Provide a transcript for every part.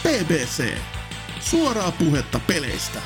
BBC. Suoraa puhetta peleistä.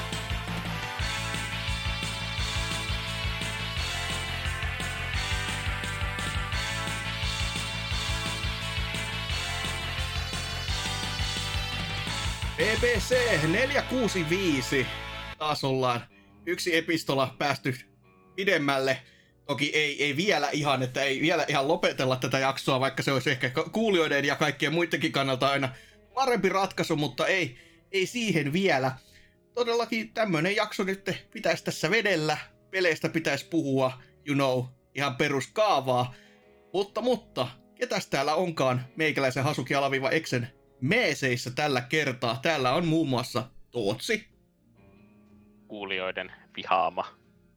BBC 465. Taas ollaan yksi epistola päästy pidemmälle. Toki ei vielä ihan, että ei vielä ihan lopetella tätä jaksoa, vaikka se olisi ehkä kuulijoiden ja kaikkien muidenkin kannalta aina parempi ratkaisu, mutta ei siihen vielä. Todellakin tämmönen jakso nyt pitäisi tässä vedellä. Peleistä pitäisi puhua, ihan peruskaavaa. Mutta, ketäs täällä onkaan meikäläisen Hasuki-Eksen meeseissä tällä kertaa? Täällä on muun muassa Tootsi. Kuulijoiden vihaama.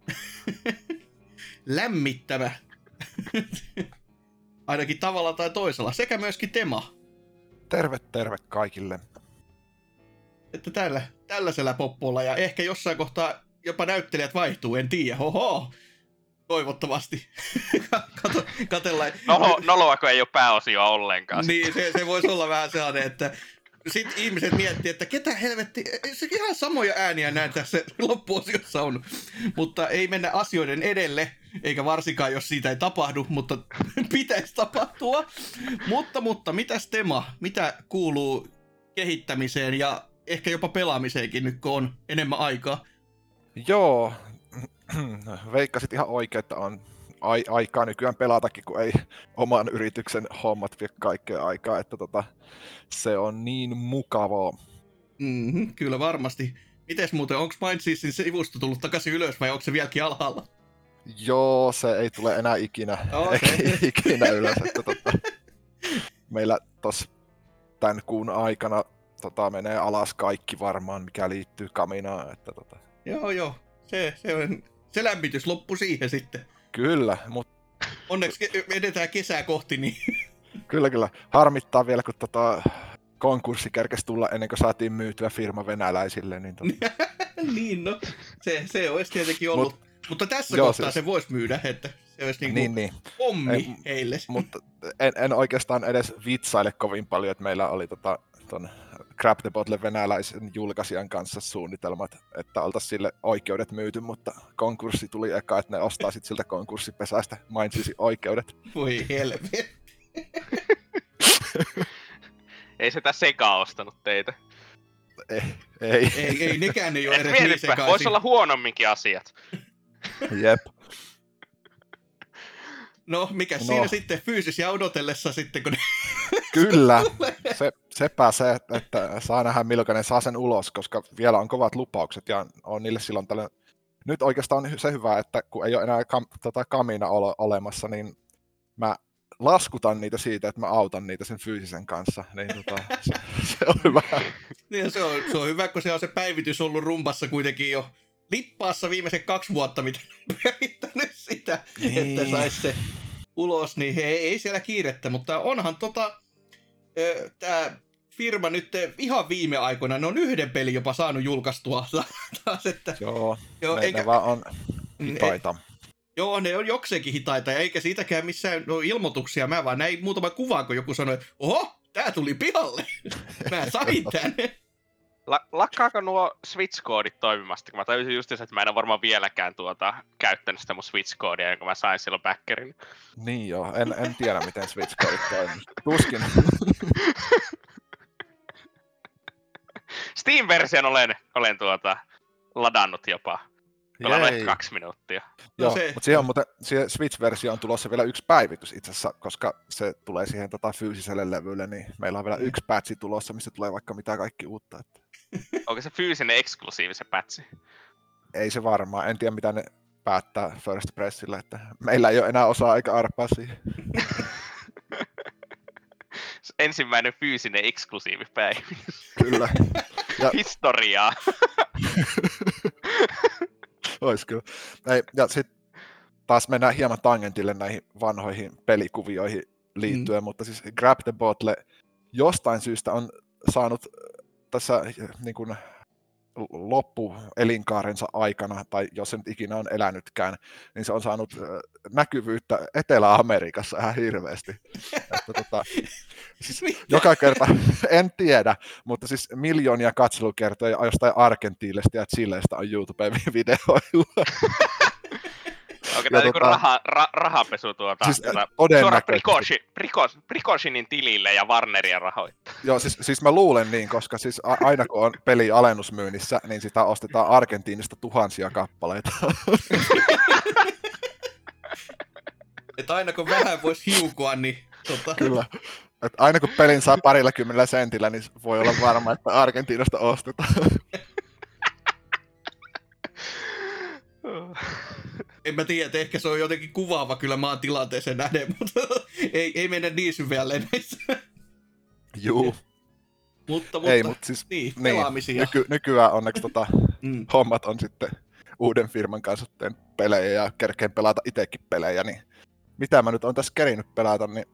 Lämmittävä. Ainakin tavalla tai toisella. Sekä myöskin Tema. Terve kaikille. Että tällaisella poppolla ja ehkä jossain kohtaa jopa näyttelijät vaihtuu, en tiedä. Hoho! Toivottavasti. Katellaan. Noloako ei ole pääosioa ollenkaan. Niin, se voisi olla vähän sellainen, että sitten ihmiset miettii, että ketä helvetti, se ihan samoja ääniä näin tässä loppuosiossa on. Mutta ei mennä asioiden edelle, eikä varsinkaan jos siitä ei tapahdu, mutta pitäisi tapahtua. Mutta mitäs Tema, mitä kuuluu kehittämiseen ja ehkä jopa pelaamiseenkin nyt, kun on enemmän aikaa? Joo, veikkasit ihan oikein, että on aikaa nykyään pelatakin, kun ei oman yrityksen hommat vie kaikkea aikaa, että se on niin mukavaa. Kyllä varmasti. Mites muuten, onko Mindsystin sivusto tullut takaisin ylös vai onko se vieläkin alhaalla? Joo, se ei tule enää ikinä ylös. Että meillä tossa tämän kuun aikana menee alas kaikki varmaan, mikä liittyy Kaminaan. Että Joo. Se lämmitys loppui siihen sitten. Kyllä, mutta onneksi edetään kesää kohti, niin Kyllä. Harmittaa vielä, kun konkurssi kerkesi tulla ennen kuin saatiin myytyä firma venäläisille. Niin, no. Se olisi tietenkin ollut. Mutta tässä kohtaa se voisi myydä, että se olisi niin. Pommi heille. Mutta en oikeastaan edes vitsaile kovin paljon, että meillä oli ton Grab the Bottle venäläisen julkaisijan kanssa suunnitelmat, että oltaisiin sille oikeudet myyty, mutta konkurssi tuli eka, että ne ostaa sitten siltä konkurssipesästä Mindsysin oikeudet. Voi helvetti. Ei se tässä Sega ostanut teitä. Ei nekään ei ole edes niin sekaisin. Voisi olla huonomminkin asiat. Jep. No, siinä sitten fyysisiä odotellessa sitten, kun Kyllä, se pääsee, että saa nähdä milloin ne saa sen ulos, koska vielä on kovat lupaukset ja on niille silloin tällöin. Nyt oikeastaan on se hyvä, että kun ei ole enää Kamina olemassa, niin mä laskutan niitä siitä, että mä autan niitä sen fyysisen kanssa, niin se on hyvä. Niin, se on hyvä, kun se on se päivitys ollut rumpassa kuitenkin jo lippaassa viimeiset 2 vuotta, mitä on päivittänyt sitä, niin, että saisi se ulos, niin ei siellä kiirettä, mutta onhan tää firma nyt ihan viime aikoina, ne on 1 pelin jopa saanut julkaistua taas, että Joo, ne vaan on hitaita. Joo, ne on jokseenkin hitaita, ja eikä siitäkään missään ilmoituksia. Mä vaan näin muutama kuvaa, kun joku sanoi, että oho, tää tuli pihalle. Mä sain tän. Lakkaako nuo Switch-koodit toimimasta? Kun mä tajusin just, että mä en ole varmaan vieläkään käyttänyt sitä mun Switch-koodia, jonka mä sain silloin backerin. Niin joo, en tiedä miten Switch-koodit toimii. Tuskin. Steam-version olen ladannut jopa. Pelannut 2 minuuttia. Joo, mutta siihen Switch-versioon on tulossa vielä 1 päivitys itse asiassa, koska se tulee siihen fyysiselle levylle, niin meillä on vielä 1 patchi tulossa, missä tulee vaikka mitä kaikki uutta. Että onko se fyysinen eksklusiivi se patchi? Ei se varmaan, en tiedä mitä ne päättää First Pressillä, että meillä ei ole enää osaa eikä arpaa siihen. Ensimmäinen fyysinen eksklusiivi päivitys. Kyllä. Historiaa. Ois kyllä. Ja sitten taas mennään hieman tangentille näihin vanhoihin pelikuvioihin liittyen, mutta siis Grab the Bottle jostain syystä on saanut tässä niin kuin loppuelinkaarensa aikana, tai jos se nyt ikinä on elänytkään, niin se on saanut näkyvyyttä Etelä-Amerikassa ihan hirveästi. Että, siis joka kerta, en tiedä, mutta siis miljoonia katselukertoja jostain Argentiinasta ja Chilestä on YouTube-videoilla. Onko tämä joku rahapesu siis, suoraan Precautionin tilille ja Warneria rahoittaa? Joo, siis mä luulen niin, koska siis aina kun on peli alennusmyynnissä, niin sitä ostetaan Argentiinista tuhansia kappaleita. Että aina kun vähän voisi hiukua, niin... Kyllä. Että aina kun pelin saa 20 sentillä, niin voi olla varma, että Argentiinasta ostetaan. En mä tiedä, että ehkä se on jotenkin kuvaava kyllä maan tilanteeseen nähden, mutta ei mennä niin syvälle näissä. Juu. Mutta siis, niin, pelaamisia. Nykyään onneksi hommat on sitten uuden firman kanssa teen pelejä ja kerkeen pelata itsekin pelejä, niin mitä mä nyt on tässä kerinyt pelata, niin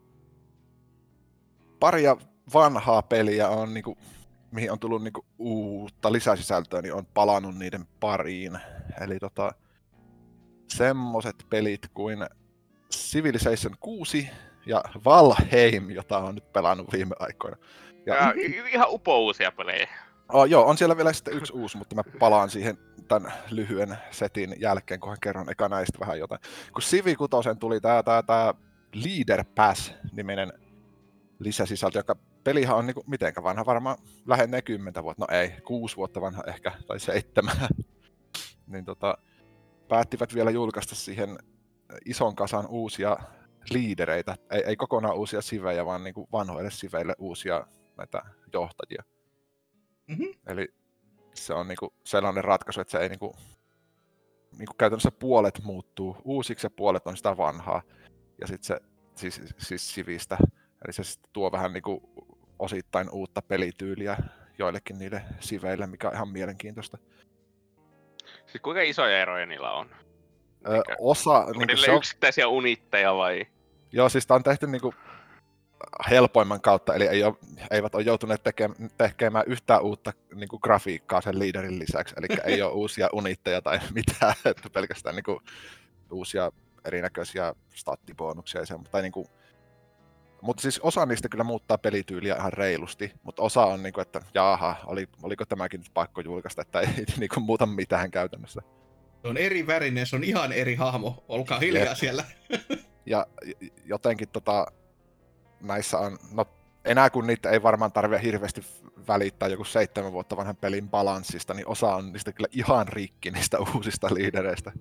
paria vanhaa peliä on niinku, mihin on tullut niinku uutta lisäsisältöä, niin on palannut niiden pariin. Eli semmoset pelit kuin Civilization 6 ja Valheim, jota on nyt pelannut viime aikoina. Ja ihan upouusia pelejä. Joo, on siellä vielä sitten yksi uusi, mutta mä palaan siihen tämän lyhyen setin jälkeen, kunhan kerron eka näistä vähän jotain. Kun Civi 6 tuli tää Leader Pass-niminen lisäsisältö, joka pelihan on niinku mitenkä vanha, varmaan lähenee 10 vuotta, no ei, 6 vuotta vanha ehkä, tai 7. Niin päättivät vielä julkaista siihen ison kasan uusia liidereitä, ei kokonaan uusia sivejä, vaan niinku vanhoille siveille uusia näitä johtajia. Mm-hmm. Eli se on niinku sellainen ratkaisu, että se ei niinku käytännössä puolet muuttuu uusiksi ja puolet on sitä vanhaa. Ja sitten se siis sivistä, eli se tuo vähän niinku osittain uutta pelityyliä joillekin niille siveille, mikä on ihan mielenkiintoista. Siis kuinka isoja eroja niillä on? Onko niillä yksittäisiä unitteja vai? Joo, siis tää on tehty niinku helpoimman kautta, eli eivät ole joutuneet tekemään yhtään uutta niinku grafiikkaa sen liiderin lisäksi, eli ei ole uusia unitteja tai mitään, että pelkästään niinku uusia erinäköisiä stattibonuksia ja semmoista. Niinku, mutta siis osa niistä kyllä muuttaa pelityyliä ihan reilusti, mutta osa on niinku, että jaha, oliko tämäkin nyt pakko julkaista, että ei niinku muuta mitään käytännössä. Se on eri värinen, se on ihan eri hahmo, olkaa hiljaa siellä. Ja jotenkin näissä on, no enää kun niitä ei varmaan tarvitse hirveästi välittää joku 7 vuotta vanhan pelin balanssista, niin osa on niistä kyllä ihan rikki niistä uusista liidereistä.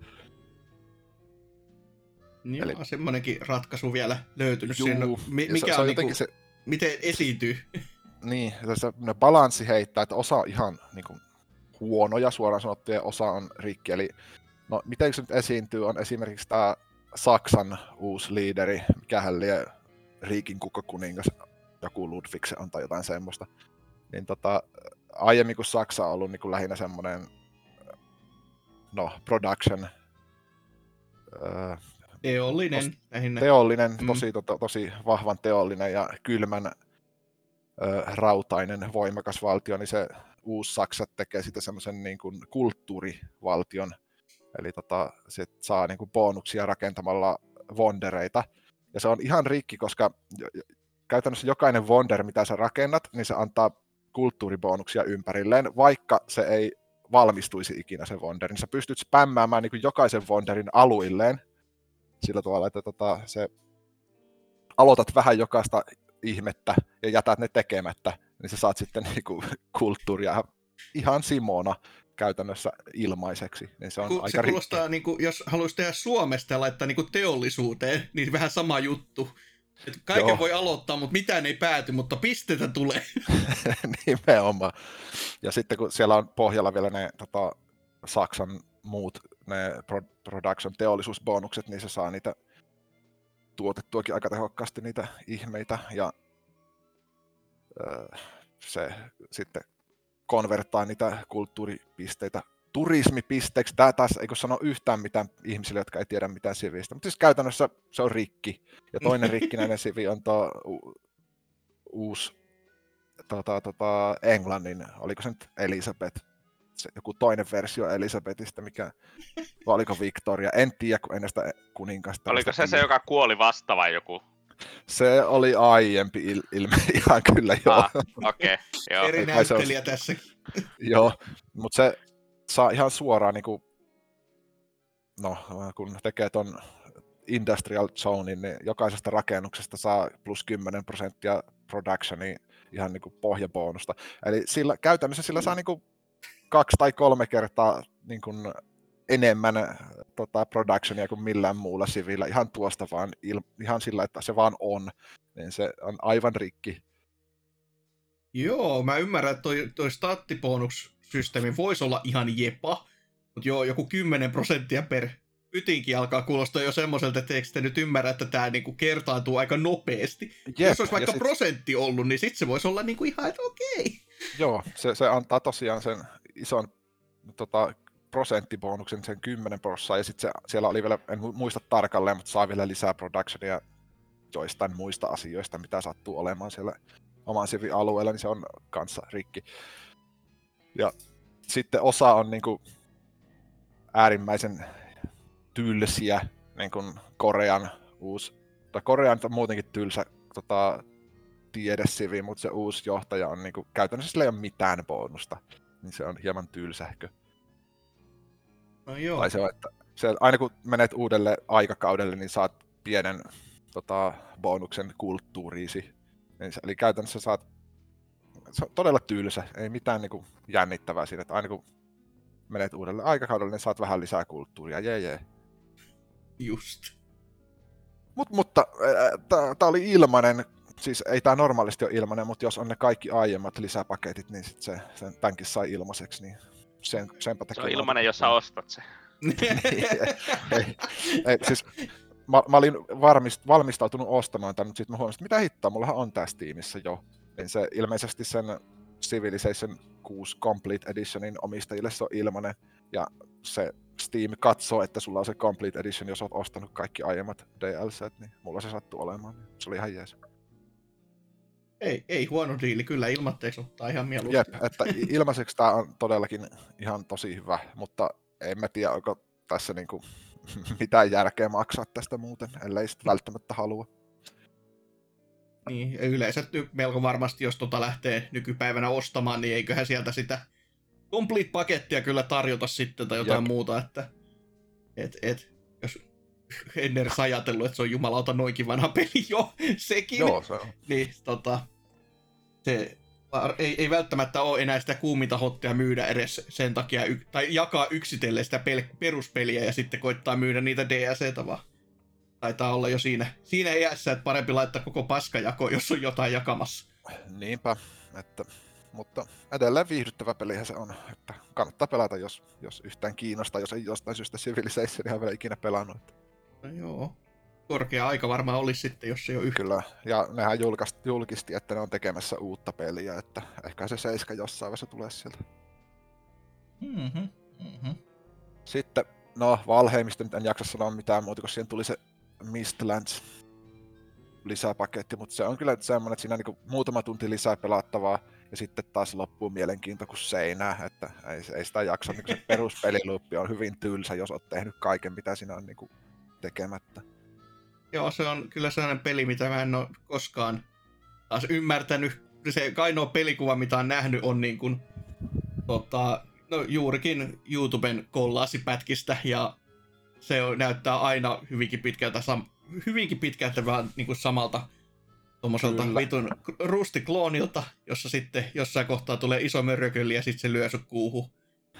Joo, eli semmoinenkin ratkaisu vielä löytynyt siinä. Mikä on niinku, miten esiintyy? Niin, se balanssi heittää, että osa on ihan niinku huonoja suoraan sanottuja ja osa on rikki. Eli no, miten se nyt esiintyy, on esimerkiksi tämä Saksan uusi liideri, mikähän lie Riikin kukkakuningas, joku Ludwig se on tai jotain semmoista. Niin aiemmin kun Saksa on ollut niin lähinnä semmoinen production teollinen, tosi vahvan teollinen ja kylmän rautainen voimakas valtio, niin se uusi Saksa tekee sitä semmoisen niin kuin kulttuurivaltion. Eli se saa niin kuin bonuksia rakentamalla wondereita. Ja se on ihan rikki, koska käytännössä jokainen wonder, mitä sä rakennat, niin se antaa kulttuuribonuksia ympärilleen, vaikka se ei valmistuisi ikinä se wonder. Niin sä pystyt spämmäämään niin kuin jokaisen wonderin aluilleen sillä tavalla, että se aloitat vähän jokaista ihmettä ja jätät ne tekemättä, niin sä saat sitten niin kuin kulttuuria ihan simona käytännössä ilmaiseksi, niin se on aika se kuulostaa, niin kuin, jos haluaisi tehdä Suomesta ja laittaa niin kuin teollisuuteen, niin vähän sama juttu. Että kaiken voi aloittaa, mutta mitään ei pääty, mutta pisteitä tulee. Nimenomaan. Ja sitten kun siellä on pohjalla vielä ne Saksan muut ne production teollisuusbonukset, niin se saa niitä tuotettuakin aika tehokkaasti niitä ihmeitä ja se sitten konverttaa niitä kulttuuripisteitä turismipisteeksi. Tämä taas ei sano yhtään mitään ihmisille, jotka ei tiedä mitään Civistä, mutta siis käytännössä se on rikki. Ja toinen rikkinäinen Civi on uusi Englannin, oliko se nyt Elizabeth, se joku toinen versio Elisabetista, mikä vai oliko Victoria, en tiedä, kun ennen sitä kuningasta. Oliko se joka kuoli vasta vai joku? Se oli aiempi ilme ihan kyllä, joo. Okei, joo. Eri näyttelijä tässäkin. Joo, mutta se saa ihan suoraan, niin kuin, no, kun tekee ton Industrial Zonein, niin jokaisesta rakennuksesta saa plus 10% productionia ihan niin kuin pohjabonusta. Eli käytännössä sillä saa niin kuin 2 tai 3 kertaa niin kuin enemmän productionia kuin millään muulla sivillä, ihan tuosta vaan, ihan sillä, että se vaan on, niin se on aivan rikki. Joo, mä ymmärrän, että toi stattibonusysteemi voisi olla ihan jepa, mutta joo, joku 10% per ytinkin alkaa kuulostaa jo semmoiselta, että eikö te nyt ymmärrä, että tämä niinku kertaantuu aika nopeasti. Jos olisi vaikka prosentti ollut, niin sitten se voisi olla niinku ihan, että okei. Joo, se antaa tosiaan sen ison prosenttibonuksen, sen 10%, ja sitten siellä oli vielä, en muista tarkalleen, mutta saa vielä lisää productionia joistain muista asioista, mitä sattuu olemaan siellä oman sivin alueella, niin se on kanssa rikki. Ja sitten osa on niinku äärimmäisen tylsiä, niin kuin Korean on muutenkin tylsä tiedesivi, mutta se uusi johtaja on niinku, käytännössä sillä ei ole mitään bonusta, niin se on hieman tylsähkö. No joo. Tai se on, että aina kun menet uudelle aikakaudelle, niin saat pienen bonuksen kulttuuriisi. Eli käytännössä se on todella tylsä, ei mitään niinku jännittävää siinä, että aina kun menet uudelle aikakaudelle, niin saat vähän lisää kulttuuria, jee. Just. Mutta tää oli ilmainen, siis ei tää normaalisti ole ilmainen, mutta jos on ne kaikki aiemmat lisäpaketit, niin sit sen tämänkin sai ilmaiseksi, niin senpä takia... Se on ilmainen, jos sä ostat se. ei, siis mä olin valmistautunut ostamaan tän, mutta sitten mä huomasin, että mitä hittoa, mullahan on tää Steamissa jo. Niin se ilmeisesti sen Civilization 6 Complete Editionin omistajille se on ilmainen, ja se Steam katsoo, että sulla on se Complete Edition, jos oot ostanut kaikki aiemmat DLCt, niin mulla se sattuu olemaan. Se oli ihan jees. Ei huono diili, kyllä ilmatteeksi ottaa ihan mieluusti. Jep, että ilmaiseksi tää on todellakin ihan tosi hyvä, mutta en mä tiedä, onko tässä niinku mitään järkeä maksaa tästä muuten, ellei sit välttämättä halua. Niin, yleensä melko varmasti, jos lähtee nykypäivänä ostamaan, niin eiköhän sieltä sitä complete-pakettia kyllä tarjota sitten tai jotain muuta, että jos ennen edes ajatellut, että se on jumalauta noinkin vanha peli jo, sekin. Joo, se on. Niin, se ei välttämättä ole enää sitä kuuminta hottia myydä edes sen takia, tai jakaa yksitellen sitä peruspeliä ja sitten koittaa myydä niitä DLCtä vaan. Taitaa olla jo siinä iässä, että parempi laittaa koko paskajako, jos on jotain jakamassa. Niinpä, mutta edelleen viihdyttävä pelihän se on, että kannattaa pelata, jos yhtään kiinnostaa, jos ei jostain syystä Civilizationia vielä ikinä pelannut. No joo, korkea aika varmaan olisi sitten, jos ei ole yhtään. Kyllä, ja nehän julkisti, että ne on tekemässä uutta peliä, että ehkä se 7 jossain vaiheessa tulee sieltä. Sitten, no Valheimista nyt en jaksa sanoa mitään muuta, kun siihen tuli se Mistlands lisäpaketti, mutta se on kyllä semmoinen, että siinä on niinku muutama tunti lisää pelattavaa, ja sitten taas loppuu mielenkiinto kuin seinää, että ei sitä jaksa, niin se peruspeliluuppi on hyvin tylsä, jos oot tehnyt kaiken, mitä siinä on niinku tekemättä. Joo, se on kyllä sellainen peli, mitä mä en ole koskaan taas ymmärtänyt. Se ainoa pelikuva, mitä on nähnyt, on niin kuin, no juurikin YouTuben kollaasipätkistä, ja se näyttää aina hyvinkin pitkältä vaan niin kuin samalta tommoselta vitun rustikloonilta, jossa sitten jossain kohtaa tulee iso mörköli ja sitten se lyö sut kuuhun.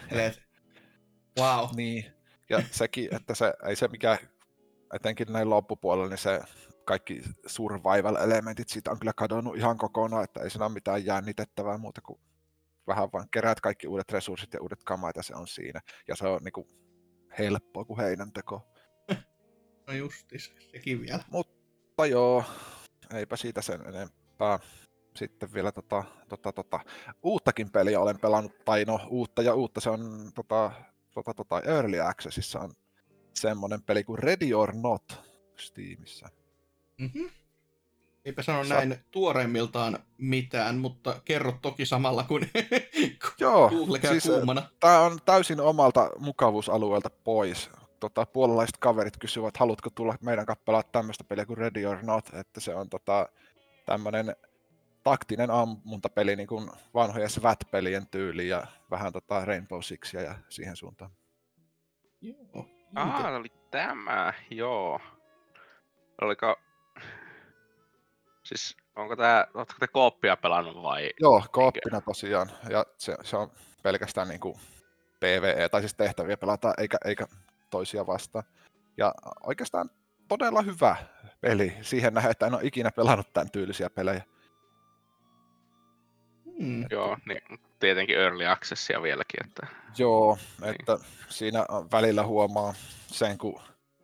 Wow. Niin, ja sekin, että se ei se mikään, etenkin näin loppupuolella, niin se kaikki survival-elementit siitä on kyllä kadonnut ihan kokonaan, että ei siinä ole mitään jännitettävää muuta kuin vähän vaan keräät kaikki uudet resurssit ja uudet kamat ja se on siinä. Ja se on niinku helppoa kuin heinänteko. No justis, sekin vielä. Mutta joo, eipä siitä sen enempää. Sitten vielä uuttakin peliä olen pelannut, tai no uutta, se on Early Accessissa on semmonen peli kuin Ready or Not Steamissa. Eipä sano näin tuoreimmiltaan mitään, mutta kerro toki samalla, kun Joo, Google käy siis kuumana. tämä on täysin omalta mukavuusalueelta pois. Puolalaiset kaverit kysyvät, haluatko tulla meidän kanssa pelaa tämmöistä peliä kuin Ready or Not, että se on tämmöinen taktinen ammuntapeli niin kuin vanhojen SWAT-pelien tyyli ja vähän Rainbow Sixia ja siihen suuntaan. Joo. Oli tämä, joo. Oliko... Siis ootko te kooppia pelannut vai? Joo, kooppina tosiaan, ja se on pelkästään niin kuin PvE, tai siis tehtäviä pelataan, eikä toisia vastaan. Ja oikeastaan todella hyvä peli, siihen nähden, että en ole ikinä pelannut tämän tyylisiä pelejä. Joo, niin tietenkin early accessia vieläkin. Että... Joo, että siinä välillä huomaa sen, kun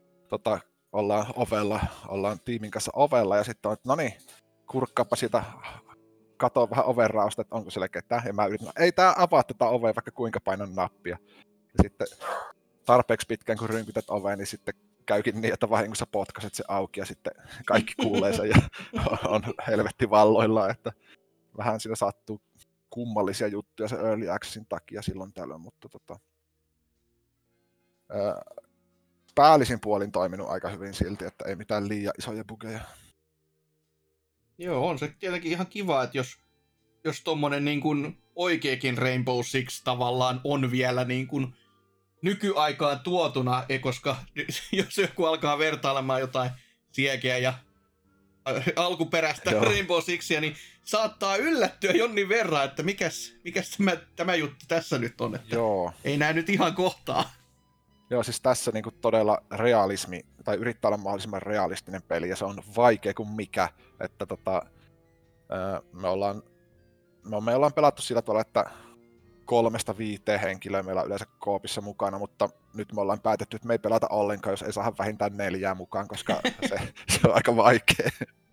ollaan tiimin kanssa ovella, ja sitten on, että no niin, kurkkaapa sitä, katso vähän ovenraosta, että onko siellä ketään, ja mä yritän, ei tää avaa tätä ovea, vaikka kuinka painan nappia. Ja sitten tarpeeksi pitkään, kun rynkytät oveen, niin sitten käykin niin, että vahingossa potkaset se auki, ja sitten kaikki kuulee sen, ja on helvetti valloillaan, että vähän siinä sattuu kummallisia juttuja se Early Accessin takia silloin tällöin, mutta päällisin puolin toiminut aika hyvin silti, että ei mitään liian isoja bugeja. Joo, on se tietenkin ihan kiva, että jos tommonen niin kuin oikeakin Rainbow Six tavallaan on vielä niin kuin nykyaikaan tuotuna, koska jos joku alkaa vertailemaan jotain siekeä ja alkuperäistä Rainbow Sixia, niin saattaa yllättyä jonnin verran, että mikäs tämä juttu tässä nyt on, että Joo. Ei nää nyt ihan kohtaa. Joo, siis tässä niinku todella realismi, tai yrittää olla mahdollisimman realistinen peli, ja se on vaikea kuin mikä, että me ollaan pelattu sillä tavalla, että 3-5 henkilöä meillä on yleensä koopissa mukana, mutta nyt me ollaan päätetty, että me ei pelata ollenkaan, jos ei saada vähintään 4 mukaan, koska se on aika vaikea.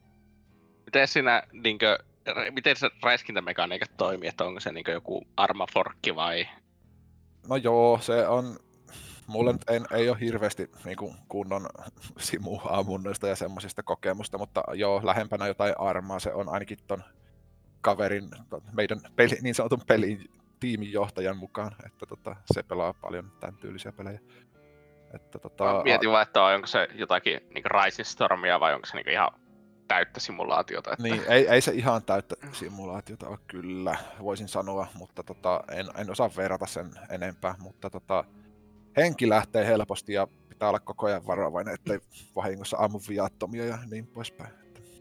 Miten se räiskintämekaniikat toimii, että onko se joku armaforkki vai? No joo, se on... Mulle nyt ei ole hirveästi niin kunnon simuammunnoista ja semmoisista kokemusta, mutta joo, lähempänä jotain armaa se on ainakin ton kaverin, meidän niin sanotun tiimin johtajan mukaan, että se pelaa paljon tämän tyylisiä pelejä. Että, mietin vaan, että onko se jotakin niin Rising Stormia vai onko se niin ihan täyttä simulaatiota? Että... Niin, ei se ihan täyttä simulaatiota ole kyllä, voisin sanoa, mutta en osaa verrata sen enempää, mutta henki lähtee helposti ja pitää olla koko ajan varovainen, ettei vahingossa ammu viattomia ja niin poispäin.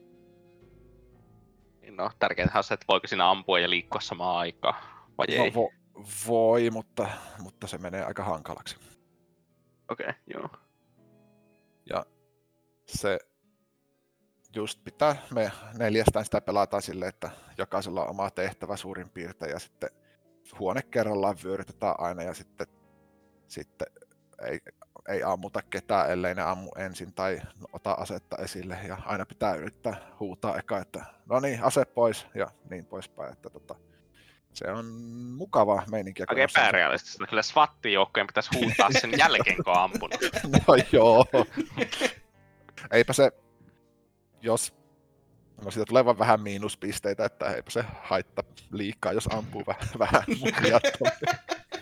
No, tärkeintä on se, että voiko siinä ampua ja liikkua samaan aikaan, vai ei? Voi, mutta se menee aika hankalaksi. Okei, joo. Ja se just me 4 sitä pelataan silleen, että jokaisella on oma tehtävä suurin piirtein, ja sitten huone kerrallaan vyörytetään aina, ja sitten ei ammuta ketään, ellei ne ammu ensin tai ota asetta esille, ja aina pitää yrittää huutaa eka, että no niin, ase pois ja niin poispäin, että se on mukava meininkiä. Oikein epärealistista, kyllä SWATin joukkojen pitäisi huutaa sen jälkeen, kun on ampunut. No joo. Eipä se, siitä tulee vaan vähän miinuspisteitä, että eipä se haittaa liikaa, jos ampuu vähän viattomia.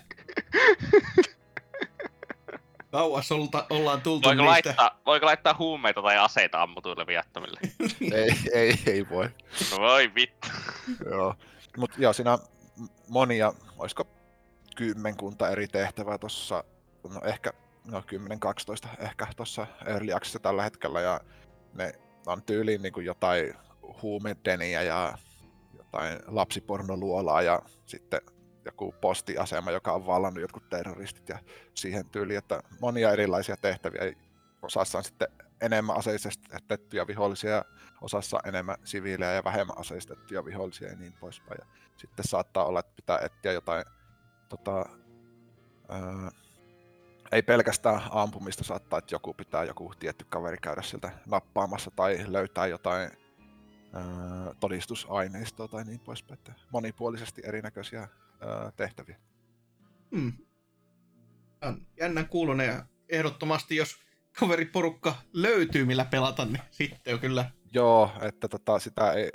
Kauas ollaan tultu niistä. Voiko laittaa huumeita tai aseita ammutuille viattomille? ei voi. No voi vittu. Joo. Mut joo, siinä on monia, olisiko 10 eri tehtävää tossa, no ehkä 10-12 ehkä tossa Early Accessissa tällä hetkellä, ja ne on tyyliin niin kuin jotain huumedeniä ja jotain lapsipornoluolaa ja sitten joku postiasema, joka on vallannut jotkut terroristit ja siihen tyyliin, että monia erilaisia tehtäviä. Osassa on sitten enemmän aseistettuja vihollisia ja osassa on enemmän siviilejä ja vähemmän aseistettuja vihollisia ja niin poispäin. Ja sitten saattaa olla, että pitää etsiä jotain, ei pelkästään ampumista, saattaa, että joku tietty kaveri käydä sieltä nappaamassa tai löytää jotain todistusaineistoa tai niin poispäin. Monipuolisesti erinäköisiä tehtäviä. On jännän kuulonen, ja ehdottomasti jos kaveriporukka löytyy millä pelata, niin sitten on kyllä Joo, että sitä ei,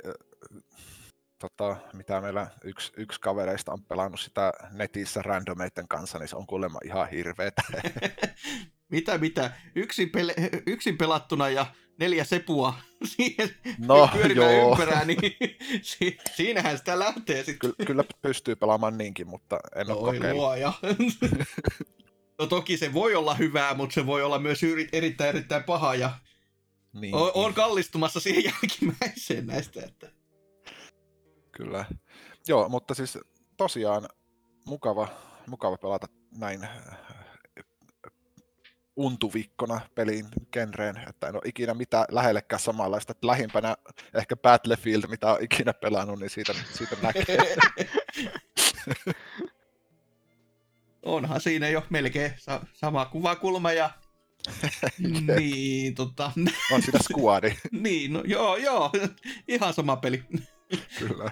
mitä meillä yksi kavereista on pelannut sitä netissä randomeiden kanssa, niin se on kuulemma ihan hirveetä. Mitä? Yksin pelattuna ja 4 sepua siihen No, pyörimään joo. ympärää, niin siinähän sitä lähtee sitten. Kyllä pystyy pelaamaan niinkin, mutta en ole Oi kokeillut. luoja. No toki se voi olla hyvää, mutta se voi olla myös erittäin paha ja Niin, on kallistumassa siihen jälkimmäiseen näistä. Että... Kyllä. Joo, mutta siis tosiaan mukava pelata näin untuvikkona peliin genreen, että en ole ikinä mitään lähellekään samanlaista. Että lähimpänä ehkä Battlefield, mitä on ikinä pelannut, niin siitä näkee. Onhan siinä jo melkein sama kuvakulma ja niin, On siinä squadi. niin, no joo, ihan sama peli. Kyllä.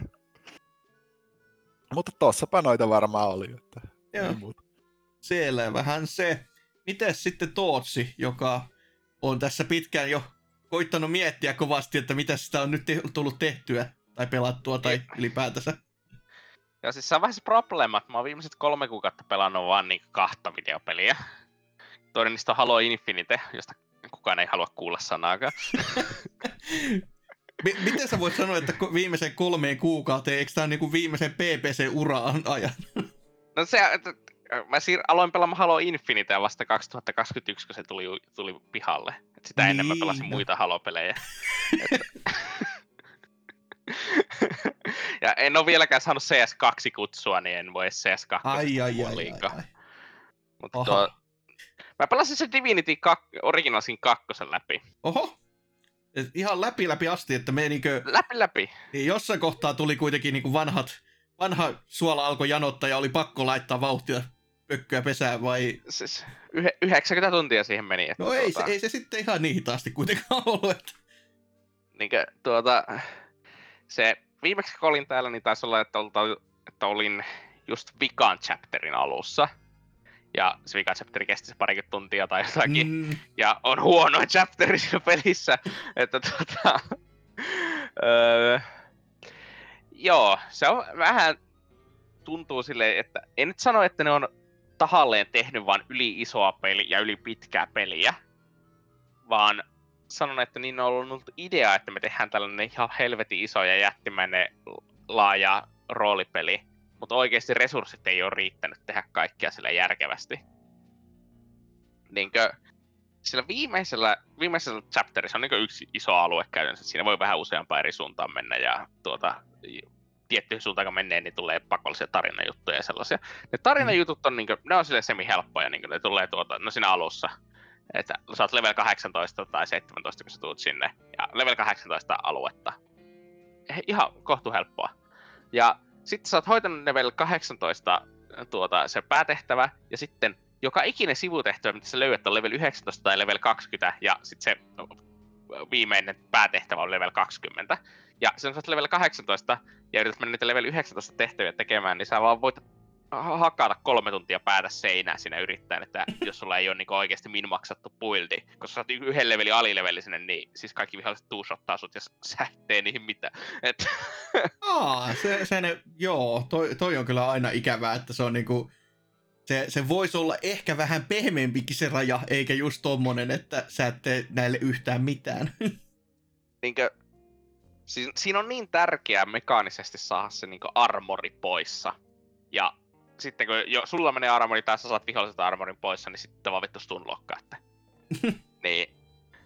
Mutta tossapa noita varmaan oli. Että Joo. Selvähän se. Mites sitten Tootsi, joka on tässä pitkään jo koittanut miettiä kovasti, että mitä sitä on nyt tullut tehtyä tai pelattua tai ylipäätänsä? Ja siis se on vähän se probleema, että mä oon viimeiset 3 kuukautta pelannut vaan niin 2 videopeliä. Toinen niistä on Halo Infinite, josta kukaan ei halua kuulla sanaakaan. Miten sä voit sanoa, että viimeisen 3 kuukauteen, eikö tää niinku viimeisen PPC-uraan ajan? No se, että mä aloin pelaamaan Halo Infinitea vasta 2021, kun se tuli pihalle. Et sitä ennen mä pelasin muita Halo-pelejä. Ja en ole vieläkään saanut CS2-kutsua, niin en voi CS2 ai. liikaa. Mutta mä pelasin se Divinity Originalsin 2 läpi. Oho! Et ihan läpi asti, että me niinkö... Läpi. Niin jossain kohtaa tuli kuitenkin niinku vanha suola alkoi janottaa ja oli pakko laittaa vauhtia pökköä pesään vai... Siis 90 tuntia siihen meni. Että no ei se sitten ihan niin hitaasti kuitenkaan ollut. Että... Niinkö se viimeksi kun olin täällä, niin taisi olla, että olin just vikan chapterin alussa. Ja se vikan chapteri kesti se 20 tuntia tai jotakin. Ja on huono chapteri siinä pelissä. Että joo, se on vähän tuntuu silleen, että en nyt sano, että ne on tahalleen tehnyt vaan yli isoa peliä ja yli pitkää peliä. Vaan sanon, että niin on ollut idea, että me tehdään tällainen ihan helvetin iso ja jättimäinen laaja roolipeli. Mutta oikeasti resurssit ei ole riittänyt tehdä kaikkea sillä järkevästi. Niinkö sillä viimeisellä chapterissa on niinkö yksi iso alue käytännössä. Siinä voi vähän useampaan eri suuntaan mennä ja tiettyyn suuntaan kun menee, niin tulee pakollisia tarinajuttuja ja sellaisia. Ne tarinajutut on niinkö, ne on silleen semi-helppoja, niinkö ne tulee siinä alussa. Että sä oot level 18 tai 17, kun sä tuut sinne. Ja level 18 aluetta. Ihan kohtu helppoa. Ja sitten sä oot hoitanut level 18 se päätehtävä. Ja sitten joka ikinen sivutehtävä, mitä sä löydät, on level 19 tai level 20. Ja sitten se viimeinen päätehtävä on level 20. Ja sen sä oot level 18 ja yrität mennä niitä level 19 tehtäviä tekemään, niin sä vaan voit hakata 3 tuntia päätä seinää siinä yrittäen, että jos sulla ei ole niinku oikeasti min-maksattu buildi, koska sä oot yhden levelin alilevellisenen, niin siis kaikki viholliset two-shottaa sut ja sä et tee niihin mitään. Joo, toi on kyllä aina ikävää, että se on niinku, se voisi olla ehkä vähän pehmeämpikin se raja, eikä just tommonen, että sä et tee näille yhtään mitään. Niinkö, siinä on niin tärkeää mekaanisesti saada se niinku armori poissa. Ja sitten kun sulla menee armori tai sä saat viholliset armorin poissa, niin sitten vaan vittu stunlokkaatte. Niin,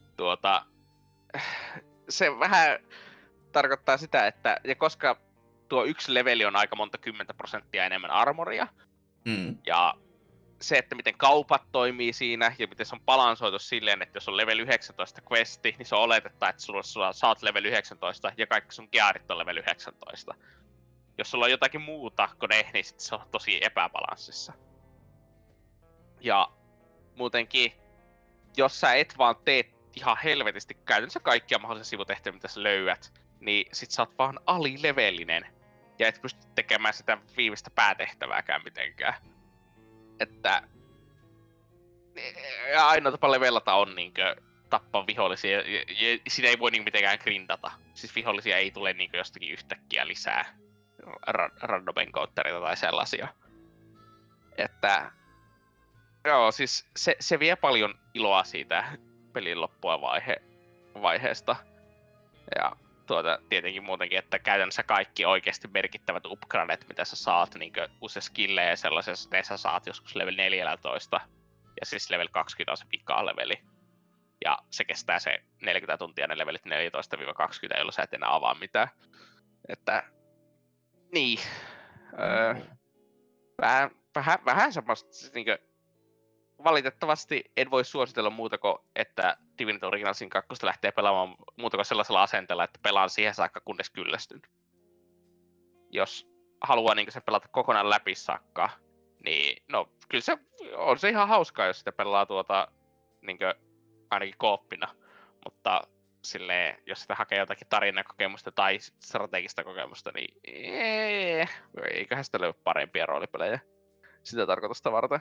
se vähän tarkoittaa sitä, että ja koska tuo yksi leveli on aika monta 10% enemmän armoria, ja se, että miten kaupat toimii siinä, ja miten se on balansoitu silleen, että jos on level 19 questi, niin se on oletettu, että sä oot level 19, ja kaikki sun gearit on level 19. Jos sulla on jotakin muuta kuin ne, niin sit se on tosi epäbalanssissa. Ja muutenkin, jos sä et vaan tee ihan helvetisti käytännössä kaikkia mahdollisia sivutehtäviä, mitä sä löydät, niin sit sä oot vaan alilevelinen. Ja et pysty tekemään sitä viimeistä päätehtävääkään mitenkään. Että... Ja ainoa tapa levelata on niinkö tappaa vihollisia, ja sitä ei voi niinku mitenkään grindata. Siis vihollisia ei tule niinku jostakin yhtäkkiä lisää random encountereita tai sellaisia. Että joo, siis se vie paljon iloa siitä pelin loppua vaiheesta. Ja tietenkin muutenkin, että käytännössä kaikki oikeasti merkittävät upgradet, mitä sä saat, niinkö uusia skillejä ja sellaisessa, ne sä saat joskus level 14. Ja siis level 20 on se pika-leveli. Ja se kestää se 40 tuntia ne levelit 14-20, jolloin sä et enää avaa mitään. Että niin. Vähän semmoista niinkö valitettavasti en voi suositella muuta kuin, että Divinity Original Sin 2 lähtee pelaamaan muuta kuin sellaisella asenteella, että pelaan siihen saakka, kunnes kyllästyn. Jos haluaa niin sen pelata kokonaan läpi saakka, niin no kyllä se on se ihan hauskaa, jos sitä pelaa niin ainakin kooppina. Mutta silleen, jos sitä hakee jotakin tarinakokemusta tai strategista kokemusta, niin eiköhän sitä löydy parempia roolipelejä sitä tarkoitusta varten.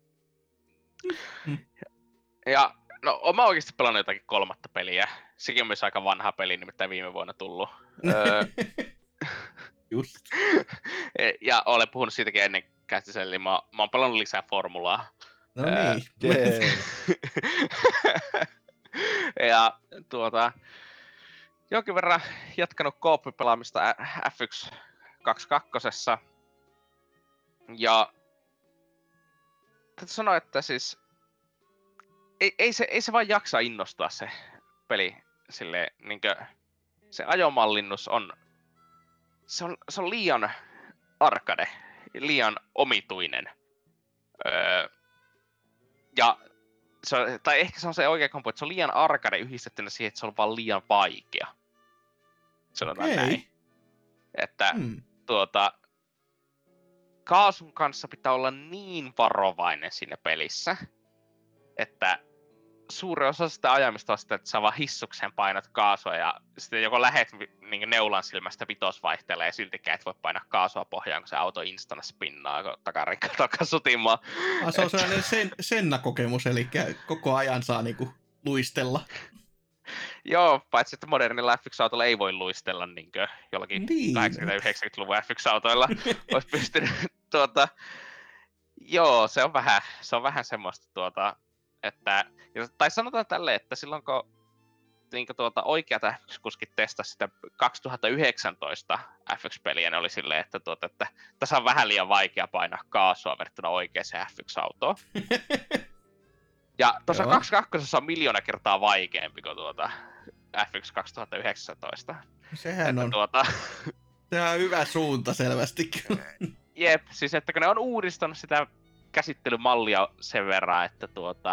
Ja no, mä oikeesti pelannut jotakin 3. peliä. Sekin on myös aika vanha peli, nimittäin viime vuonna tullut. Just. Ja olen puhunut siitäkin ennen käsissä, eli mä oon pelannut lisää formulaa. No niin. Ja jonkin verran jatkanut co-op-pelaamista F1 22. Ja täytyy sanoa, että siis ei se vaan jaksa innostaa se peli silleen, niinkö se ajomallinnus on liian arcade, liian omituinen. Ja tai ehkä se on se oikea kompo, että se on liian arcade yhdistettynä siihen, että se on vaan liian vaikea. Sanotaan näin. Että kaasun kanssa pitää olla niin varovainen siinä pelissä, että suuri osa sitä ajamista on sitä, että sä vaan hissukseen painat kaasua ja sitten joko lähet niin neulan silmästä vitosvaihtelee ja siltikään et voi painaa kaasua pohjaan, kun se auto instana spinnaa, kun takarenkaan takasutimaan. Se on sellainen Senna-kokemus, eli koko ajan saa niinku luistella. Joo, paitsi että modernilla F1-autolla ei voi luistella niinkö jollakin niin. 80-90-luvun F1-autoilla olisi pystynyt joo, se on vähän semmoista että tai sanotaan tälleen, että silloin kun niinkö oikeat F1-kuskit testasi sitä 2019 F1-peliä, ne oli silleen, että tässä on vähän liian vaikea painaa kaasua verrattuna oikeeseen F1-autoon. Ja tuossa 22 on 1,000,000 kertaa vaikeampi kuin F1 2019. Sehän on. Sehän on hyvä suunta selvästi. Jep, siis että kun ne on uudistanut sitä käsittelymallia sen verran, että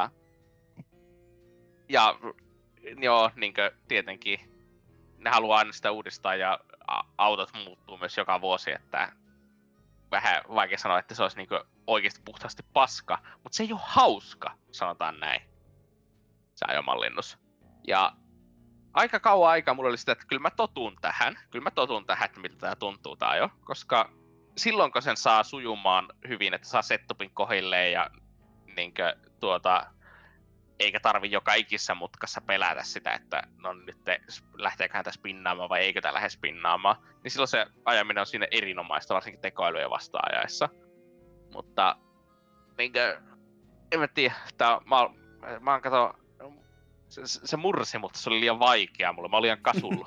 ja joo, niinkö tietenkin ne haluaa aina sitä uudistaa ja autot muuttuu myös joka vuosi, että vähän vaikea sanoa, että se olisi niinkö oikeasti puhtaasti paska, mutta se ei ole hauska, sanotaan näin, se ajomallinnus. Ja aika kauan aikaa mulla oli sitä, että kyllä mä totun tähän, että miltä tää tuntuu tää ajo, koska silloin kun sen saa sujumaan hyvin, että saa setupin kohilleen ja niinkö eikä tarvi joka ikissä mutkassa pelätä sitä, että no nyt lähteeköhän tää spinnaamaan vai eikö tää lähde spinnaamaan, niin silloin se ajaminen on siinä erinomaista, varsinkin tekoälyjen vasta-ajaessa. Mutta niinkö, en mä tiedä, mä oon kato, se mursi, mutta se oli liian vaikea mulle, mä olin liian kasullu.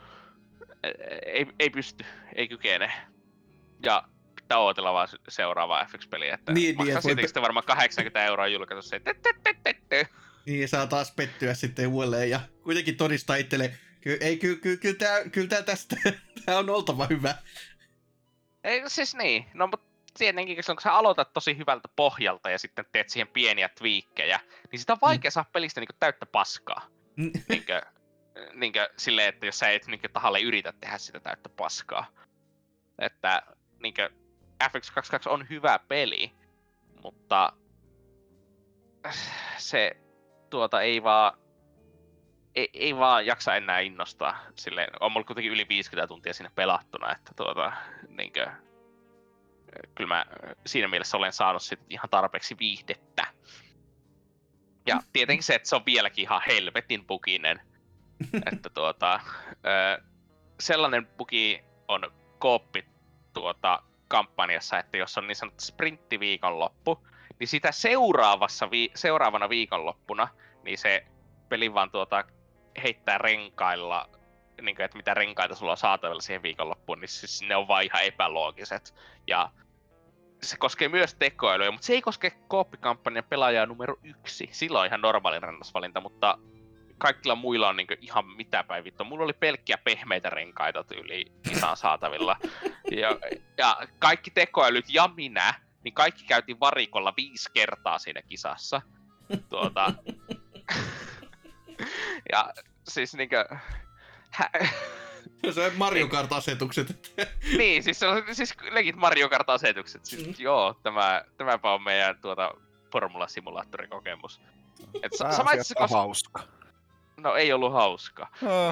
ei pysty, ei kykene. Ja pitää ootella vaan seuraavaa FX-peliä, että maksaa siitäkin sitten varmaan 80 € julkaisu se. Niin, saa taas pettyä sitten uudelleen ja kuitenkin todistaa itselleen, kyllä tää tästä, tää on oltava hyvä. Ei, siis niin, no mutta tietenkin, kun sä aloitat tosi hyvältä pohjalta ja sitten teet siihen pieniä tweakkejä, niin sitä on vaikea saada pelistä niinku täyttä paskaa. Niinkö silleen, että jos sä et niinkö tahalle yritä tehdä sitä täyttä paskaa. Että niinkö FX22 on hyvä peli, mutta se ei vaan jaksa enää innostaa. Silleen, on mulla kuitenkin yli 50 tuntia siinä pelattuna, että niinkö kyllä mä siinä mielessä olen saanut sit ihan tarpeeksi viihdettä. Ja tietenkin se, että se on vieläkin ihan helvetin buginen. Että sellainen bugi on kooppi kampanjassa, että jos on niin sanottu sprinttiviikonloppu, niin sitä seuraavana viikonloppuna, niin se peli vaan heittää renkailla, niin kuin, että mitä renkaita sulla on saatavilla siihen viikonloppuun, niin siis ne on vaan ihan epäloogiset. Ja se koskee myös tekoälyä, mutta se ei koske kooppikampanjan pelaajaa numero 1. Sillä on ihan normaali rennasvalinta, mutta kaikilla muilla on niinku ihan mitä päin vittu. Mulla oli pelkkiä pehmeitä renkaita yli kisaan saatavilla. Ja kaikki tekoälyt ja minä, niin kaikki käytiin varikolla 5 kertaa siinä kisassa. Ja siis niinkö... Se on Mario Kart-asetukset. Niin, siis se on legit Mario Kart-asetukset. Siis, joo, tämäpä on meidän Formula-simulaattorikokemus. Hauska. No ei ollut hauska.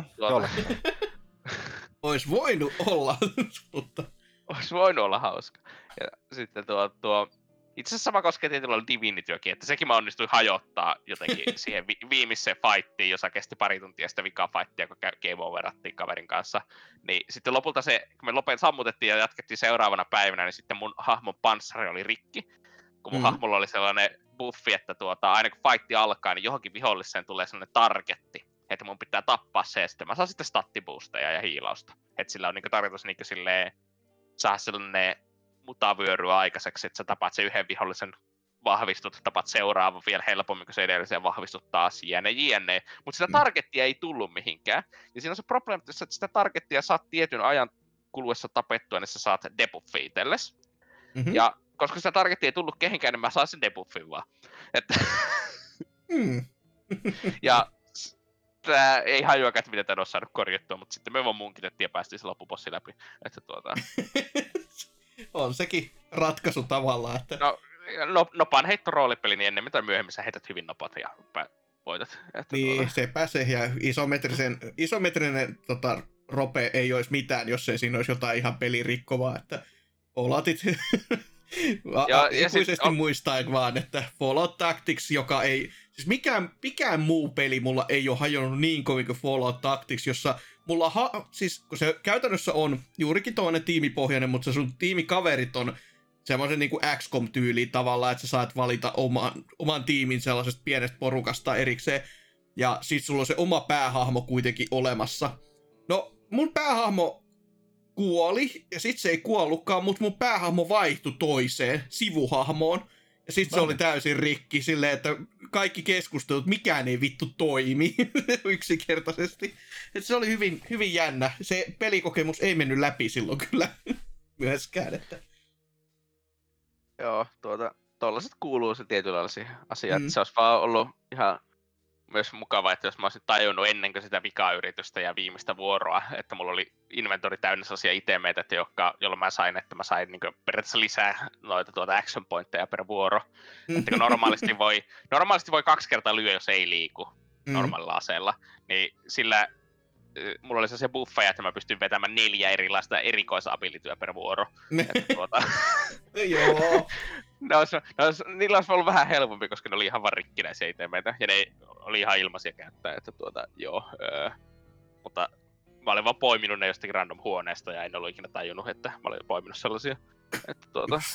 Ois voinut olla, mutta... Ois voinut olla hauska. Ja sitten itse asiassa sama koskee tietyllä Divinityäkin, että sekin mä onnistuin hajottaa jotenkin siihen viimeiseen fightiin, jossa kesti pari tuntia sitä vikaa fightia, kun game overattiin kaverin kanssa. Niin sitten lopulta kun me sammutettiin ja jatkettiin seuraavana päivänä, niin sitten mun hahmon panssari oli rikki. Kun mun hahmolla oli sellainen buffi, että aina kun fightti alkaa, niin johonkin viholliseen tulee sellainen targetti, että mun pitää tappaa se, ja sitten mä saan sitten stattiboosteja ja hiilausta. Että sillä on tarkoitus silleen saada sellainen mutavyöryä aikaiseksi, että sä tapaat sen yhden vihollisen, vahvistut, tapaat seuraavan vielä helpommin, kun se edelliseen vahvistut taas, jne. Mutta sitä targettia ei tullut mihinkään. Ja siinä on se probleema, että jos sitä targettia saat tietyn ajan kuluessa tapettua, niin sä saat debuffia itsellesi. Mm-hmm. Ja koska sitä targettia ei tullut kehenkään, niin mä saan sen debuffin vaan. Ja tää ei hajuakaan, että miten tän olisi saanut korjattua, mutta sitten me vaan munkitettiin ja päästiin se loppupossi läpi. On sekin ratkaisu tavallaan, että... Nopan heitto roolipeli, niin ennemmin tai myöhemmin sä heität hyvin nopat ja voitat. Niin, sepä se, ja isometrinen rope ei olisi mitään, jos ei siinä olisi jotain ihan pelirikkovaa, että Falloutit ikuisesti muistaen vaan, että Fallout Tactics, joka ei... Siis mikään muu peli mulla ei ole hajonnut niin kovin kuin Fallout Tactics, jossa mulla siis kun se käytännössä on juurikin toinen tiimipohjainen, mutta se sun tiimikaverit on semmoisen niin kuin XCOM-tyyliin tavallaan, että sä saat valita oman tiimin sellaisesta pienestä porukasta erikseen, ja sit sulla on se oma päähahmo kuitenkin olemassa. No, mun päähahmo kuoli, ja sit se ei kuollutkaan, mutta mun päähahmo vaihtui toiseen sivuhahmoon, ja sit se oli täysin rikki silleen, että kaikki keskustelut, mikään ei vittu toimi yksinkertaisesti. Et se oli hyvin, hyvin jännä. Se pelikokemus ei mennyt läpi silloin kyllä myöskään. Että... Joo, tollaset kuuluu se tietynlaisia asiaa. Se olisi vaan ollut ihan myös mukava, että jos mä olisin tajunnut ennen kuin sitä vikayritystä ja viimeistä vuoroa, että mulla oli inventori täynnä sellaisia itemeitä, jolloin mä sain niin periaatteessa lisää noita action pointteja per vuoro. Että kun normaalisti voi 2 kertaa lyö, jos ei liiku normaalilla aseella, niin sillä mulla oli sellaisia buffeja, että mä pystyn vetämään 4 erilaista erikoisabilityä per vuoro. Joo. Niillä olisi ollut vähän helpompi, koska ne oli ihan vaan rikkinäisiä itemeitä, ja ne oli ihan ilmaisia käyttää, että mutta mä olin vaan poiminut ne jostakin random huoneesta, ja en ollut ikinä tajunnut, että mä olin poiminut sellaisia, että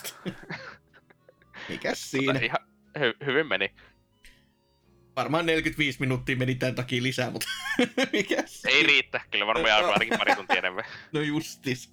Mikäs siinä? Ihan hyvin meni. Varmaan 45 minuuttia meni tämän takia lisää, mutta mikäs? Ei riitä, kyllä varmaan ainakin pari tuntia enemmän. No justis.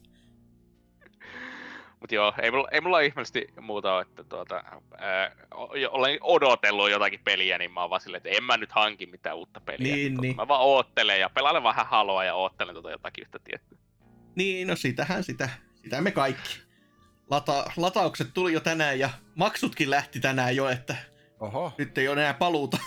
Mut joo, ei mulla ihmeellisesti muuta ole, että olen odotellut jotakin peliä, niin mä oon vaan silleen, että en mä nyt hanki mitään uutta peliä. Niin. Mä vaan oottelen ja pelailen vähän Haloa ja oottelen jotakin yhtä tiettyä. Niin, no sitä me kaikki. Lataukset tuli jo tänään ja maksutkin lähti tänään jo, että Oho. Nyt ei ole enää paluuta.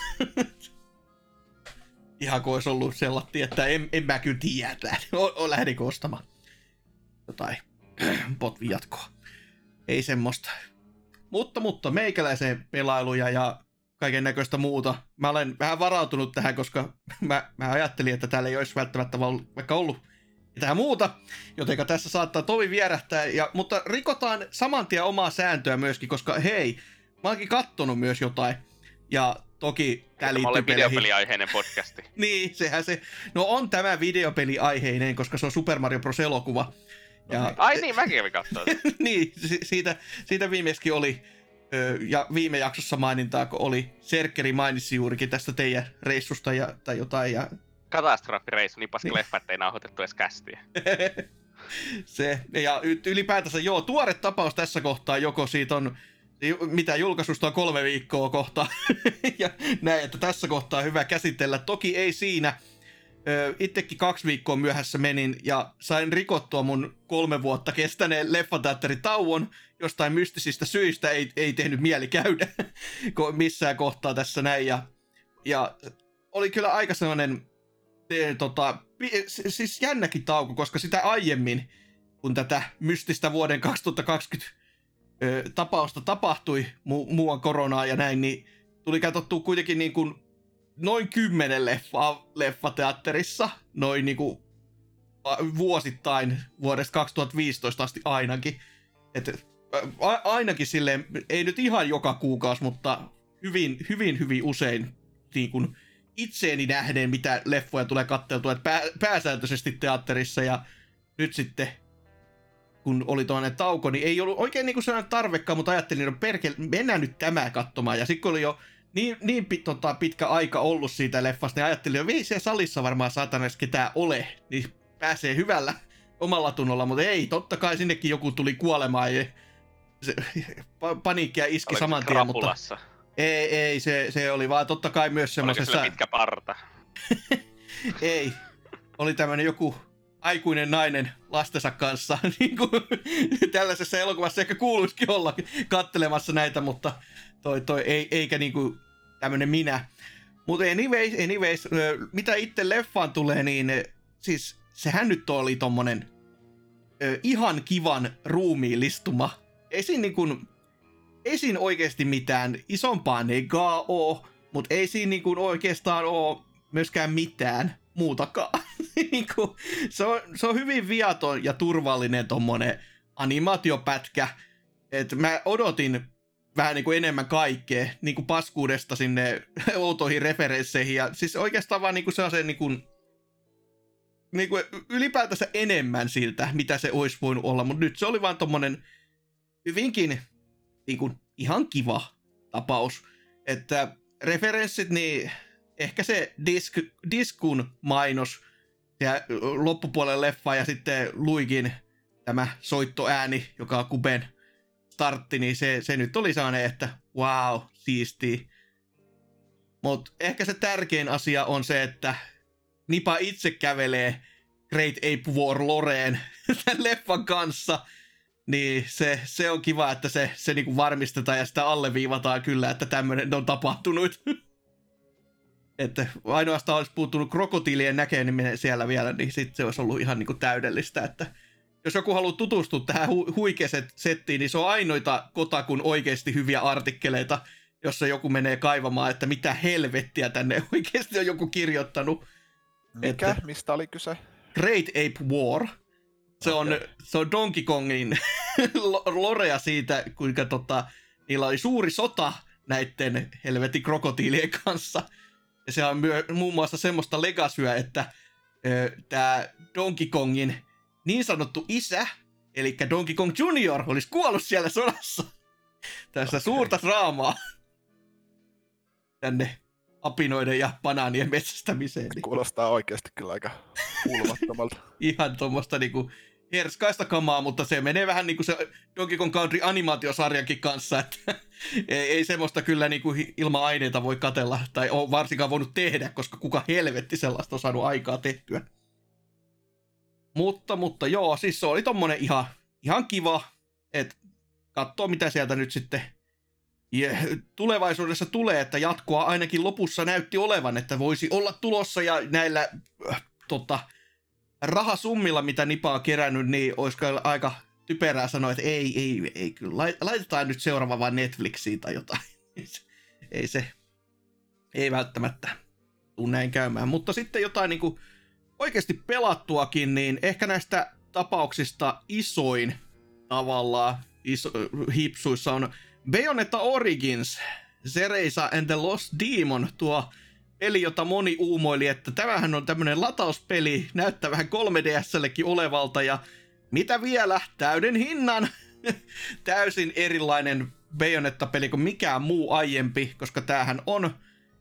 Ihan kuin olisi ollut sellainen, että en mä kyllä tiedä, että lähdenkö ostamaan jotain botvin jatkoa. Ei semmoista. Mutta meikäläiseen pelailuja ja kaiken näköistä muuta. Mä olen vähän varautunut tähän, koska mä ajattelin, että täällä ei olisi välttämättä vaikka ollut mitään muuta, jotenka tässä saattaa tovi vierähtää. Mutta rikotaan saman tien omaa sääntöä myöskin, koska hei, mä oonkin kattonut myös jotain. Ja toki tää Tämä oli liittyy peleihin. videopeliaiheinen podcasti. Niin, sehän se. No on tämä videopeliaiheinen, koska se on Super Mario Bros. Elokuva. Ja, Ai niin, mäkin kävin katsoa. niin, siitä viimeiskin oli, ja viime jaksossa mainintaa, kun oli Serkkeri mainitsi juurikin tästä teidän reissusta tai jotain. Ja... Katastrofireissu, niin paska leffa, ettei nauhoitettu edes kästiä. Se, ja ylipäätänsä joo, tuore tapaus tässä kohtaa, joko siitä on, mitä julkaisusta on 3 viikkoa kohta, ja näin, että tässä kohtaa hyvä käsitellä. Toki ei siinä, itsekin 2 viikkoa myöhässä menin, ja sain rikottua mun 3 vuotta kestäneen leffateatteritauon, jostain mystisistä syistä ei tehnyt mieli käydä missään kohtaa tässä näin, ja oli kyllä aika sellainen, siis jännäkin tauko, koska sitä aiemmin, kun tätä mystistä vuoden 2020 tapausta tapahtui muuan koronaa ja näin, niin tuli katsottua kuitenkin niin kuin noin 10 leffateatterissa, noin niin kuin vuosittain vuodesta 2015 asti ainakin. Et, ainakin silleen, ei nyt ihan joka kuukausi, mutta hyvin usein niin kuin itseeni nähden, mitä leffoja tulee katteltua, että pääsääntöisesti teatterissa, ja nyt sitten, kun oli toinen tauko, niin ei ollut oikein niin sellainen tarvekaan, mutta ajattelin, että perkele, mennään nyt tämä katsomaan, ja sitten kun oli jo niin pitkä aika ollut siitä leffasta, niin ajattelin, että ei siellä salissa varmaan saatana edes ketään ole, niin pääsee hyvällä omalla tunnolla, mutta ei, totta kai sinnekin joku tuli kuolemaan, ja paniikkia iski saman tien, mutta... Ei, se oli vaan totta kai myös semmosessa... Oliko sillä pitkä parta? Ei, oli tämmönen joku aikuinen nainen lastensa kanssa, niin kuin tällaisessa elokuvassa ehkä kuuluisikin olla kattelemassa näitä, mutta toi eikä niinku tämmönen minä. Mutta anyways, mitä itse leffaan tulee, niin siis sehän nyt oli tommonen ihan kivan ruumiillistuma. Ei siinä oikeasti mitään isompaa negaa oo, mutta ei siinä niinku oikeastaan oo myöskään mitään muutakaan. se on hyvin viaton ja turvallinen tommonen animaatiopätkä. Et mä odotin vähän niinku enemmän kaikkea, niinku paskuudesta sinne outoihin referensseihin. Ja siis oikeastaan vaan niinku sellaisen niinku ylipäätänsä enemmän siltä, mitä se olisi voinut olla. Mutta nyt se oli vaan tommonen hyvinkin niinku ihan kiva tapaus. Että referenssit, niin ehkä se Diskun mainos ja loppupuolella leffa ja sitten Luigin tämä soittoääni, joka on Kuben startti, niin se nyt oli sellainen, että wow, siistiä. Mutta ehkä se tärkein asia on se, että Nipa itse kävelee Great Ape War Loreen tämän leffan kanssa, niin se on kiva, että se niinku varmistetaan ja sitä alleviivataan kyllä, että tämmöinen on tapahtunut. Että ainoastaan olisi puuttunut krokotiilien näkeminen siellä vielä, niin sitten se olisi ollut ihan niinku täydellistä. Että jos joku haluaa tutustua tähän huikeeseen settiin, niin se on ainoita Kotakun oikeasti hyviä artikkeleita, jossa joku menee kaivamaan, että mitä helvettiä tänne oikeasti on joku kirjoittanut. Mikä? Mistä oli kyse? Great Ape War. Se on Donkey Kongin lorea siitä, kuinka niillä oli suuri sota näiden helvetin krokotiilien kanssa. Ja se on muun muassa semmoista legasyä, että tämä Donkey Kongin niin sanottu isä, eli Donkey Kong Junior, olisi kuollut siellä sodassa. Tässä suurta draamaa tänne apinoiden ja banaanien metsästämiseen. Niin. Kuulostaa oikeasti kyllä aika kuulumattomalta. Ihan tuommoista niinku herskaista kamaa, mutta se menee vähän niinku se Donkey Kong Country animaatiosarjankin kanssa, että ei semmoista kyllä niinku ilman aineita voi katella, tai on varsinkaan voinut tehdä, koska kuka helvetti sellaista on saanut aikaa tehtyä. Mutta joo, siis se oli tommonen ihan kiva, että katsoo mitä sieltä nyt sitten tulevaisuudessa tulee, että jatkoa ainakin lopussa näytti olevan, että voisi olla tulossa, ja näillä rahasummilla, mitä Nipa on kerännyt, niin olisiko aika typerää sanoa, että ei kyllä, laitetaan nyt seuraava vaan Netflixiin tai jotain. Ei välttämättä tule näin käymään, mutta sitten jotain niin kuin oikeasti pelattuakin, niin ehkä näistä tapauksista isoin tavallaan hipsuissa on Bayonetta Origins, Cereza and the Lost Demon, tuo peli, jota moni uumoili, että tämähän on tämmönen latauspeli, näyttää vähän 3DS:llekin olevalta, ja mitä vielä, täyden hinnan, täysin erilainen Bayonetta-peli kuin mikään muu aiempi, koska tämähän on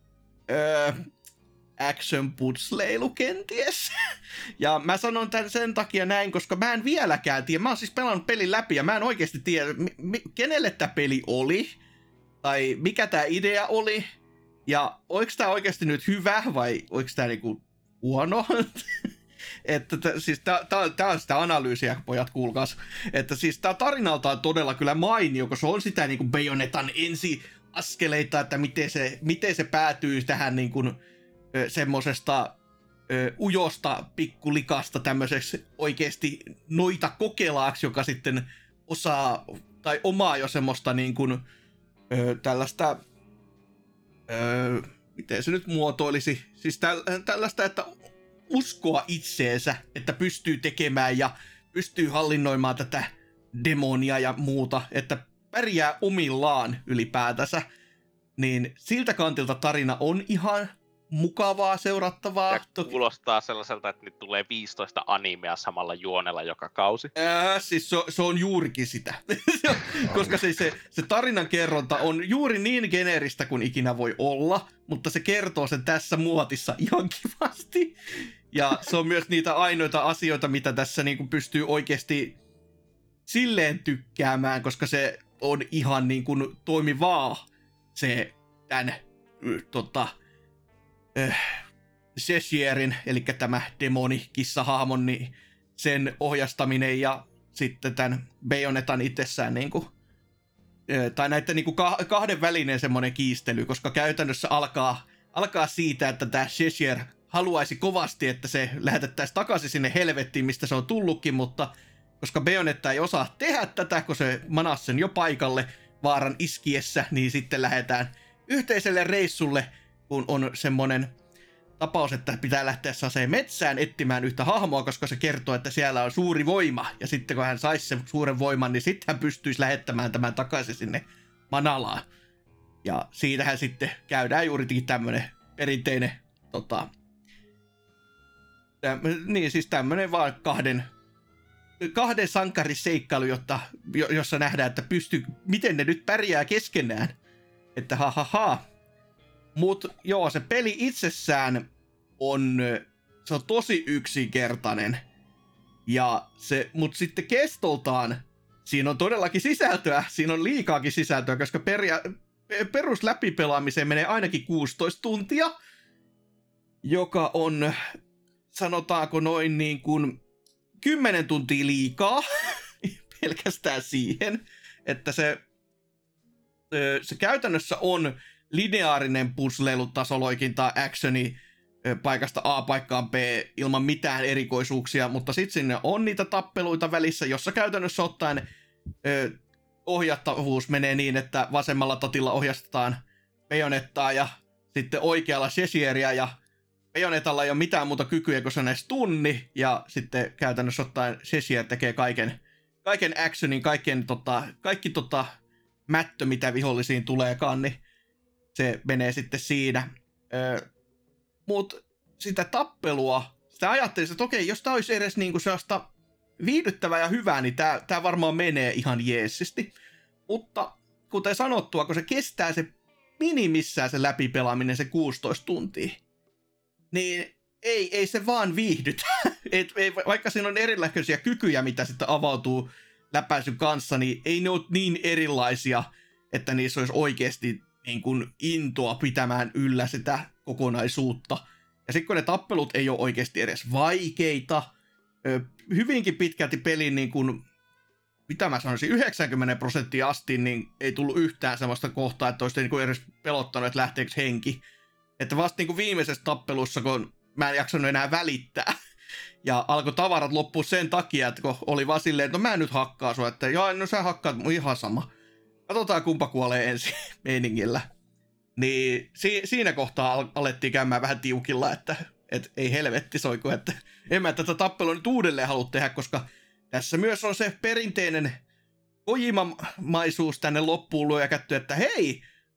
action putsleilu kenties. Ja mä sanon tän sen takia näin, koska mä en vieläkään tiedä, mä oon siis pelannut pelin läpi, ja mä en oikeasti tiedä, kenelle tää peli oli, tai mikä tää idea oli, ja oiks tää oikeasti nyt hyvä, vai oiks tää niinku huono? Että siis tää on sitä analyysiä, pojat, kuulkaas. Että siis tää tarinalta on todella kyllä mainio, kun se on sitä niinku Bayonetan ensiaskeleita, että miten se päätyy tähän niinku semmosesta ujosta pikkulikasta tämmöiseksi oikeesti noita kokelaaksi, joka sitten osaa tai omaa jo semmoista niinku tällaista miten se nyt muotoilisi, siis tällaista, että uskoa itseensä, että pystyy tekemään ja pystyy hallinnoimaan tätä demonia ja muuta, että pärjää omillaan ylipäätänsä, niin siltä kantilta tarina on ihan mukavaa seurattavaa. Ja kuulostaa sellaiselta, että nyt tulee 15 animea samalla juonella joka kausi. Siis se on juurikin sitä. Koska se tarinan kerronta on juuri niin geneeristä kuin ikinä voi olla, mutta se kertoo sen tässä muotissa ihan kivasti. Ja se on myös niitä ainoita asioita, mitä tässä niinku pystyy oikeasti silleen tykkäämään, koska se on ihan niin kuin toimivaa se tämän Cheshierin, eli tämä demoni-kissahahmon, niin sen ohjastaminen ja sitten tämän Bayonetan itsessään niinku, tai näiden niinku kahden välinen semmoinen kiistely, koska käytännössä alkaa siitä, että tämä Cheshire haluaisi kovasti, että se lähetettäisiin takaisin sinne helvettiin, mistä se on tullutkin, mutta koska Bayonetta ei osaa tehdä tätä, kun se manasi sen jo paikalle vaaran iskiessä, niin sitten lähdetään yhteiselle reissulle, kun on semmoinen tapaus, että pitää lähteä saseen metsään etsimään yhtä hahmoa, koska se kertoo, että siellä on suuri voima. Ja sitten kun hän saisi sen suuren voiman, niin sitten hän pystyisi lähettämään tämän takaisin sinne Manalaan. Ja siitähän sitten käydään juurikin tämmönen perinteinen niin siis tämmönen vaan kahden sankariseikkailu, jossa nähdään, että miten ne nyt pärjää keskenään. Että ha. Mut joo, se peli itsessään on tosi yksinkertainen. Mut sitten kestoltaan siinä on todellakin sisältöä, siinä on liikaakin sisältöä, koska perus läpipelaamiseen menee ainakin 16 tuntia, joka on, sanotaanko noin niin kuin 10 tuntia liikaa pelkästään siihen, että se käytännössä on lineaarinen puzzleilutasoloikinta actioni paikasta A paikkaan B ilman mitään erikoisuuksia, mutta sitten sinne on niitä tappeluita välissä, jossa käytännössä ottaen ohjattavuus menee niin, että vasemmalla tatilla ohjastetaan Bayonettaa ja sitten oikealla Cheshieria, ja Bayonetalla ei ole mitään muuta kykyä kuin se on edes tunni, ja sitten käytännössä ottaen Cheshire tekee kaiken actionin, kaikki mättö, mitä vihollisiin tuleekaan, niin se menee sitten siinä. Mut sitä tappelua, sitä ajattelin, että okei, jos tää olisi edes niinku sellaista viihdyttävää ja hyvää, niin tää varmaan menee ihan jeesisti. Mutta kuten sanottua, kun se kestää se minimissään se läpipelaaminen, se 16 tuntia, niin ei se vaan viihdytä. Vaikka siinä on erilaisia kykyjä, mitä sitten avautuu läpäisyn kanssa, niin ei ne ole niin erilaisia, että niissä olisi oikeasti niin kuin intoa pitämään yllä sitä kokonaisuutta. Ja sitten kun ne tappelut ei ole oikeasti edes vaikeita, hyvinkin pitkälti pelin niin kuin, mitä mä sanoisin, 90% asti, niin ei tullut yhtään sellaista kohtaa, että olisi niin kuin edes pelottanut, että lähteekö henki. Että vasta niin kuin viimeisessä tappelussa, kun mä en jaksanut enää välittää, ja alkoi tavarat loppua sen takia, että kun oli vaan silleen, että no mä en nyt hakkaa sua, että joo, no sä hakkaat, mun ihan sama. Katsotaan kumpa kuolee ensin meiningillä. Niin siinä kohtaa alettiin käymään vähän tiukilla, että ei helvetti soiku, että en mä tätä tappelua nyt uudelleen halua tehdä, koska tässä myös on se perinteinen Kojima-maisuus tänne loppuun lyökätty, että hei,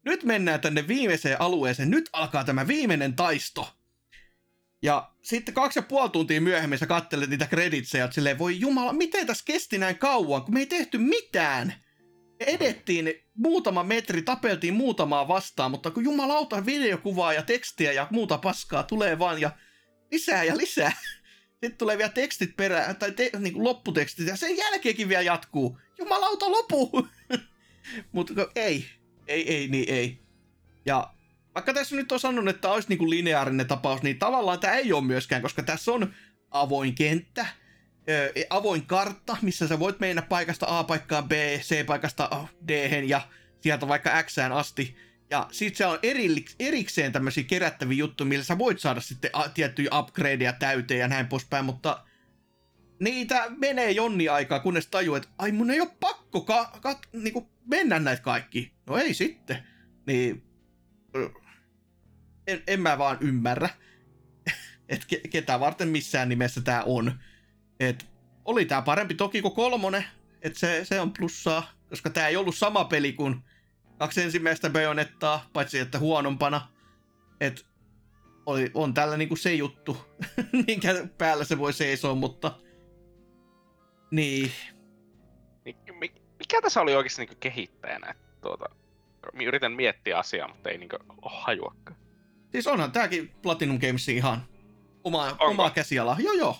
nyt mennään tänne viimeiseen alueeseen, nyt alkaa tämä viimeinen taisto. Ja sitten 2,5 tuntia myöhemmin sä katselet niitä kreditsejä, että silleen, voi jumala, miten tässä kesti näin kauan, kun me ei tehty mitään. Me edettiin muutama metri, tapeltiin muutamaa vastaan, mutta kun jumalauta videokuvaa ja tekstiä ja muuta paskaa tulee vaan ja lisää. Sitten tulee vielä tekstit perään, tai niin kuin lopputekstit, ja sen jälkeenkin vielä jatkuu. Jumalauta, lopu! Mutta ei. Ja vaikka tässä nyt on sanonut, että olisi niin kuin lineaarinen tapaus, niin tavallaan tämä ei ole myöskään, koska tässä on avoin kenttä, avoin kartta, missä sä voit mennä paikasta A paikkaan B, C paikasta D ja sieltä vaikka Xään asti. Ja sit se on erikseen tämmöisiä kerättäviä juttuja, millä sä voit saada sitten tiettyjä upgradeja täyteen ja näin poispäin, mutta niitä menee jonni aikaa, kunnes tajuu, että ai mun ei ole pakko niinku mennä näitä kaikki. No ei sitten. Niin en mä vaan ymmärrä, että ketä varten missään nimessä tää on. Et oli tää parempi toki kuin 3, että se on plussaa, koska tää ei ollut sama peli kuin 2 ensimmäistä Bayonettaa, paitsi että huonompana. Et on tällä niinku se juttu, minkä päällä se voi seisoa, mutta niin. Mikä tässä oli oikeasti niinku kehittäjänä? Yritän miettiä asiaa, mutta ei niinku ole hajuakaan. Siis onhan tääkin Platinum Gamesin ihan omaa käsialaa. Joo.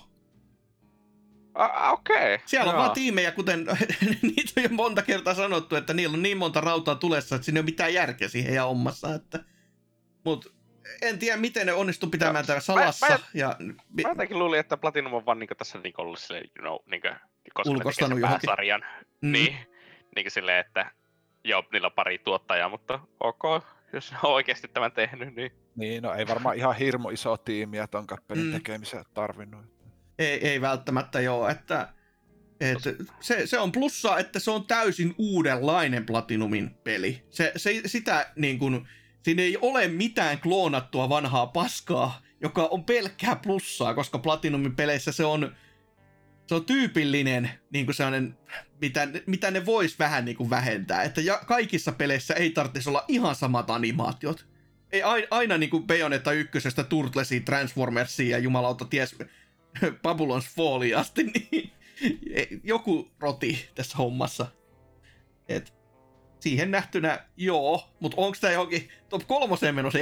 Okei. Siellä on vaan tiimejä, kuten niitä on jo monta kertaa sanottu, että niillä on niin monta rautaa tulessa, että siinä ei ole mitään järkeä siihen heidän hommassa. Mut en tiedä, miten ne onnistu pitämään täällä salassa. Mä jotenkin luulin, että Platinum on vaan niinku tässä niinku ollut silleen, koska ne tekee pääsarjan. Niin silleen, että joo, niillä on pari tuottajaa, mutta ok, jos ne on oikeasti tämän tehnyt, niin... Niin, no ei varmaan ihan hirmu iso tiimiä ton kappelin tekemiseen tarvinnut. Ei välttämättä joo, että se on plussaa, että se on täysin uudenlainen Platinumin peli. Sitä niin kuin, siinä ei ole mitään kloonattua vanhaa paskaa, joka on pelkkää plussaa, koska Platinumin peleissä se on tyypillinen niin kuin sellainen, mitä ne vois vähän niin kuin vähentää. Että kaikissa peleissä ei tarvitsisi olla ihan samat animaatiot. Ei aina niin kuin Bayonetta 1:stä Turtlesiin, Transformersiin ja jumalauta ties Babylon's Falliin asti, niin joku roti tässä hommassa. Et siihen nähtynä joo, mutta onko tämä johonkin top 3 menossa?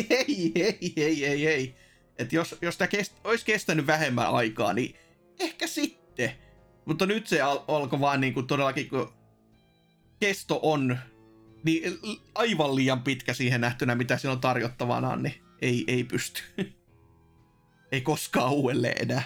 Ei. Et jos tämä olisi kestänyt vähemmän aikaa, niin ehkä sitten. Mutta nyt se alkoi vaan niinku todellakin, kun kesto on niin aivan liian pitkä siihen nähtynä, mitä siinä on tarjottavana, niin ei pysty. Ei koskaan uudelleen enää.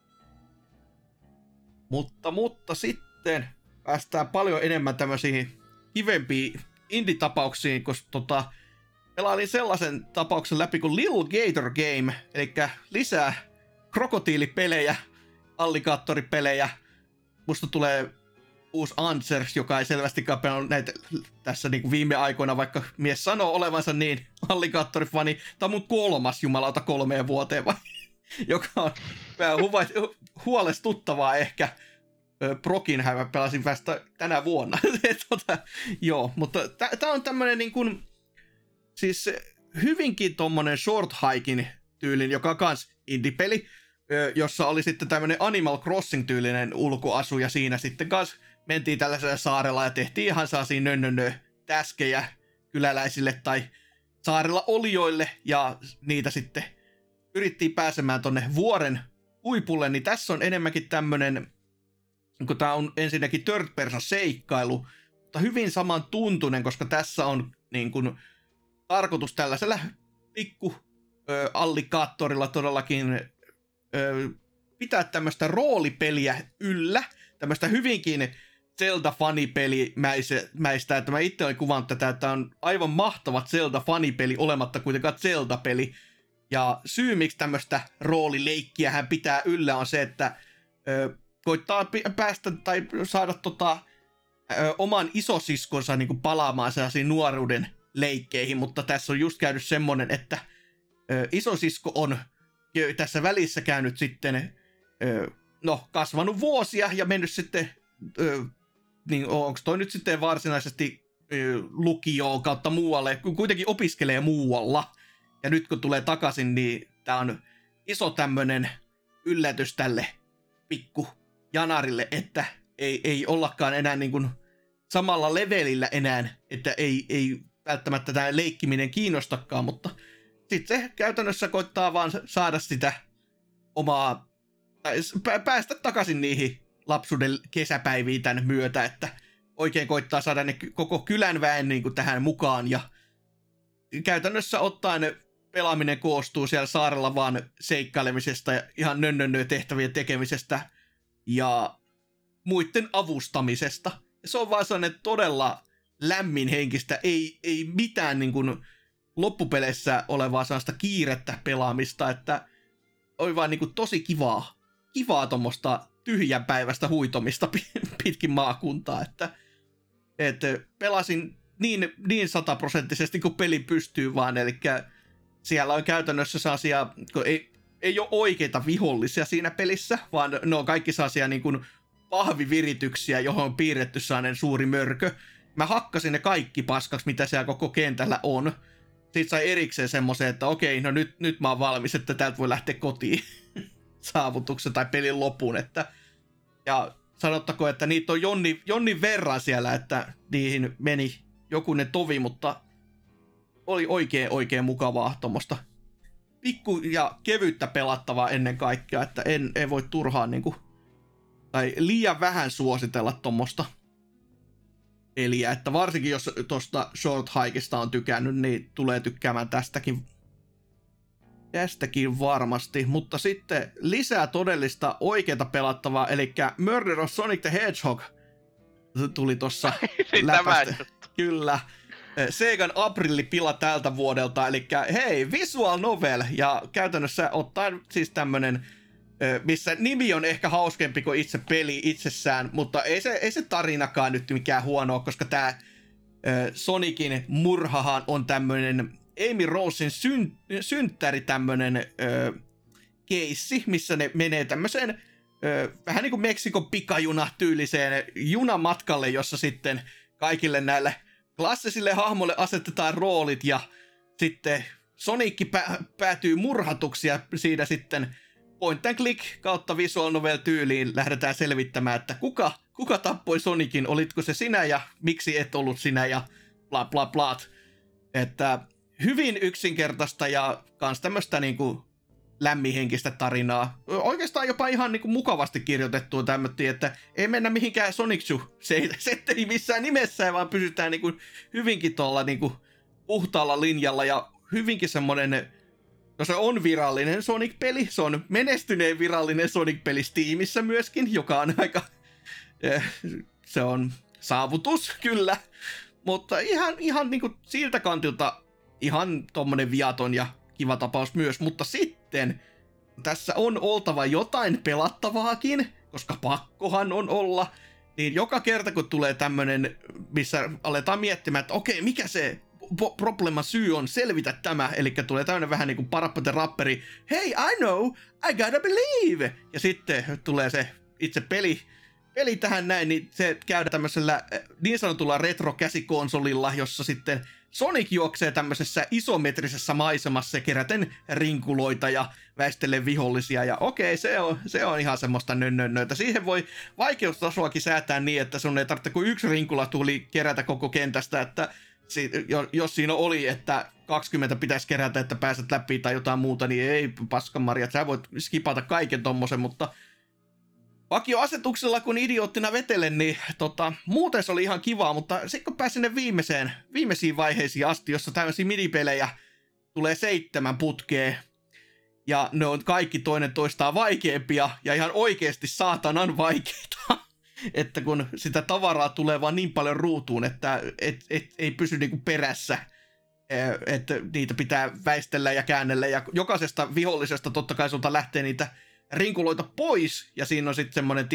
Mutta sitten päästään paljon enemmän tämmöisiin kivempiin indie-tapauksiin, koska pelailin sellaisen tapauksen läpi kuin Little Gator Game, eli lisää krokotiilipelejä, alligaattoripelejä. Musta tulee uusi Answers, joka ei selvästikään pelannut näitä tässä niin kuin viime aikoina, vaikka mies sanoo olevansa niin alligaattorifani. Tämä on mun 3. jumalauta 3 vuoteen vai, joka on vähän huolestuttavaa ehkä. Prokin mä pelasin vasta tänä vuonna. Joo, mutta tää on tämmönen niin kuin, siis hyvinkin tommonen short hiking tyylin, joka on kans indie-peli, jossa oli sitten tämmönen Animal Crossing-tyylinen ulkoasu, ja siinä sitten kans mentiin tällaisella saarella ja tehtiin ihan sellaisia täskejä kyläläisille tai saarella olijoille, ja niitä sitten yrittiin pääsemään tonne vuoren huipulle, niin tässä on enemmänkin tämmönen, kun tää on ensinnäkin third person seikkailu, mutta hyvin saman tuntunen, koska tässä on niin kuin tarkoitus tällaisella pikku alligaattorilla todellakin pitää tämmöistä roolipeliä yllä, tämmöistä hyvinkin Zelda-fanipelimäistä, että mä itse olin kuvannut tätä, että on aivan mahtava Zelda-fanipeli, olematta kuitenkaan Zelda-peli. Ja syy, miksi tämmöistä roolileikkiä hän pitää yllä, on se, että koittaa päästä tai saada oman isosiskonsa niin kuin palaamaan sellaisiin nuoruuden leikkeihin, mutta tässä on just käynyt semmonen, että isosisko on tässä välissä käynyt sitten, kasvanut vuosia ja mennyt sitten, niin onko toi nyt sitten varsinaisesti lukioon kautta muualle, kun kuitenkin opiskelee muualla. Ja nyt kun tulee takaisin, niin tää on iso tämmönen yllätys tälle pikku Janarille, että ei ollakaan enää niin kuin samalla levelillä enää, että ei välttämättä tämä leikkiminen kiinnostakaan, mutta sitten se käytännössä koittaa vaan saada sitä omaa, päästä takaisin niihin lapsuuden kesäpäiviin tämän myötä, että oikein koittaa saada ne koko kylän väen niin kuin tähän mukaan, ja käytännössä ottaen pelaaminen koostuu siellä saarella vaan seikkailemisesta ja ihan tehtävien tekemisestä ja muiden avustamisesta. Ja se on vaan sellainen todella lämminhenkistä, ei mitään niin kuin loppupeleissä olevaa sellaista kiirettä pelaamista, että oli vaan niin kuin tosi kivaa tuommoista tyhjän päivästä huitomista pitkin maakuntaa, että pelasin niin 100% kuin peli pystyy vaan, eli siellä on käytännössä sellaisia, kun ei ole oikeita vihollisia siinä pelissä, vaan ne on kaikki sellaisia niin kuin pahvivirityksiä, johon on piirretty sellainen suuri mörkö. Mä hakkasin ne kaikki paskaksi, mitä siellä koko kentällä on. Sitten sai erikseen semmoisen, että okei, no nyt mä oon valmis, että täältä voi lähteä kotiin saavutuksen tai pelin lopun. Ja sanottako, että niitä on jonnin verran siellä, että niihin meni jokunen tovi, mutta oli oikein mukavaa tuommoista pikku ja kevyttä pelattavaa ennen kaikkea, että en voi turhaan niinku, tai liian vähän suositella tuommoista peliä, että varsinkin jos tuosta Short Hikeista on tykännyt, niin tulee tykkäämään tästäkin varmasti, mutta sitten lisää todellista oikeata pelattavaa, eli Murder of Sonic the Hedgehog tuli tossa läpästä. Kyllä. Segan aprillipila tältä vuodelta, eli hei, visual novel, ja käytännössä ottaen siis tämmönen, missä nimi on ehkä hauskempi kuin itse peli itsessään, mutta ei se tarinakaan nyt mikään huonoa, koska tää Sonicin murhahan on tämmönen Amy Rosen synttäri tämmönen keissi, missä ne menee tämmöiseen vähän niin kuin Meksikon pikajuna tyyliseen junamatkalle, jossa sitten kaikille näille klassisille hahmoille asetetaan roolit, ja sitten Sonic päätyy murhatuksi, ja siinä sitten point and click kautta visual novel tyyliin lähdetään selvittämään, että kuka tappoi Sonicin, olitko se sinä ja miksi et ollut sinä ja bla bla bla. Että hyvin yksinkertaista ja kans tämmöistä niinku lämminhenkistä tarinaa. Oikeastaan jopa ihan niinku mukavasti kirjoitettua tämmöttiin, että ei mennä mihinkään Sonic-setteihin missään nimessään, vaan pysytään niinku hyvinkin tuolla niinku puhtaalla linjalla ja hyvinkin semmonen, no se on virallinen Sonic-peli, se on menestyneen virallinen Sonic-peli Steamissa myöskin, joka on aika, se on saavutus kyllä, mutta ihan niinku siltä kantilta ihan tommonen viaton ja kiva tapaus myös, mutta sitten tässä on oltava jotain pelattavaakin, koska pakkohan on olla, niin joka kerta kun tulee tämmönen, missä aletaan miettimään, että okei, mikä se problema syy on, selvitä tämä, eli tulee tämmönen vähän niinku Parappaten rapperi, hey, I know, I gotta believe, ja sitten tulee se itse peli tähän näin, niin se käydään tämmöisellä niin sanotulla retro-käsikonsolilla, jossa sitten Sonic juoksee tämmöisessä isometrisessä maisemassa keräten rinkuloita ja väistellen vihollisia, ja okei, se on ihan semmoista nönnönnöitä. Siihen voi vaikeustasoakin säätää niin, että sun ei tarvitse kuin yksi rinkula tuli kerätä koko kentästä, että jos siinä oli, että 20 pitäisi kerätä, että pääset läpi tai jotain muuta, niin ei paskanmarjat, sä voit skipata kaiken tommosen, mutta vakioasetuksella kun idioottina vetelen, niin muuten se oli ihan kivaa, mutta sitten kun pääsin ne viimeisiin vaiheisiin asti, jossa tämmöisiä minipelejä tulee 7 putkeen, ja ne on kaikki toinen toistaan vaikeampia, ja ihan oikeasti saatanan vaikeita, että kun sitä tavaraa tulee vaan niin paljon ruutuun, että ei pysy niinku perässä, että niitä pitää väistellä ja käännellä, ja jokaisesta vihollisesta totta kai sulta lähtee niitä rinkuloita pois, ja siinä on sitten semmoinen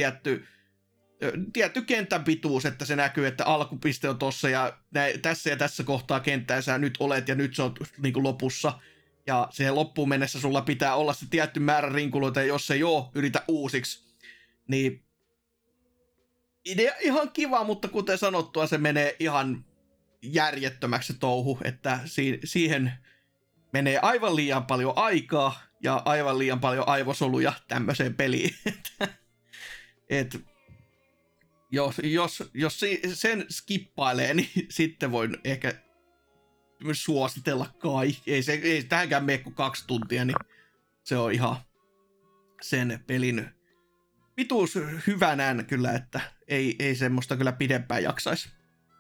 tietty kentän pituus, että se näkyy, että alkupiste on tossa, ja tässä ja tässä kohtaa kenttää sä nyt olet, ja nyt se on niin kuin lopussa, ja siihen loppuun mennessä sulla pitää olla se tietty määrä rinkuloita, ja jos se ei oo, yritä uusiksi. Niin idea ihan kiva, mutta kuten sanottua, se menee ihan järjettömäksi se touhu, että siihen menee aivan liian paljon aikaa ja aivan liian paljon aivosoluja tämmöiseen peliin. Jos sen skippailee, niin sitten voin ehkä myös suositella kai. Ei tähänkään mene kuin 2 tuntia, niin se on ihan sen pelin pituus hyvänään kyllä, että ei semmoista kyllä pidempään jaksaisi.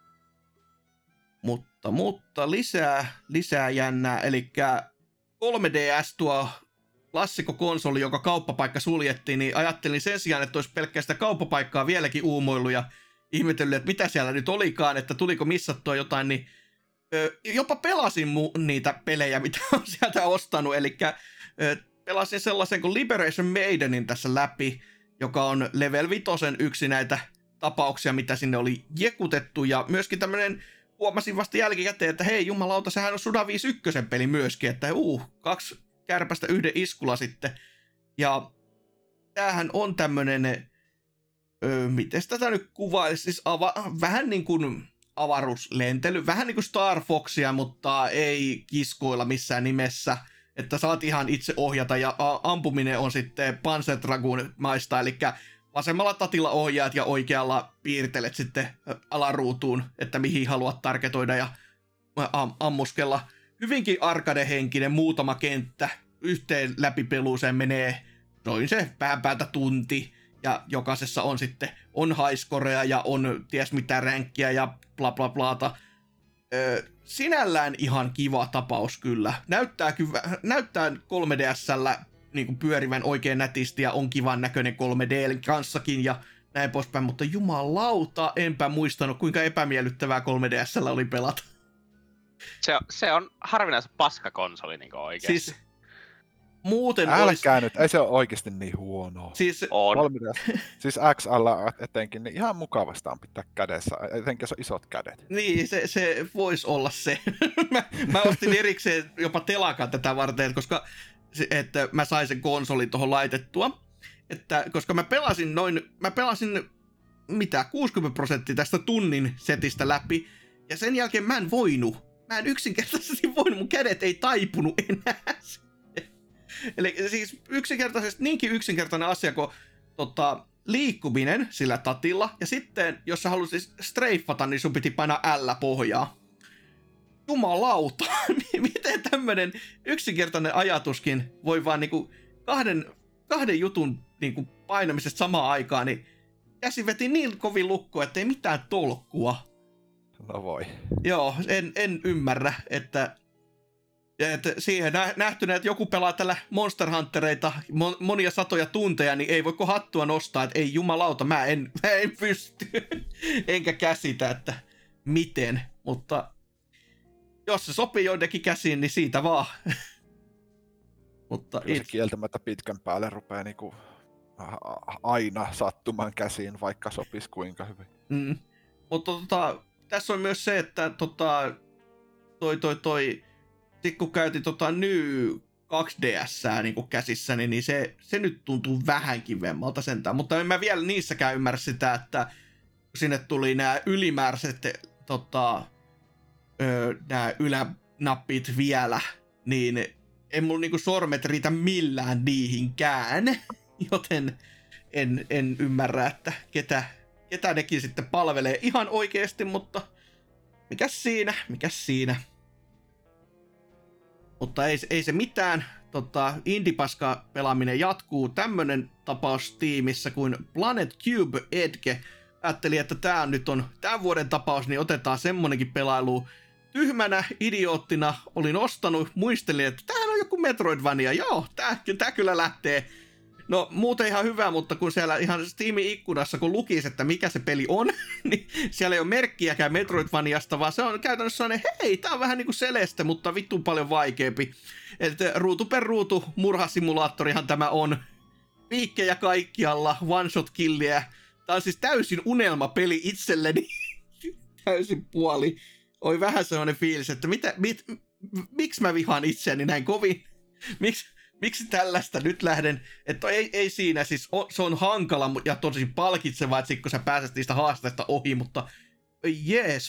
Mutta lisää jännää, eli 3DS tuo klassikkokonsoli, joka kauppapaikka suljettiin, niin ajattelin sen sijaan, että olisi pelkkää sitä kauppapaikkaa vieläkin uumoillut ja ihmetellyt, että mitä siellä nyt olikaan, että tuliko missattua jotain, niin jopa pelasin niitä pelejä, mitä on sieltä ostanut, eli pelasin sellaisen kuin Liberation Maidenin tässä läpi, joka on Level 5 yksi näitä tapauksia, mitä sinne oli jekutettu, ja myöskin tämmöinen, huomasin vasta jälkikäteen, että hei jumalauta, sehän on Suda 5.1 peli myöskin, että 2 kärpästä 1 iskulla sitten, ja tämähän on tämmöinen, miten tätä nyt kuvailisi, siis vähän niin kuin avaruuslentely, vähän niin kuin Star Foxia, mutta ei kiskoilla missään nimessä, että saat ihan itse ohjata, ja ampuminen on sitten Panzer Dragoon maista, eli vasemmalla tatilla ohjaat ja oikealla piirtelet sitten alaruutuun, että mihin haluat targetoida ja ammuskella. Hyvinkin arcade-henkinen muutama kenttä, yhteen läpipeluuseen menee noin se vähän päältä tunti, ja jokaisessa on sitten highscorea ja on ties mitä ränkkiä ja bla bla blaata. Sinällään ihan kiva tapaus kyllä. Näyttää 3DS:llä niin kuin pyörivän oikein nätisti ja on kivan näköinen 3D kanssakin ja näin poispäin, mutta jumalauta, enpä muistanut kuinka epämiellyttävää 3DS:llä oli pelata. Se on harvinaisen paskakonsoli niin oikeasti. Siis muuten älkää nyt, ei se ole oikeasti niin huonoa. Siis on. Siis XL etenkin, niin ihan mukavasta on pitää kädessä, etenkin jos on isot kädet. Niin, se voisi olla se. mä ostin erikseen jopa telakan tätä varten, koska että mä sain sen konsolin tuohon laitettua. Että, koska mä pelasin 60% tästä tunnin setistä läpi, ja sen jälkeen mä en yksinkertaisesti voinut, mun kädet ei taipunut enää. Eli siis niinkin yksinkertainen asia kuin liikkuminen sillä tatilla, ja sitten jos sä haluaisit streiffata, niin sun piti painaa L-pohjaa. Jumalauta, miten tämmönen yksinkertainen ajatuskin voi vaan niinku kahden jutun niinku painamisesta samaan aikaan, niin käsi veti niin kovin lukkoa, ettei mitään tolkkua. No voi. Joo, en ymmärrä, että siihen nähtynä, että joku pelaa tällä Monster Huntereita monia satoja tunteja, niin ei voiko hattua nostaa, että ei jumalauta, mä en pysty. Enkä käsitä, että miten, mutta jos se sopii joidenkin käsiin, niin siitä vaan. Mutta se kieltämättä pitkän päälle rupeaa niinku aina sattumaan käsiin, vaikka sopisi kuinka hyvin. Mutta tässä on myös se, että sit kun käytin New 2DS:ää niinku käsissäni, niin se nyt tuntuu vähän kivemmalta sentään. Mutta en mä vielä niissäkään ymmärrä sitä, että sinne tuli nämä ylimääräiset nämä ylänappit vielä, niin ei mulla niinku sormet riitä millään niihinkään. Joten en ymmärrä, että ketä nekin sitten palvelee ihan oikeesti, mutta mikäs siinä. Mutta ei se mitään. Indie-paska pelaaminen jatkuu. Tämmönen tapaus Steamissa kuin Planet Cube Edge. Ajattelin, että tää nyt on tämän vuoden tapaus, niin otetaan semmonenkin pelailu. Tyhmänä idioottina olin ostanut, muistelin, että tämähän on joku Metroidvania. Joo, tää kyllä lähtee. No muuten ihan hyvä, mutta kun siellä ihan Steamin ikkunassa, kun lukisi, että mikä se peli on, niin siellä ei ole merkkiäkään Metroidvaniasta, vaan se on käytännössä sellainen, hei, tää on vähän niin kuin Celeste, mutta vittu paljon vaikeampi. Että ruutu per ruutu murhasimulaattorihan tämä on. Piikkejä kaikkialla, one-shot-killiä. Tää on siis täysin unelmapeli itselleni. Täysin puoli. Oli vähän sellainen fiilis, että miksi mä vihaan itseäni näin kovin? Miksi tällaista nyt lähden? Että ei siinä, siis se on hankala ja tosi palkitsevaa, että sit kun sä pääset niistä haasteista ohi, mutta Jeesus.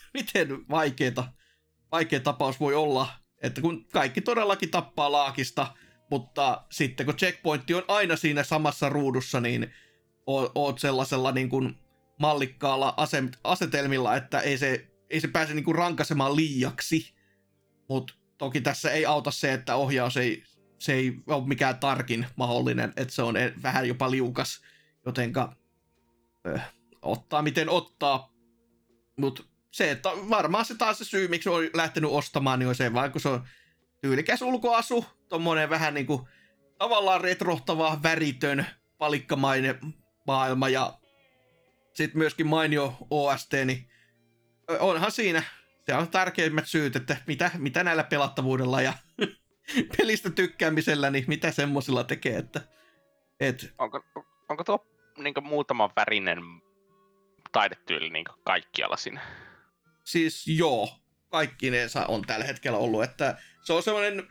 miten vaikea tapaus voi olla, että kun kaikki todellakin tappaa laakista, mutta sitten kun checkpointti on aina siinä samassa ruudussa, niin oot sellaisella niin kuin mallikkaalla asetelmilla, että ei se pääse niin kuin rankasemaan liiaksi. Mutta toki tässä ei auta se, että ohjaus se ei ole mikään tarkin mahdollinen, että se on vähän jopa liukas, jotenka ottaa miten ottaa. Mutta se, että varmaan se taas se syy, miksi on lähtenyt ostamaan, niin on se vaan, kun se on tyylikäs ulkoasu, tommonen vähän niinku tavallaan retrohtava, väritön, palikkamainen maailma ja sitten myöskin mainio OST, niin onhan siinä, se on tärkeimmät syyt, että mitä näillä pelattavuudella ja pelistä tykkäämisellä, niin mitä semmosilla tekee, että Onko tuo niinku muutama värinen taidetyyli niinku kaikkialla siinä? Siis joo, kaikkinensa on tällä hetkellä ollut, että se on semmoinen,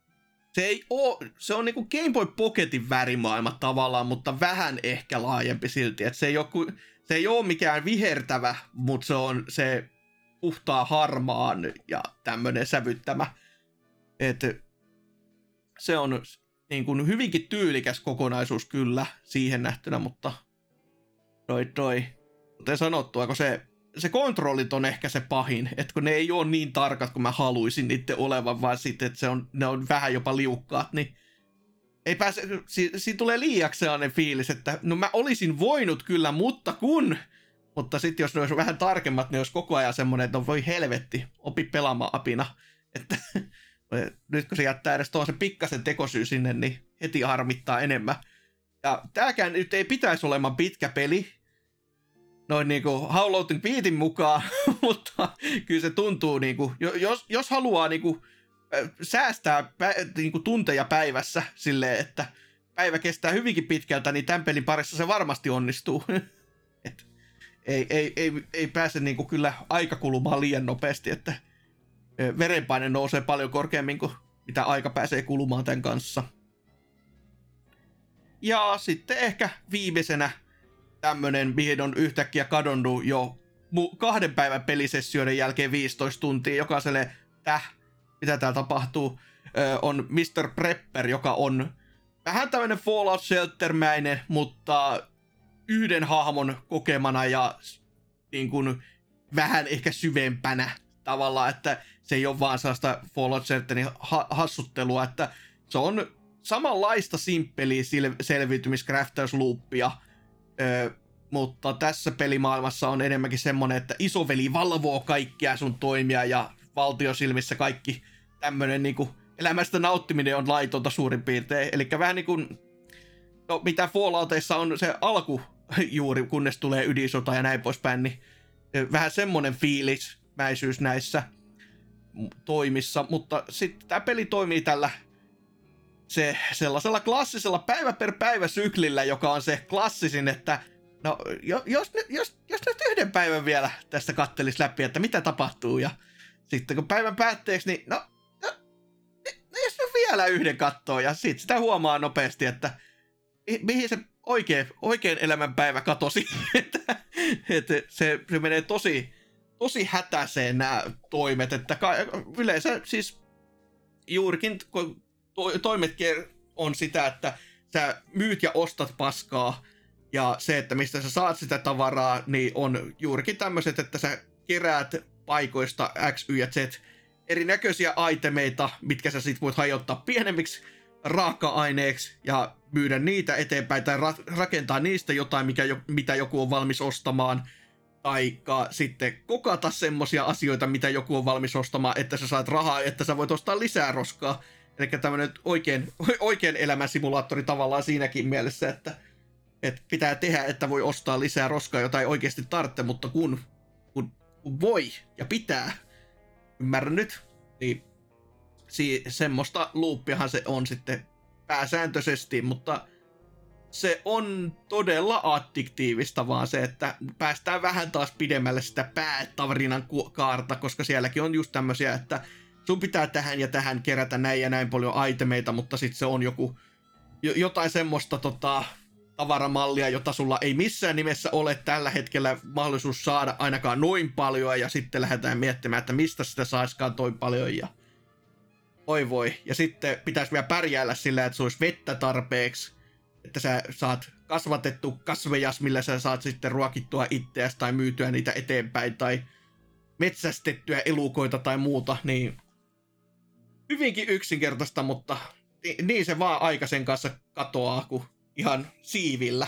se on niinku Game Boy Pocketin värimaailma tavallaan, mutta vähän ehkä laajempi silti, että se ei ole mikään vihertävä, mutta se on se puhtaa harmaan ja tämmönen sävyttämä, että se on niin kuin hyvinkin tyylikäs kokonaisuus kyllä siihen nähtynä, mutta kuten sanottua, kun se kontrollit on ehkä se pahin, että kun ne ei ole niin tarkat kuin mä haluaisin niiden olevan, vaan sitten, että ne on vähän jopa liukkaat, niin ei pääse, siinä tulee liiaksi sellainen fiilis, että no mä olisin voinut kyllä, mutta sitten jos ne olisi vähän tarkemmat, ne olisi koko ajan semmoinen, että no voi helvetti, opi pelaamaan apina, että nyt kun se jättää edes tuollaisen pikkasen tekosyy sinne, niin heti harmittaa enemmän. Ja tääkään nyt ei pitäisi olemaan pitkä peli, noin niinku How Loading Beatin mukaan, mutta kyllä se tuntuu niinku, jos haluaa niinku säästää niinku tunteja päivässä silleen, että päivä kestää hyvinkin pitkältä, niin tämän pelin parissa se varmasti onnistuu. Ei pääse niinku kyllä aika kulumaan liian nopeasti, että verenpaine nousee paljon korkeammin kuin mitä aika pääsee kulumaan tämän kanssa. Ja sitten ehkä viimeisenä tämmönen, mihin on yhtäkkiä kadonnut jo 2 päivän pelisessioiden jälkeen 15 tuntia. Jokaiselle, mitä täällä tapahtuu, on Mr. Prepper, joka on vähän tämmönen Fallout Shelter-mäinen, mutta yhden hahmon kokemana ja niin kuin vähän ehkä syvempänä tavallaan, että se ei ole vaan sellaista Fallout Shelterin hassuttelua, että se on samanlaista simppeliä selviytymiscraftausloopia, mutta tässä pelimaailmassa on enemmänkin semmonen, että isoveli valvoo kaikkia sun toimia ja valtiosilmissä kaikki tämmönen niinku elämästä nauttiminen on laitonta suurin piirtein. Eli vähän niin kuin, no mitä Fallouteissa on se alku juuri, kunnes tulee ydisota ja näin poispäin, niin vähän semmonen fiilismäisyys näissä toimissa, mutta sitten tämä peli toimii tällä sellaisella klassisella päivä per päivä syklillä, joka on se klassisin, että no jos nyt yhden päivän vielä tästä kattelis läpi, että mitä tapahtuu, ja sitten kun päivän päätteeksi, niin no jos nyt vielä yhden kattoo, ja sitten sitä huomaa nopeasti, että mihin se oikein elämänpäivä katosi, että se menee tosi hätäiseen nämä toimet, että yleensä siis juurikin toimetkin on sitä, että sä myyt ja ostat paskaa, ja se, että mistä sä saat sitä tavaraa, niin on juurikin tämmöiset, että sä keräät paikoista X, Y ja Z erinäköisiä itemeita, mitkä sä sit voit hajottaa pienemmiksi raaka-aineeksi ja myydä niitä eteenpäin tai rakentaa niistä jotain, mitä joku on valmis ostamaan, taikka sitten kokata semmosia asioita, mitä joku on valmis ostamaan, että sä saat rahaa, että sä voit ostaa lisää roskaa. Eli tämmönen oikein elämän simulaattori tavallaan siinäkin mielessä, että pitää tehdä, että voi ostaa lisää roskaa, jota ei oikeasti tarvitse, mutta kun voi ja pitää, ymmärrän nyt, niin semmoista loopiahan se on sitten pääsääntöisesti, mutta se on todella addiktiivista vaan se, että päästään vähän taas pidemmälle sitä päätavarinan kaarta, koska sielläkin on just tämmöisiä, että sun pitää tähän ja tähän kerätä näin ja näin paljon itemeita, mutta sitten se on jotain semmoista tavaramallia, jota sulla ei missään nimessä ole tällä hetkellä mahdollisuus saada ainakaan noin paljon, ja sitten lähdetään miettimään, että mistä sitä saiskaan toi paljon, ja voi. Ja sitten pitäisi vielä pärjäällä sillä, että se olisi vettä tarpeeksi, että sä saat kasvatettu kasveja, millä sä saat sitten ruokittua itseäsi tai myytyä niitä eteenpäin, tai metsästettyä elukoita tai muuta, niin hyvinkin yksinkertaista, mutta niin se vaan aikaisen kanssa katoaa, kuin ihan siivillä.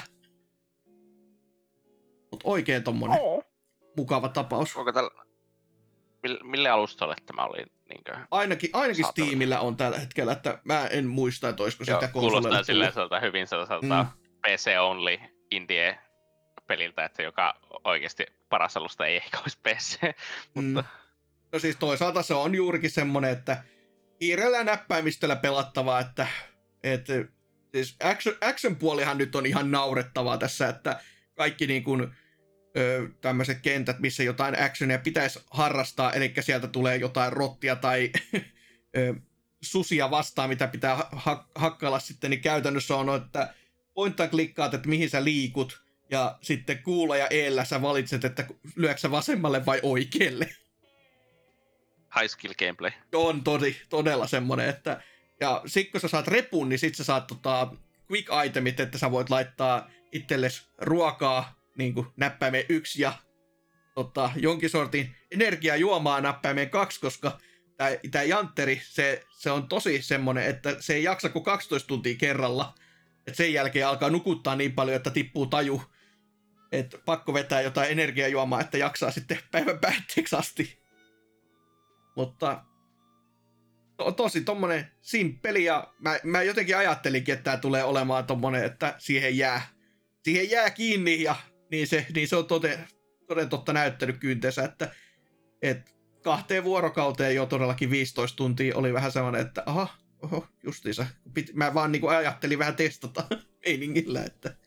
Mutta oikein tommonen mukava tapaus. Onko mille alustalle tämä oli? Ainakin Steamillä on tällä hetkellä, että mä en muista, että olisiko sitä konsolilla. Kuulostaa silleen hyvin sellaiselta PC-only indie-peliltä, että joka oikeasti paras alusta ei ehkä olisi PC. Mutta... No siis toisaalta se on juurikin semmonen, että kiireellä näppäimistöllä pelattavaa, että siis action-puolihan nyt on ihan naurettavaa tässä, että kaikki niin kuin tämmöiset kentät, missä jotain actionia pitäisi harrastaa, eli sieltä tulee jotain rottia tai susia vastaan, mitä pitää hakkailla sitten, niin käytännössä on, että pointtaan klikkaat, että mihin sä liikut, ja sitten kuulla ja eellä sä valitset, että lyöksä sä vasemmalle vai oikealle. High skill gameplay. On todella semmonen, että ja sit kun sä saat repun, niin sit sä saat quick itemit, että sä voit laittaa itsellesi ruokaa niin kuin näppäimeen 1 ja jonkin sortin energiajuomaa näppäimeen 2, koska tää jantteri, se on tosi semmonen, että se ei jaksa kuin 12 tuntia kerralla. Et sen jälkeen alkaa nukuttaa niin paljon, että tippuu taju. Et pakko vetää jotain energiajuomaa, että jaksaa sitten päivän päätteeksi asti. Mutta tosi tommonen simppeli, ja mä jotenkin ajattelinkin, että tää tulee olemaan tommonen, että siihen jää kiinni, ja niin se on toden totta näyttänyt kyynteensä, että 2 vuorokauteen jo todellakin 15 tuntia oli vähän semmoinen, että oho, justiinsa. Mä vaan niinku ajattelin vähän testata meiningillä, että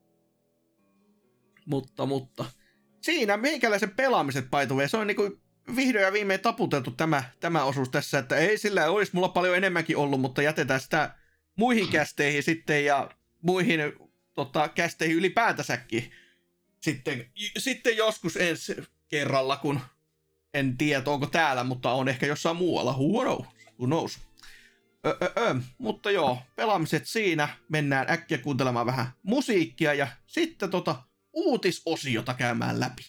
mutta siinä meikäläisen pelaamiset paituvia, se on niinku vihdoin ja viimein taputeltu tämä osuus tässä, että ei sillä olisi mulla paljon enemmänkin ollut, mutta jätetään sitä muihin kästeihin sitten ja muihin kästeihin ylipäätänsäkin sitten joskus ensi kerralla, kun en tiedä, onko täällä, mutta on ehkä jossain muualla. Who knows? Mutta joo, pelaamiset siinä. Mennään äkkiä kuuntelemaan vähän musiikkia ja sitten uutisosiota käymään läpi.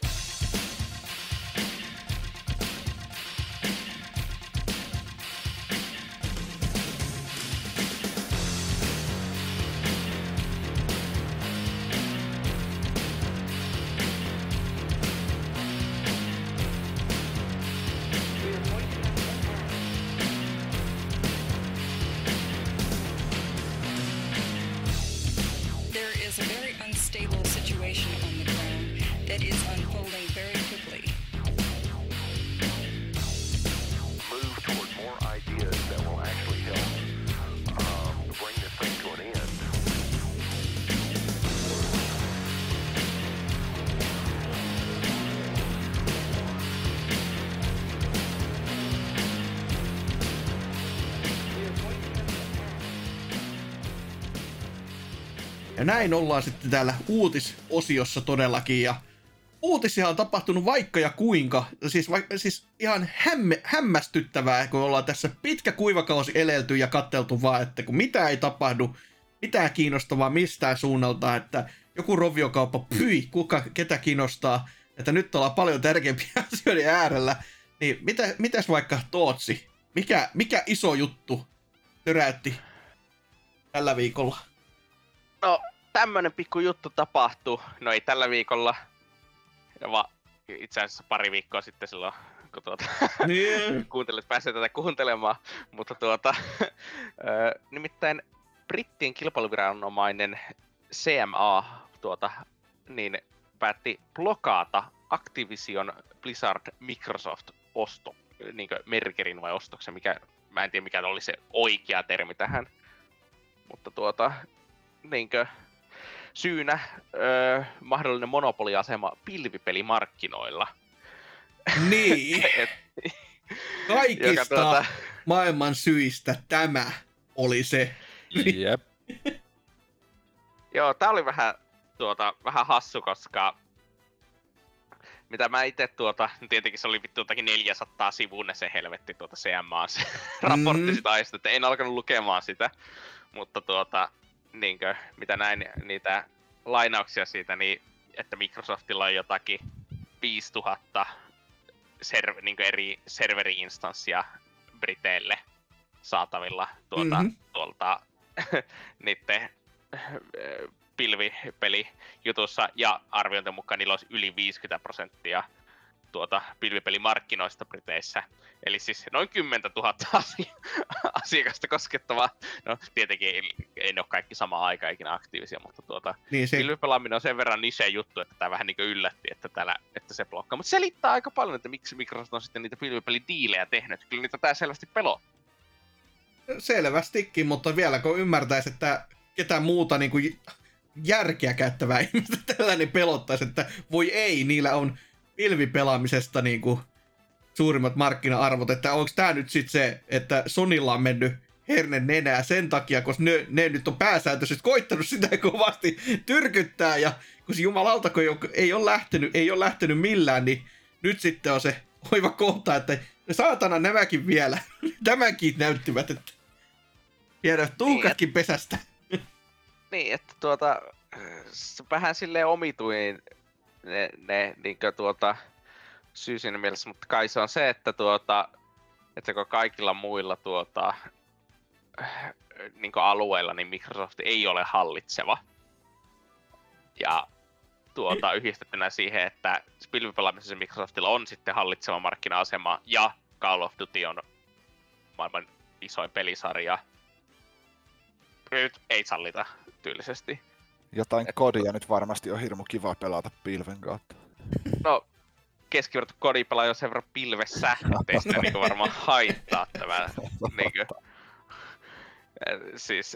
Ja näin ollaan sitten täällä uutisosiossa todellakin, ja uutisia on tapahtunut vaikka ja kuinka, siis ihan hämmästyttävää, kun ollaan tässä pitkä kuivakausi elelty ja katteltu vaan, että kun mitä ei tapahdu, mitään kiinnostavaa mistään suunnalta, että joku roviokauppa, ketä kiinnostaa, että nyt ollaan paljon tärkeimpiä asioiden äärellä, niin mitäs vaikka Tootsi, mikä iso juttu töräytti tällä viikolla? No, tämmönen pikku juttu tapahtui. No ei tällä viikolla, vaan itse asiassa pari viikkoa sitten silloin, kun kuuntelet, pääsee tätä kuuntelemaan. Mutta nimittäin brittien kilpailuviranomainen CMA niin päätti blokata Activision Blizzard Microsoft merkerin vai ostoksen, mä en tiedä mikä oli se oikea termi tähän. Mutta syynä mahdollinen monopoliasema pilvipelimarkkinoilla. Niin. Kaikista maailman syistä tämä oli se. Jep. Joo, tää oli vähän hassu, koska mitä mä itse tietenkin se oli vittu jotakin 400 sivuinen se helvetti CMA se raportti sitä aiheesta, että en alkanut lukemaan sitä, mutta niinkö, mitä näin niitä lainauksia siitä, niin että Microsoftilla on jotakin 5000 niinkö eri serveri-instanssia Briteille saatavilla tuolta niitten pilvipelijutussa, ja arviointien mukaan niillä olisi yli 50% pilvipelimarkkinoista Briteissä. Eli siis noin 10 000 asiakasta koskettavaa. No tietenkin ei ne ole kaikki samaan aikaan ikinä aktiivisia, mutta niin pilvipelaaminen on sen verran niche juttu, että tämä vähän niin kuin yllätti, että se blokkaa. Mutta selittää aika paljon, että miksi Microsoft on sitten niitä pilvipelidiilejä tehnyt. Kyllä niitä tää selvästi pelottaa. Selvästikin, mutta vielä kun ymmärtäisi, että ketään muuta niin kuin järkeä käyttävää ihmistä tällainen pelottaisi, että voi ei, niillä on pilvipelaamisesta niin kuin suurimmat markkina-arvot, että onko tämä nyt sitten se, että Sonylla on mennyt hernen nenää sen takia, koska ne nyt on pääsääntöisesti koittanut sitä kovasti tyrkyttää, ja kun se jumalauta, kun ei ole lähtenyt millään, niin nyt sitten on se oiva kohta, että saatana nämäkin vielä, tämänkin näyttivät, että viedään tuhkatkin pesästä. Niin, että vähän silleen omituin ne niinkö syy siinä mielessä, mutta kai se on se, että että kun kaikilla muilla niinkö alueilla, niin Microsoft ei ole hallitseva. Ja yhdistettynä siihen, että pilvipelaamisessa Microsoftilla on sitten hallitseva markkina-asema, ja Call of Duty on maailman isoin pelisarja, nyt ei sallita tyylisesti. Jotain kodia nyt varmasti on hirmu kiva pelata pilven kautta. No, keskiverto kodipelaaja on sen verran pilvessä, ettei sitä niinku varmaan haittaa tämä niinku. Siis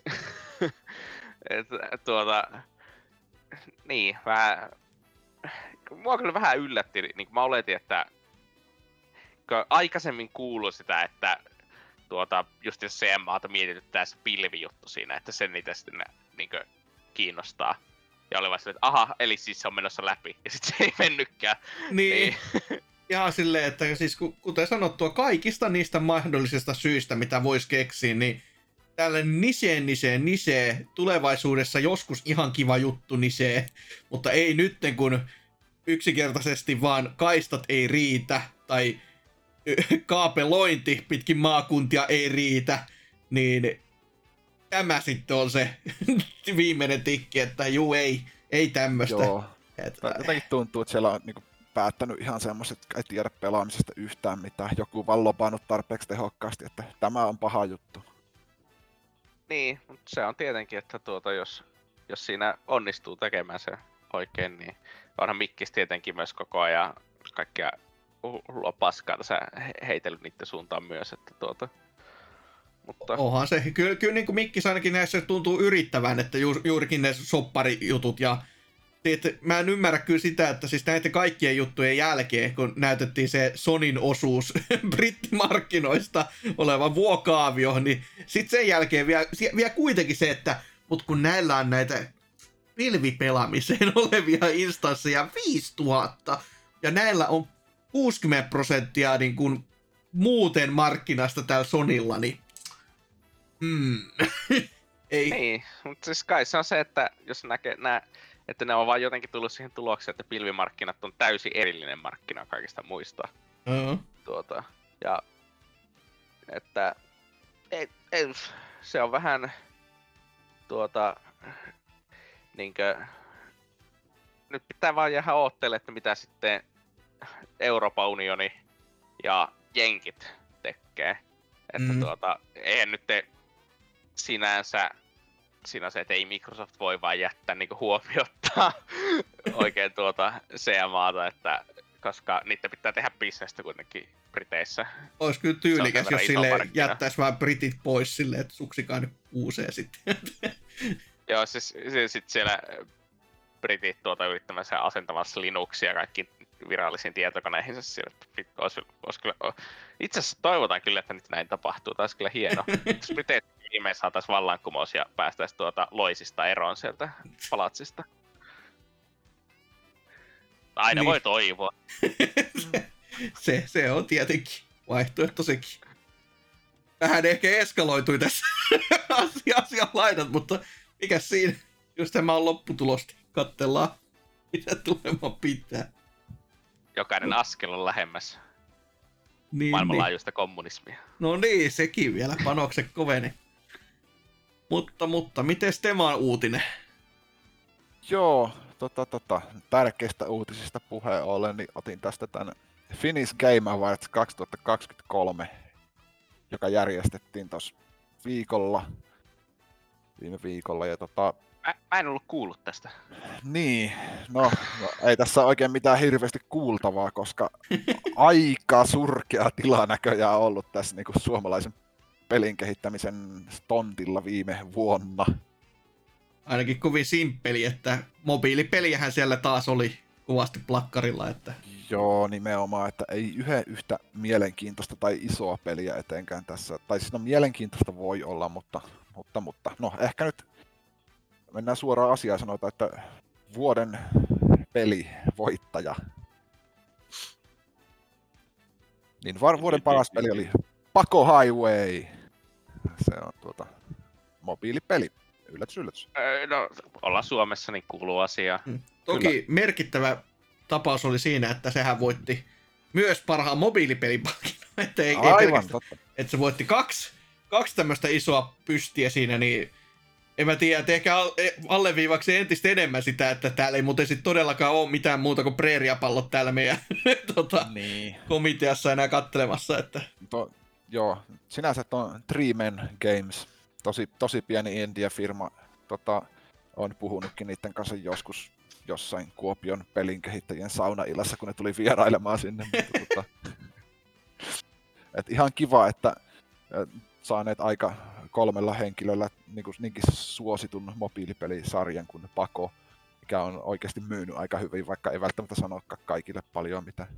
niin, mua kyllä vähän yllätti, niin mä oletin, että aikaisemmin kuului sitä, että just jos CMAta mietityttää se pilvijuttu siinä, että sen niitä sitten niinkö kiinnostaa. Ja oli vaan silleen, että aha, eli siis se on menossa läpi, ja sitten se ei mennytkään. Niin. Ihan silleen, että siis kuten sanottua, kaikista niistä mahdollisista syistä, mitä vois keksiä, niin tällainen nisee, tulevaisuudessa joskus ihan kiva juttu nisee, mutta ei nytten, kun yksinkertaisesti vaan kaistat ei riitä, tai kaapelointi pitkin maakuntia ei riitä, niin tämä sitten on se viimeinen tikki, että juu ei tämmöstä. Joo. Jotenkin tuntuu, että siellä on niinku päättänyt ihan semmoiset, että ei tiedä pelaamisesta yhtään mitään. Joku vaan lopannut tarpeeksi tehokkaasti, että tämä on paha juttu. Niin, mutta se on tietenkin, että jos siinä onnistuu tekemään se oikein, niin onhan Mikkis tietenkin myös koko ajan kaikkia hullua paskaa tässä heitellyt niiden suuntaan myös, että mutta onhan se. Kyllä niin kuin Mikkis ainakin näissä tuntuu yrittävän, että juurikin ne sopparijutut ja mä en ymmärrä kyllä sitä, että siis näiden kaikkien juttujen jälkeen, kun näytettiin se Sonyn osuus brittimarkkinoista oleva vuokaavio, niin sitten sen jälkeen vielä kuitenkin se, että mut kun näillä on näitä pilvipelaamiseen olevia instansseja 5000, ja näillä on 60% niin kuin muuten markkinasta täällä Sonylla, niin ei. Niin, mutta siis kai se on se, että jos näkee että ne on vaan jotenkin tullut siihen tulokseen, että pilvimarkkinat on täysin erillinen markkina kaikista muista. Ja että ei, se on vähän niinkö nyt pitää vaan jäädä oottelemaan, että mitä sitten Euroopan unioni ja jenkit tekee. Että eihän nyt sinänsä, että ei Microsoft voi vaan jättää niinku huomiota oikein CMAta, että koska niiden pitää tehdä bisnestä kuitenkin Briteissä. Olisi kyllä tyylikäs, jos sille jättäisi vaan britit pois silleen, että suksikaan nyt kuusee sitten. Joo, siis siellä britit yrittämässä asentamassa Linuxia kaikkiin virallisiin tietokoneihinsa sille, että olisi kyllä. Itse asiassa toivotaan kyllä, että nyt näin tapahtuu. Tämä olisi kyllä hieno. Britit viimein saataisiin vallankumous ja päästäisiin Loisista eroon sieltä palatsista. Aina Niin. voi toivoa. se on tietenkin vaihtoehto sekin. Vähän ehkä eskaloitui tässä asian laidat, mutta mikä siinä? Jos tämä on lopputulosta, katsellaan mitä tulemaan pitää. Jokainen askel on lähemmäs Niin, maailmanlaajuista kommunismia. No niin, sekin vielä panokset koveni. Mutta, mites Teman uutinen? Joo, tärkeistä uutisista puheen ollen, niin otin tästä tämän Finnish Game Awards 2023, joka järjestettiin tuossa viime viikolla. Ja Mä en ollut kuullut tästä. niin, no ei tässä oikein mitään hirveästi kuultavaa, koska aika surkea tila näköjään ollut tässä niin kuin suomalaisen pelin kehittämisen tontilla viime vuonna. Ainakin kovin simppeli, että mobiilipeliähän siellä taas oli kovasti plakkarilla. Että... Joo, nimenomaan, että ei yhtä mielenkiintoista tai isoa peliä etenkään tässä. Tai siis no mielenkiintoista voi olla, mutta no ehkä nyt mennään suoraan asiaan ja sanotaan, että vuoden pelivoittaja. Niin vuoden paras peli oli Paco Highway. Se on mobiilipeli. Yllätys. No, ollaan Suomessa, niin kuuluu asiaa. Toki Kyllä. merkittävä tapaus oli siinä, että sehän voitti myös parhaan mobiilipelipalkinnon. Että ei Aivan totta. että se voitti kaksi tämmöistä isoa pystiä siinä, niin en mä tiedä, että ehkä alleviivaksi entistä enemmän sitä, että täällä ei muuten sit todellakaan ole mitään muuta kuin preeriapallot täällä meidän Niin. komiteassa enää kattelemassa. Että... Joo, sinänsä on Three Men Games, tosi pieni India-firma, on puhunutkin niiden kanssa joskus jossain Kuopion pelin kehittäjien saunaillassa, kun ne tuli vierailemaan sinne. Mutta, et ihan kiva, että saaneet aika 3 henkilöllä niinkin suositun mobiilipelisarjan kuin Paco, mikä on oikeasti myynyt aika hyvin, vaikka ei välttämättä sanokaan kaikille paljon mitään.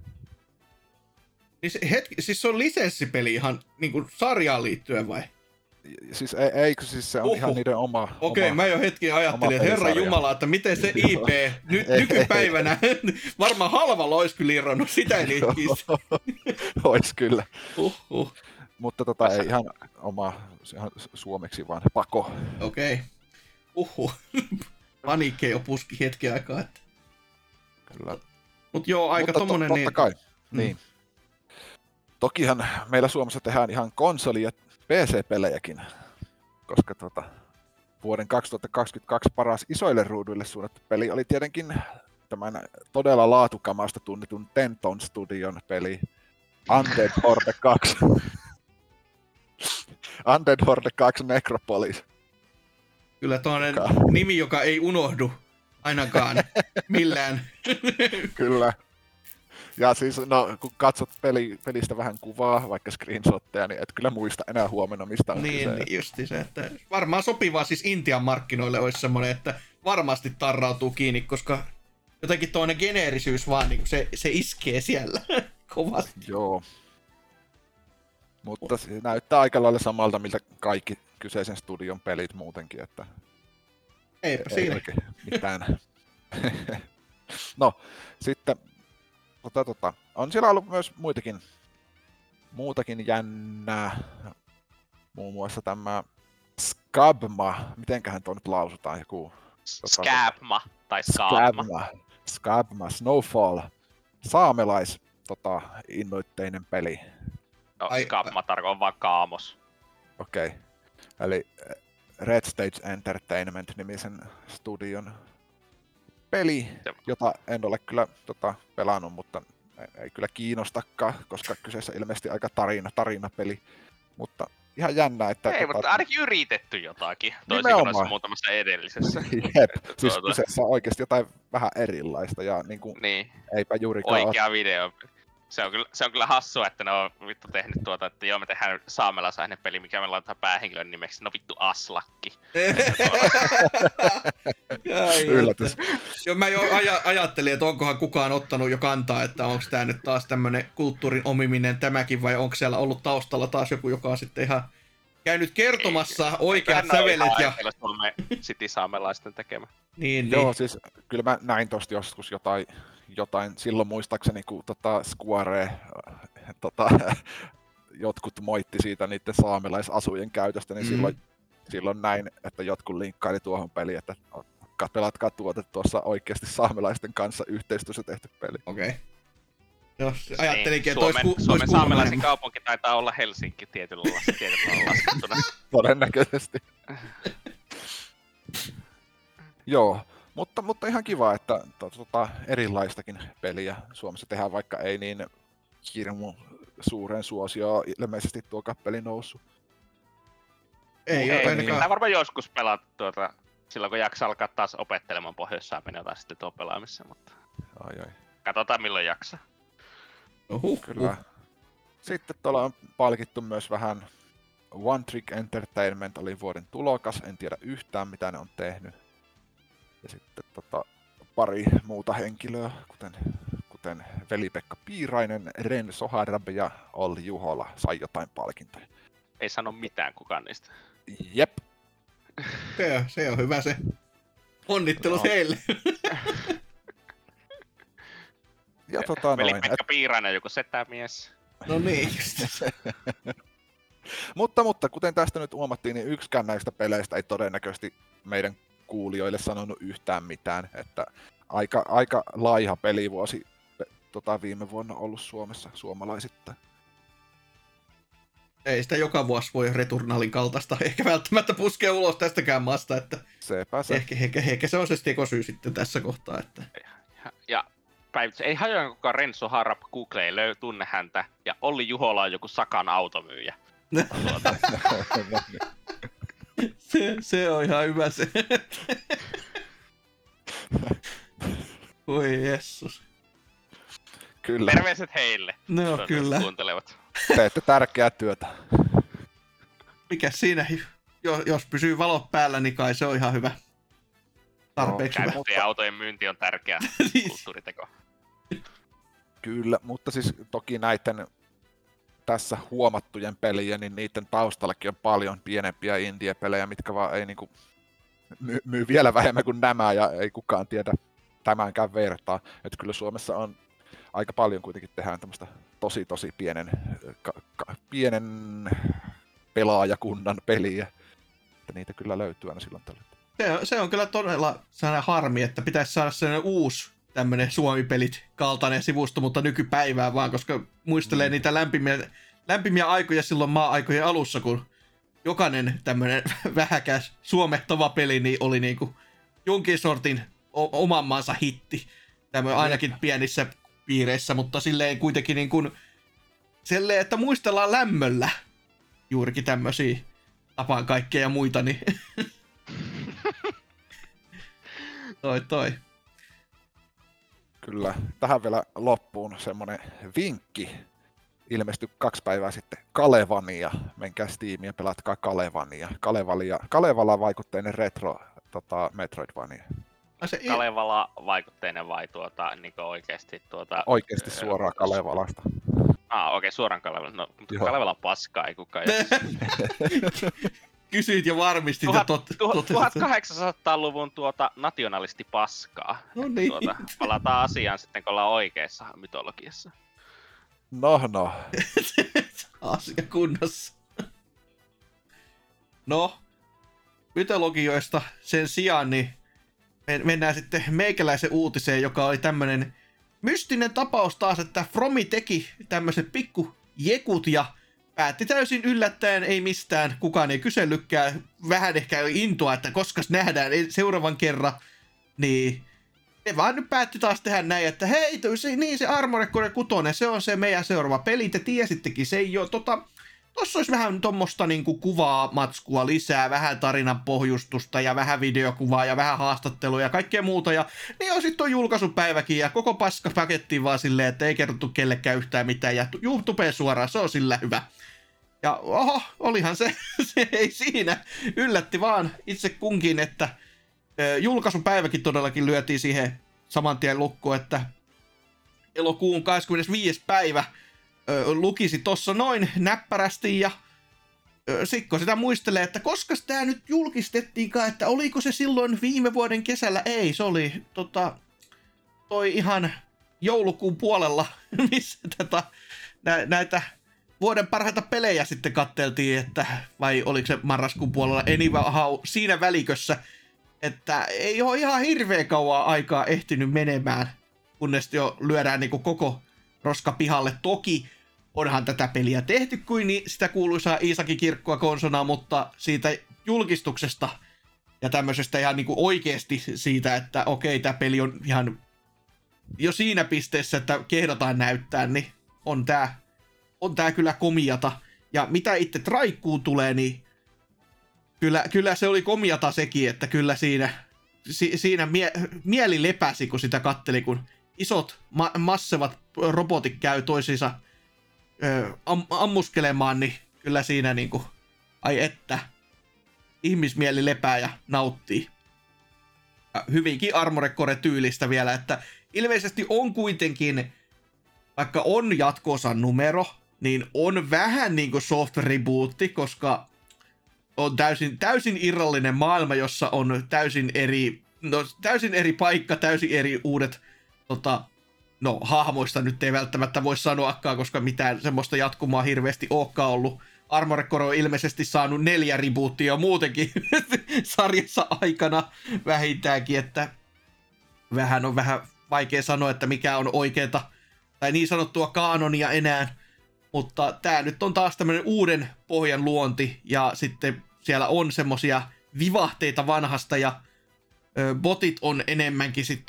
Siis se on lisenssipeli ihan niin kuin sarjaan liittyen vai? Siis eikö siis se on ihan niiden oma... Okei, mä jo hetki ajattelin, että herra jumala, että miten se IP nykypäivänä varmaan halvalla olisi kyllä irronnut, sitä ei liikkisi. Ois kyllä. Huhhuh. Mutta ei ihan oma, ihan suomeksi vaan Paco. Okei. Paniikki jo puski hetken aikaa. Että... Kyllä. Mut joo, aika mutta tommonen totta kai. Niin. Tokihan meillä Suomessa tehdään ihan konsoli- ja PC-pelejäkin, koska vuoden 2022 paras isoille ruuduille suunnattu peli oli tietenkin tämän todella laatukamasta tunnetun Tenton Studion peli Undead Horde 2. Undead Horde 2 Necropolis. Kyllä toinen nimi, joka ei unohdu ainakaan millään. Kyllä. Ja siis, kun katsot pelistä vähän kuvaa, vaikka screenshotteja, niin et kyllä muista enää huomenna, mistä on kyse. Niin justi se, että varmaan sopivaa siis Intian markkinoille olisi semmoinen, että varmasti tarrautuu kiinni, koska jotenkin toinen geneerisyys vaan, niin se iskee siellä kovasti. Joo. Mutta se näyttää aika lailla samalta, miltä kaikki kyseisen studion pelit muutenkin, että Eipä ei siinä. oikein mitään. No, sitten on siellä ollut myös muutakin jännää. Muun muassa tämä Skabma, mitenköhän tuo nyt lausutaan joku? Skabma tai Skabma, Snowfall, saamelais innoitteinen peli. No, Skabma tarkoittaa vaan kaamos. Okei. Eli Red Stage Entertainment-nimisen studion peli, jota en ole kyllä pelannut, mutta ei kyllä kiinnostakaan, koska kyseessä ilmeisesti aika tarinapeli. Mutta ihan jännää, että... Ei, mutta ainakin yritetty jotakin, toisin kuin noissa muutamassa edellisessä. Jep, siis kyseessä on oikeasti jotain vähän erilaista ja niin. Eipä juurikaan oikea video. Se on kyllä hassua, että ne on vittu tehnyt että joo, me tehdään saamelaisainen peli, mikä me laitetaan päähenkilön nimeksi, no vittu Aslakki. Yllätys. Joo, mä jo ajattelin, että onkohan kukaan ottanut jo kantaa, että onko tää nyt taas tämmönen kulttuurin omiminen tämäkin, vai onko siellä ollut taustalla taas joku, joka on sitten ihan käynyt kertomassa oikeat sävelet ja... Suomen City-saamelaisten tekemä. Niin. Joo, siis kyllä mä näin tosta joskus jotain silloin muistaakseni, kun Square jotkut moitti siitä niiden saamelaisasujen käytöstä, niin silloin näin, että jotkut linkkaili tuohon peliin, että pelatkaa tuote tuossa oikeasti saamelaisten kanssa yhteistyössä tehty peli. Okei. Joo, ajattelinkin, että Suomen saamelaisen kaupunki taitaa olla Helsinki tietyllä laskettuna. Todennäköisesti. Joo, mutta ihan kiva, että erilaistakin peliä Suomessa tehdään, vaikka ei niin hirmu suuren suosioon ilmeisesti tuo kappeli noussut. Ei pitää varmaan joskus pelata silloin kun jaksaa alkaa taas opettelemaan Pohjois-Saaminen jotain sitten tuo pelaamissa, mutta ai. Katsotaan milloin jaksaa. Kyllä. Sitten tuolla on palkittu myös vähän One Trick Entertainment oli vuoden tulokas, en tiedä yhtään mitä ne on tehnyt. Ja sitten pari muuta henkilöä, kuten Veli-Pekka Piirainen, Ren Soharab ja Olli Juhola sai jotain palkintoja. Ei sano mitään kukaan niistä. Jep. Se on hyvä se. Onnittelut heille. Ja Veli-Pekka Piirainen, joku setämies. No niin. mutta kuten tästä nyt huomattiin, niin yksikään näistä peleistä ei todennäköisesti meidän kuulijoille sanonut yhtään mitään, että aika laiha pelivuosi viime vuonna ollut Suomessa suomalaisittain. Ei sitä joka vuosi voi Returnalin kaltaista ehkä välttämättä puskea ulos tästäkään maasta, että sepä se. Ehkä se on se tekosyy sitten tässä kohtaa, että... Ja päivitys, ei hajoa kukaan Renzo Harap, Google ei tunne häntä, ja Olli Juhola on joku Sakan automyyjä. Se on ihan hyvä se. Voi Jessus. Kyllä. Terveiset heille. No kyllä. Kuuntelevat. Teette tärkeää työtä. Mikä siinä? Jos pysyy valot päällä, niin kai se on ihan hyvä. Tarpeeksi hyvä. Käytettyjen autojen myynti on tärkeä kulttuuriteko. Kyllä, mutta siis toki näiden tässä huomattujen pelien, niin niiden taustallakin on paljon pienempiä indie-pelejä, mitkä vaan ei niinku myy vielä vähemmän kuin nämä, ja ei kukaan tiedä tämänkään vertaa. Että kyllä Suomessa on aika paljon kuitenkin tehdään tämmöistä tosi pienen pelaajakunnan peliä. Että niitä kyllä löytyy aina silloin tällä. Se on kyllä todella sellainen harmi, että pitäisi saada sellainen uusi tämmöinen Suomi-pelit kaltainen sivusto, mutta nykypäivää vaan, koska muistelee niitä lämpimiä aikoja silloin maa-aikojen alussa, kun jokainen tämmöinen vähäkäs suomettava peli niin oli niinku jonkin sortin oman maansa hitti. Tämmöinen ainakin pienissä piireissä, mutta silleen kuitenkin niin kuin silleen, että muistellaan lämmöllä juurikin tämmöisiä tapaan kaikkea ja muita, niin toi. Kyllä. Tähän vielä loppuun semmonen vinkki. Ilmestyi 2 päivää sitten Kalevania. Menkää Steamiin ja pelatkaa Kalevania. Kalevala-vaikutteinen retro Metroidvania. Kalevala-vaikutteinen vai niinku oikeesti Oikeesti suoraan Kalevalasta. Okei, suoraan Kalevala. No, mutta Kalevala on paskaa, ei kukaan. Kysyit ja varmistit. 1800-luvun nationalisti paskaa. No niin. Palataan asiaan sitten, kun ollaan oikeassa mytologiassa. No. Asia kunnossa. No, mytologioista sen sijaan, niin mennään sitten meikäläisen uutiseen, joka oli tämmönen mystinen tapaus taas, että Fromi teki tämmöiset pikkujekut ja päätti täysin yllättäen, ei mistään, kukaan ei kysellykään, vähän ehkä intoa, että koskas nähdään seuraavan kerran, niin ne vaan nyt päätti taas tehdä näin, että hei, se Armored Core 6, se on se meidän seuraava peli, te tiesittekin, se ei ole, tossa olisi vähän tommoista niinku kuvaa matskua lisää, vähän tarinan pohjustusta ja vähän videokuvaa ja vähän haastattelua ja kaikkea muuta. Ja niin on sitten on julkaisupäiväkin ja koko paska pakettiin vaan silleen, että ei kerrottu kellekään yhtään mitään ja YouTubeen suoraan, se on sillä hyvä. Ja olihan se ei siinä. Yllätti vaan itse kunkin, että julkaisupäiväkin todellakin lyötiin siihen saman tien lukkoon, että elokuun 25. päivä lukisi tossa noin näppärästi ja Sikko sitä muistelee, että koska tämä nyt julkistettiinkaan, että oliko se silloin viime vuoden kesällä? Ei, se oli toi ihan joulukuun puolella, missä näitä vuoden parhaita pelejä sitten katteltiin, että vai oliko se marraskuun puolella, anyhow, siinä välikössä, että ei ole ihan hirveän kauan aikaa ehtinyt menemään, kunnes jo lyödään niin kuin koko roska pihalle. Toki onhan tätä peliä tehty kuin sitä kuuluisaa Iisakin kirkkoa konsonaa, mutta siitä julkistuksesta ja tämmöisestä ihan niin kuin oikeasti siitä, että okei, tämä peli on ihan jo siinä pisteessä, että kehdotaan näyttää, niin on tää kyllä komiata. Ja mitä itse traikkuun tulee, niin kyllä se oli komiata sekin, että kyllä siinä mieli lepäsi, kun sitä katteli, kun isot massevat robotit käy toisiinsa ammuskelemaan, niin kyllä siinä niinku, ai että, ihmismieli lepää ja nauttii. Ja hyvinkin Armored Core-tyylistä vielä, että ilmeisesti on kuitenkin, vaikka on jatko-osan numero, niin on vähän niinku soft rebootti, koska on täysin irrallinen maailma, jossa on täysin eri paikka, täysin eri uudet hahmoista nyt ei välttämättä voi sanoakaan, koska mitään semmoista jatkumaa hirveästi olekaan ollut. Armored Core on ilmeisesti saanut 4 rebootia muutenkin sarjassa aikana vähintäänkin, että on vähän vaikea sanoa, että mikä on oikeeta tai niin sanottua kaanonia enää, mutta tää nyt on taas tämmönen uuden pohjan luonti, ja sitten siellä on semmosia vivahteita vanhasta, ja botit on enemmänkin sit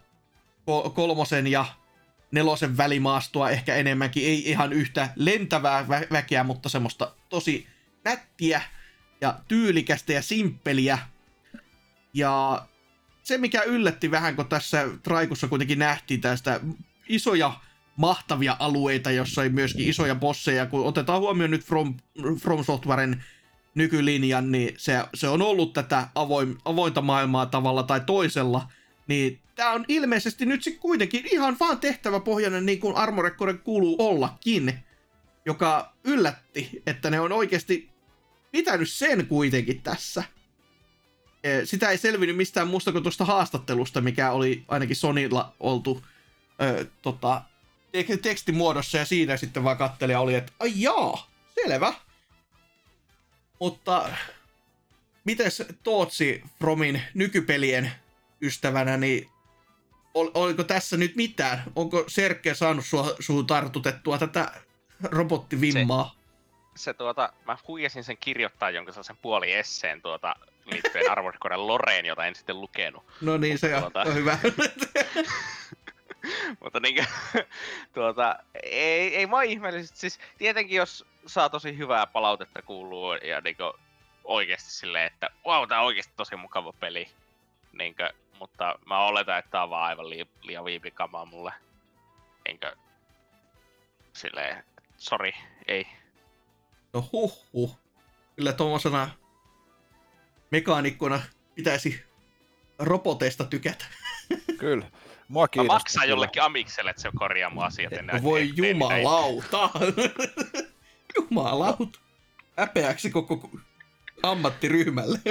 3 ja 4 välimaastoa ehkä enemmänkin, ei ihan yhtä lentävää väkeä, mutta semmoista tosi nättiä ja tyylikästä ja simppeliä. Ja se, mikä yllätti vähän, kun tässä traikussa kuitenkin nähtiin tästä isoja mahtavia alueita, jossa ei myöskin isoja bosseja, kun otetaan huomioon nyt From Softwaren nykylinjan, niin se on ollut tätä avointa maailmaa tavalla tai toisella, niin tää on ilmeisesti nyt sitten kuitenkin ihan vaan tehtäväpohjainen, niin kuin Armored Core kuuluu ollakin, joka yllätti, että ne on oikeasti pitänyt sen kuitenkin tässä. Sitä ei selvinnyt mistään muusta kuin tuosta haastattelusta, mikä oli ainakin Sonylla oltu tekstimuodossa, ja siinä sitten vaan kattelija oli, että ai jaa, selvä. Mutta mites Tootsi Fromin nykypelien ystävänä, niin oliko tässä nyt mitään? Onko Serkke saanut sua tartutettua tätä robottivimmaa? Mä huijasin sen kirjoittaa jonka sellaisen puoli esseen liittyen Armored Core Loreen, jota en sitten lukenut. No niin, se on hyvä. Mutta ei mä ihmeellisesti, siis tietenkin jos saa tosi hyvää palautetta kuuluu ja oikeesti silleen, että wow, tää on oikeesti tosi mukava peli, mutta mä oletan, että tää on vaan aivan liian viipikamaa mulle, silleen, sori, ei. No kyllä tuommoisena mekaanikkona pitäisi roboteista tykätä. Kyllä. Mua mä maksan jollekin amikselle, että se korjaa mun asiat ennen. Voi jumalauta! Jumalauta! Häpeäksi koko ammattiryhmälle.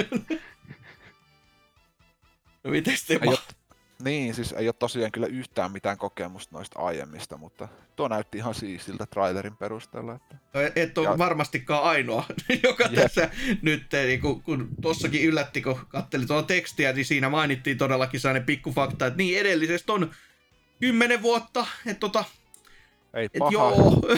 No mites Temo? Niin, siis ei ole tosiaan kyllä yhtään mitään kokemusta noista aiemmista, mutta tuo näytti ihan siistiltä trailerin perusteella. Että... Et ole varmastikaan ainoa, joka tässä nyt, niin kun tossakin yllätti, kun katselin tuolla tekstiä, niin siinä mainittiin todellakin sellainen pikkufakta, että niin edellisestä on 10 vuotta, että ei paha.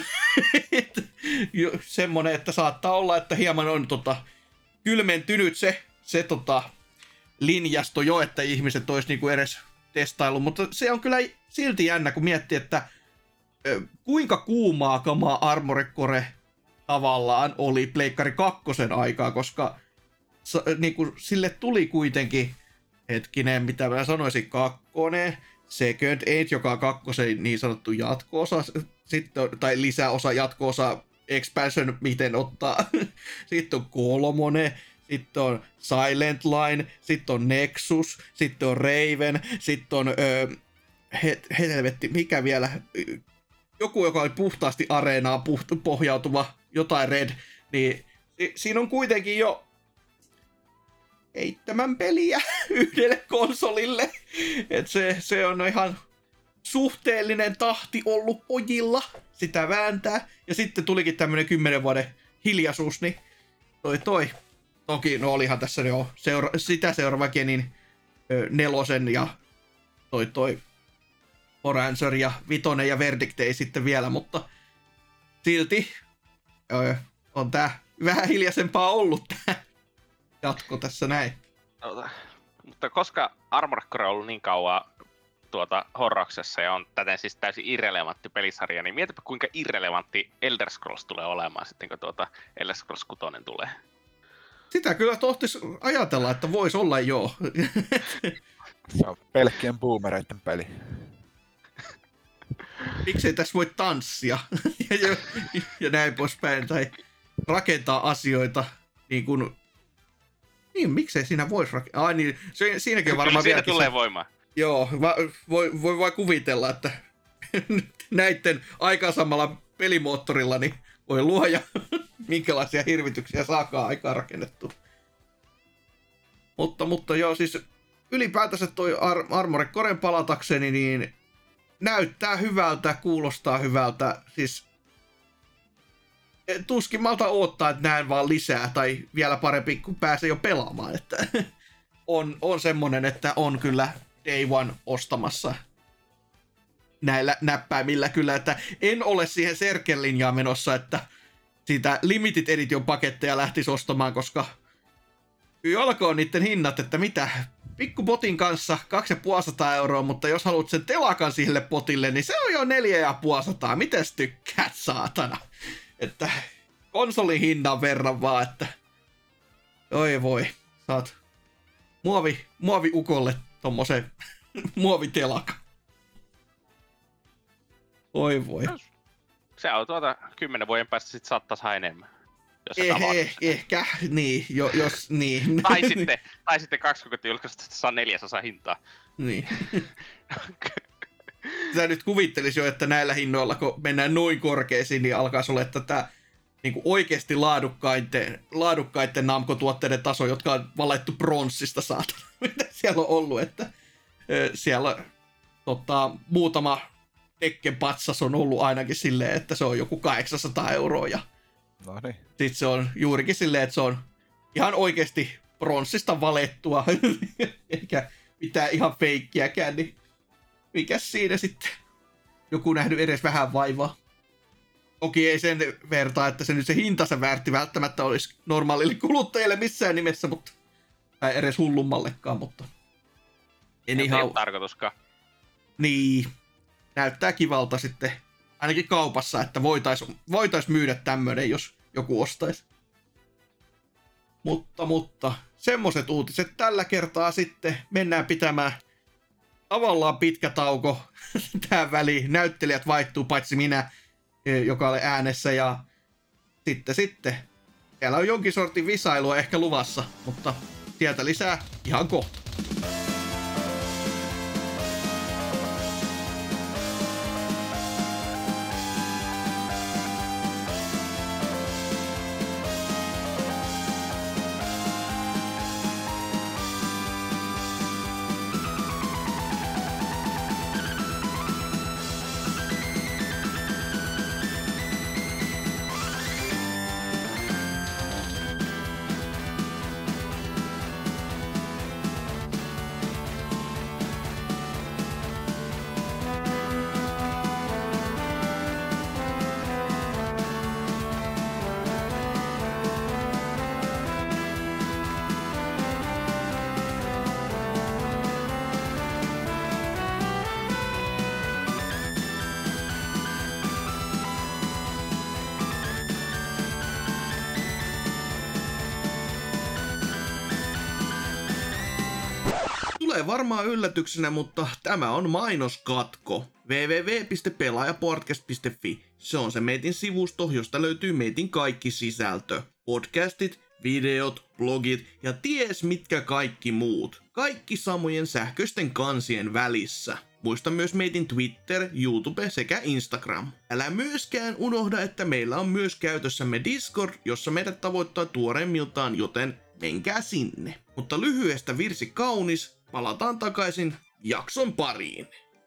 Joo, semmonen, että saattaa olla, että hieman on kylmentynyt se linjasto jo, että ihmiset olisi niinku edes testaillut, mutta se on kyllä silti jännä, kun miettii, että kuinka kuumaa kamaa Armored Core tavallaan oli Pleikkari 2 aikaa, koska niinku, sille tuli kuitenkin, hetkinen, mitä mä sanoisin, 2, Second Age, joka on 2 niin sanottu jatko-osa, sitten, tai lisäosa, jatko-osa, expansion, miten ottaa, sitten on 3, sitten on Silent Line, sitten on Nexus, sitten on Raven, sitten on helvetti, mikä vielä, joku, joka oli puhtaasti areenaa pohjautuva, jotain Red, niin siinä on kuitenkin jo 7 peliä yhdelle konsolille. Et se on ihan suhteellinen tahti ollut pojilla sitä vääntää. Ja sitten tulikin tämmönen 10 vuoden hiljaisuus, niin toki, no olihan tässä jo sitä seuraava Genin 4 ja toi Horizon ja 5 ja Verdict ei sitten vielä, mutta silti on tää vähän hiljaisempaa ollut tää jatko tässä näin. Mutta koska Armored Core on ollut niin kauan Horroksessa ja on täten siis täysin irrelevantti pelisarja, niin mietipä kuinka irrelevantti Elder Scrolls tulee olemaan sitten, kun Elder Scrolls 6 tulee. Sitä kyllä tohtis ajatella, että voisi olla joo. Se on pelkkien boomereiden peli. Miksei tässä voi tanssia ja näin poispäin, tai rakentaa asioita niin kuin... Niin, miksei siinä voisi rakentaa? Ai niin, siinäkin on varmaan vielä... Siinä tulee voimaa. Joo, voi kuvitella, että näitten aikaisammalla pelimoottorilla niin voi luoda minkälaisia hirvityksiä saakaan aikaa rakennettu. Mutta joo, siis ylipäätänsä toi Armored Coren palatakseni, niin näyttää hyvältä, kuulostaa hyvältä, siis tuskin malta odottaa, että näen vaan lisää, tai vielä parempi, kun pääsee jo pelaamaan, että on semmonen, että on kyllä Day One ostamassa näillä näppäimillä kyllä, että en ole siihen Serkel-linjaan menossa, että siitä Limited Edition paketteja lähtisi ostamaan, koska alkoi niiden hinnat, että mitä, pikkupotin kanssa 250 €, mutta jos haluat sen telakan sille potille, niin se on jo 450. Mites tykkäät, saatana? Että konsolin hinnan verran vaan, että oi voi, saat muovi-ukolle tommosen muovitelaka. Oi voi. Se on 10 vuoden päästä sit saattaa saada enemmän. Ehkä, niin, jos niin. tai sitten 2 kuukautta julkaisusta saa 400 hintaa. Niin. Sä nyt kuvittelis jo, että näillä hinnoilla, kun mennään noin korkeisiin, niin alkaisi olla tätä niin oikeasti laadukkaiden Namco-tuotteiden taso, jotka on valaittu pronssista saatana. Mitä siellä on ollut, että siellä muutama Tekken patsas on ollut ainakin silleen, että se on joku 800 € ja no niin. Sitten se on juurikin silleen, että se on ihan oikeasti pronssista valettua, eikä mitään ihan feikkiäkään, niin mikäs siinä sitten? Joku nähnyt edes vähän vaivaa. Toki ei sen vertaa, että se nyt se hintansa väärti välttämättä olisi normaalille kuluttajille missään nimessä, mutta tai edes hullummallekaan, mutta en ja ihan... Ei tarkoituskaan. Niin, näyttää kivalta sitten, ainakin kaupassa, että voitais myydä tämmönen, jos joku ostaisi. Mutta semmoset uutiset tällä kertaa sitten. Mennään pitämään tavallaan pitkä tauko tähän väliin. Näyttelijät vaihtuu, paitsi minä, joka olen äänessä. Ja sitten siellä on jonkin sortin visailua ehkä luvassa, mutta sieltä lisää ihan kohta. Tulee varmaan yllätyksenä, mutta tämä on mainoskatko. www.pelaajapodcast.fi. Se on se meitin sivusto, josta löytyy meitin kaikki sisältö. Podcastit, videot, blogit ja ties mitkä kaikki muut. Kaikki samojen sähköisten kansien välissä. Muista myös meitin Twitter, YouTube sekä Instagram. Älä myöskään unohda, että meillä on myös käytössämme Discord, jossa meidät tavoittaa tuoreimmiltaan, joten menkää sinne. Mutta lyhyestä virsi kaunis, palataan takaisin jakson pariin.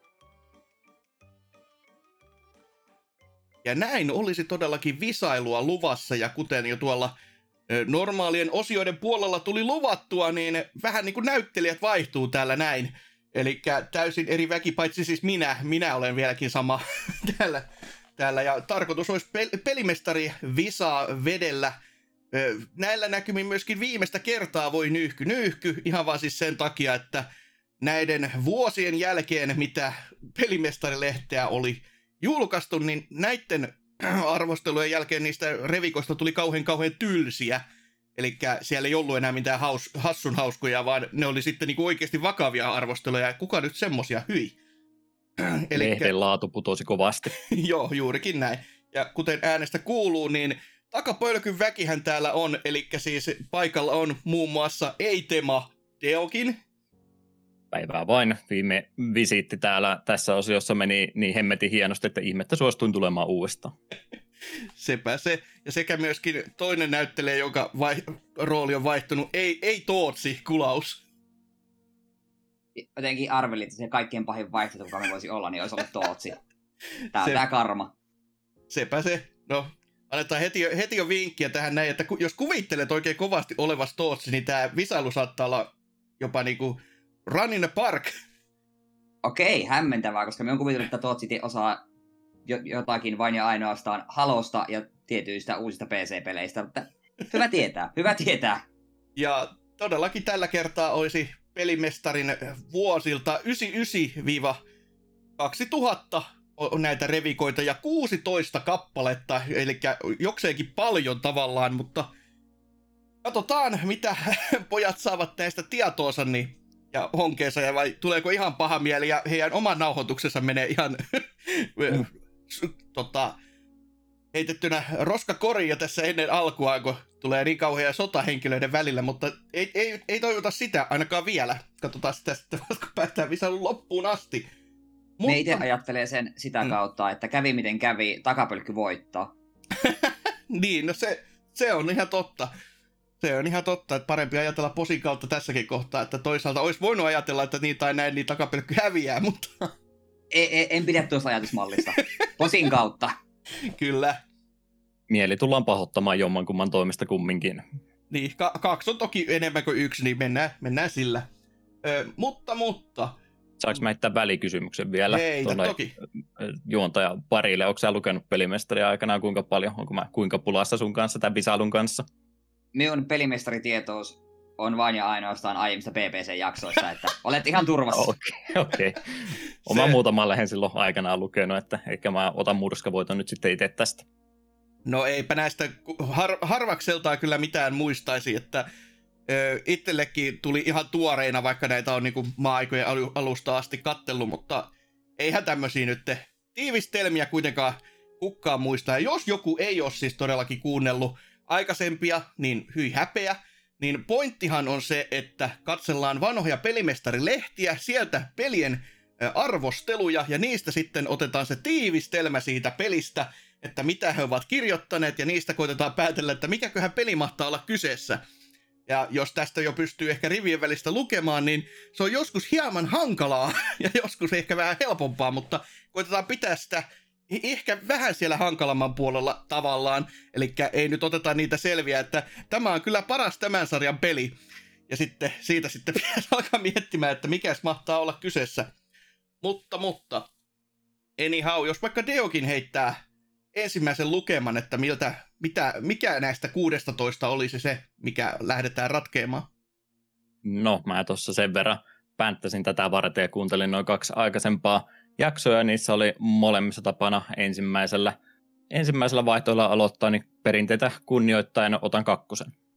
Ja näin olisi todellakin visailua luvassa, ja kuten jo tuolla normaalien osioiden puolella tuli luvattua, niin vähän niin kuin näyttelijät vaihtuu täällä näin. Eli täysin eri väki, paitsi siis minä olen vieläkin sama täällä. Ja tarkoitus olisi pelimestari Visaa vedellä. Näillä näkymin myöskin viimeistä kertaa voi nyyhky, ihan vaan siis sen takia, että näiden vuosien jälkeen, mitä pelimestarilehteä oli julkaistu, niin näiden arvostelujen jälkeen niistä revikoista tuli kauhean tylsiä. Eli siellä ei ollut enää mitään hassun hauskoja, vaan ne oli sitten niinku oikeasti vakavia arvosteluja, ja kuka nyt semmosia hyi? Lehden laatu putosi kovasti. Joo, juurikin näin. Ja kuten äänestä kuuluu, niin takapölkyn väkihän täällä on, eli siis paikalla on muun muassa Eitema Deokin. Päivää vain. Viime visiitti täällä tässä osiossa meni niin hemmetin hienosti, että ihmettä suostuin tulemaan uudestaan. Sepä se. Ja sekä myöskin toinen näyttelijä, jonka rooli on vaihtunut, ei Tootsi, Kulaus. Jotenkin arvelin, että se kaikkein pahin vaihtoehto, joka me voisi olla, niin olisi ollut Tootsi. Tää karma. Sepä se. No, annetaan heti jo vinkkiä tähän näin, että jos kuvittelet oikein kovasti olevas Tootsi, niin tää visailu saattaa olla jopa niinku run in the park. Okei, hämmentävää, koska me on kuvitellut, että Tootsi osaa jotakin vain ja ainoastaan Halosta ja tietyistä uusista PC-peleistä, mutta hyvä tietää. Ja todellakin tällä kertaa olisi pelimestarin vuosilta 99-2000 näitä revikoita ja 16 kappaletta, eli jokseenkin paljon tavallaan, mutta katsotaan, mitä pojat saavat näistä tietoonsa ja honkeensa, ja vai tuleeko ihan paha mieli, ja heidän oman nauhoituksensa menee ihan heitettynä roskakoriin jo tässä ennen alkua, kun tulee niin kauhean sotahenkilöiden välillä, mutta ei toivota sitä ainakaan vielä. Katsotaan sitä sitten, kun päästään visailun loppuun asti. Mutta me itse ajattelee sen sitä kautta, että kävi miten kävi, takapölkky voittaa. Niin, no se on ihan totta. Se on ihan totta, että parempi ajatella posin kautta tässäkin kohtaa, että toisaalta olisi voinut ajatella, että niin tai näin, niin takapölkky häviää, mutta En pidä tuosta ajatusmallista. Posin kautta. Kyllä. Mieli tullaan pahoittamaan jommankumman toimesta kumminkin. Niin, kaksi on toki enemmän kuin yksi, niin mennään sillä. Mutta. Saanko mä heittää välikysymyksen vielä? Heitä toki. Juontaja parille. Onko sä lukenut pelimestaria aikanaan kuinka paljon? Onko mä kuinka pulassa sun kanssa tämän visailun kanssa? Minun pelimestaritietous on vain ja ainoastaan aiemmista BBC-jaksoista, että olet ihan turvassa. Okei. Olen muutaman lehen silloin aikanaan lukenut, että ehkä mä otan murskavoiton nyt sitten itse tästä. No eipä näistä harvakseltaan kyllä mitään muistaisi, että itsellekin tuli ihan tuoreina, vaikka näitä on niin maa-aikojen alusta asti kattellut, mutta eihän tämmöisiä nyt tiivistelmiä kuitenkaan kukaan muista. Ja jos joku ei ole siis todellakin kuunnellut aikaisempia, niin hyi häpeä. Niin pointtihan on se, että katsellaan vanhoja pelimestarilehtiä, sieltä pelien arvosteluja, ja niistä sitten otetaan se tiivistelmä siitä pelistä, että mitä he ovat kirjoittaneet, ja niistä koitetaan päätellä, että mikäköhän peli mahtaa olla kyseessä. Ja jos tästä jo pystyy ehkä rivien välistä lukemaan, niin se on joskus hieman hankalaa, ja joskus ehkä vähän helpompaa, mutta koitetaan pitää sitä ehkä vähän siellä hankalamman puolella tavallaan, eli ei nyt oteta niitä selviä, että tämä on kyllä paras tämän sarjan peli, ja sitten siitä sitten pitäisi alkaa miettimään, että mikäs mahtaa olla kyseessä. Mutta, anyhow, jos vaikka Deokin heittää ensimmäisen lukeman, että mikä näistä 16 olisi se, mikä lähdetään ratkeamaan? No, mä tuossa sen verran pänttäsin tätä varten ja kuuntelin noin 2 aikaisempaa jaksoja, niissä oli molemmissa tapana ensimmäisellä vaihtoehdolla aloittaa, niin perinteitä kunnioittaen otan 2.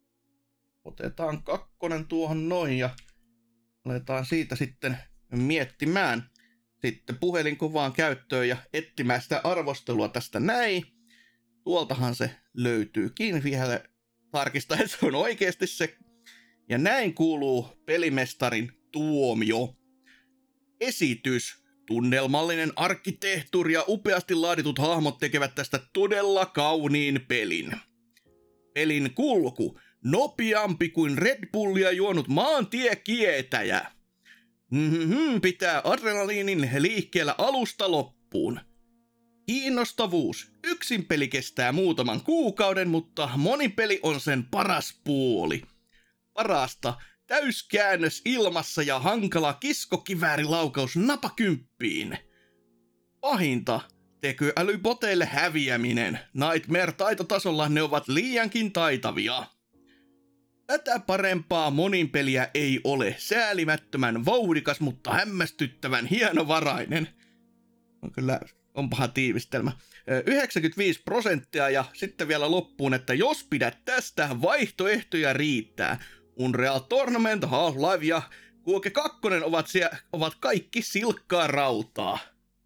Otetaan 2 tuohon noin ja aletaan siitä sitten miettimään. Sitten puhelin kovaan käyttöön ja etsimään sitä arvostelua tästä näin. Tuoltahan se löytyykin vielä tarkistaa, että se on oikeasti se. Ja näin kuuluu pelimestarin tuomio. Esitys Tunnelmallinen arkkitehtuuri ja upeasti laaditut hahmot tekevät tästä todella kauniin pelin. Pelin kulku, nopeampi kuin Red Bullia juonut maantiekietäjä. Pitää adrenaliinin liikkeellä alusta loppuun. Kiinnostavuus. Yksin peli kestää muutaman kuukauden, mutta monipeli on sen paras puoli. Parasta, täyskäännös ilmassa ja hankala kiskokiväärilaukaus napakymppiin. Pahinta, tekoälyboteille häviäminen. Nightmare-taitotasolla ne ovat liiankin taitavia. Tätä parempaa moninpeliä ei ole. Säälimättömän vauhdikas, mutta hämmästyttävän hienovarainen. No kyllä, onpahan tiivistelmä. 95% ja sitten vielä loppuun, että jos pidät tästä, vaihtoehtoja riittää. Unreal Tournament, Half-Life ja Quake 2 ovat kaikki silkkaa rautaa.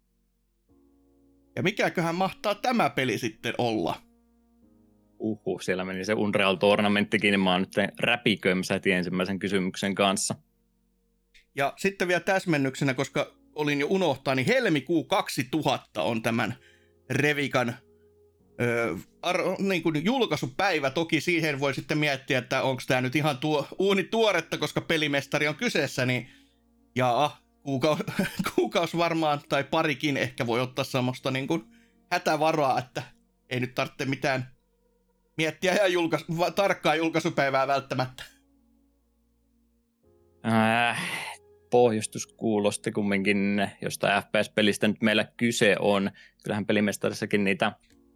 Ja mikäköhän mahtaa tämä peli sitten olla? Siellä meni se Unreal Tournamenttikin, niin mä oon nyt räpikömsäti ensimmäisen kysymyksen kanssa. Ja sitten vielä täsmennyksenä, koska olin jo unohtaa, niin helmikuu 2000 on tämän Revikan niin kuin julkaisupäivä. Toki siihen voi sitten miettiä, että onko tämä nyt ihan uunituoretta, koska pelimestari on kyseessä, niin kuukausi varmaan, tai parikin ehkä voi ottaa semmoista niin kuin hätävaraa, että ei nyt tarvitse mitään miettiä ihan tarkkaa julkaisupäivää välttämättä. Pohjustus kuulosti kumminkin, josta FPS-pelistä nyt meillä kyse on. Kyllähän pelimestarissakin niitä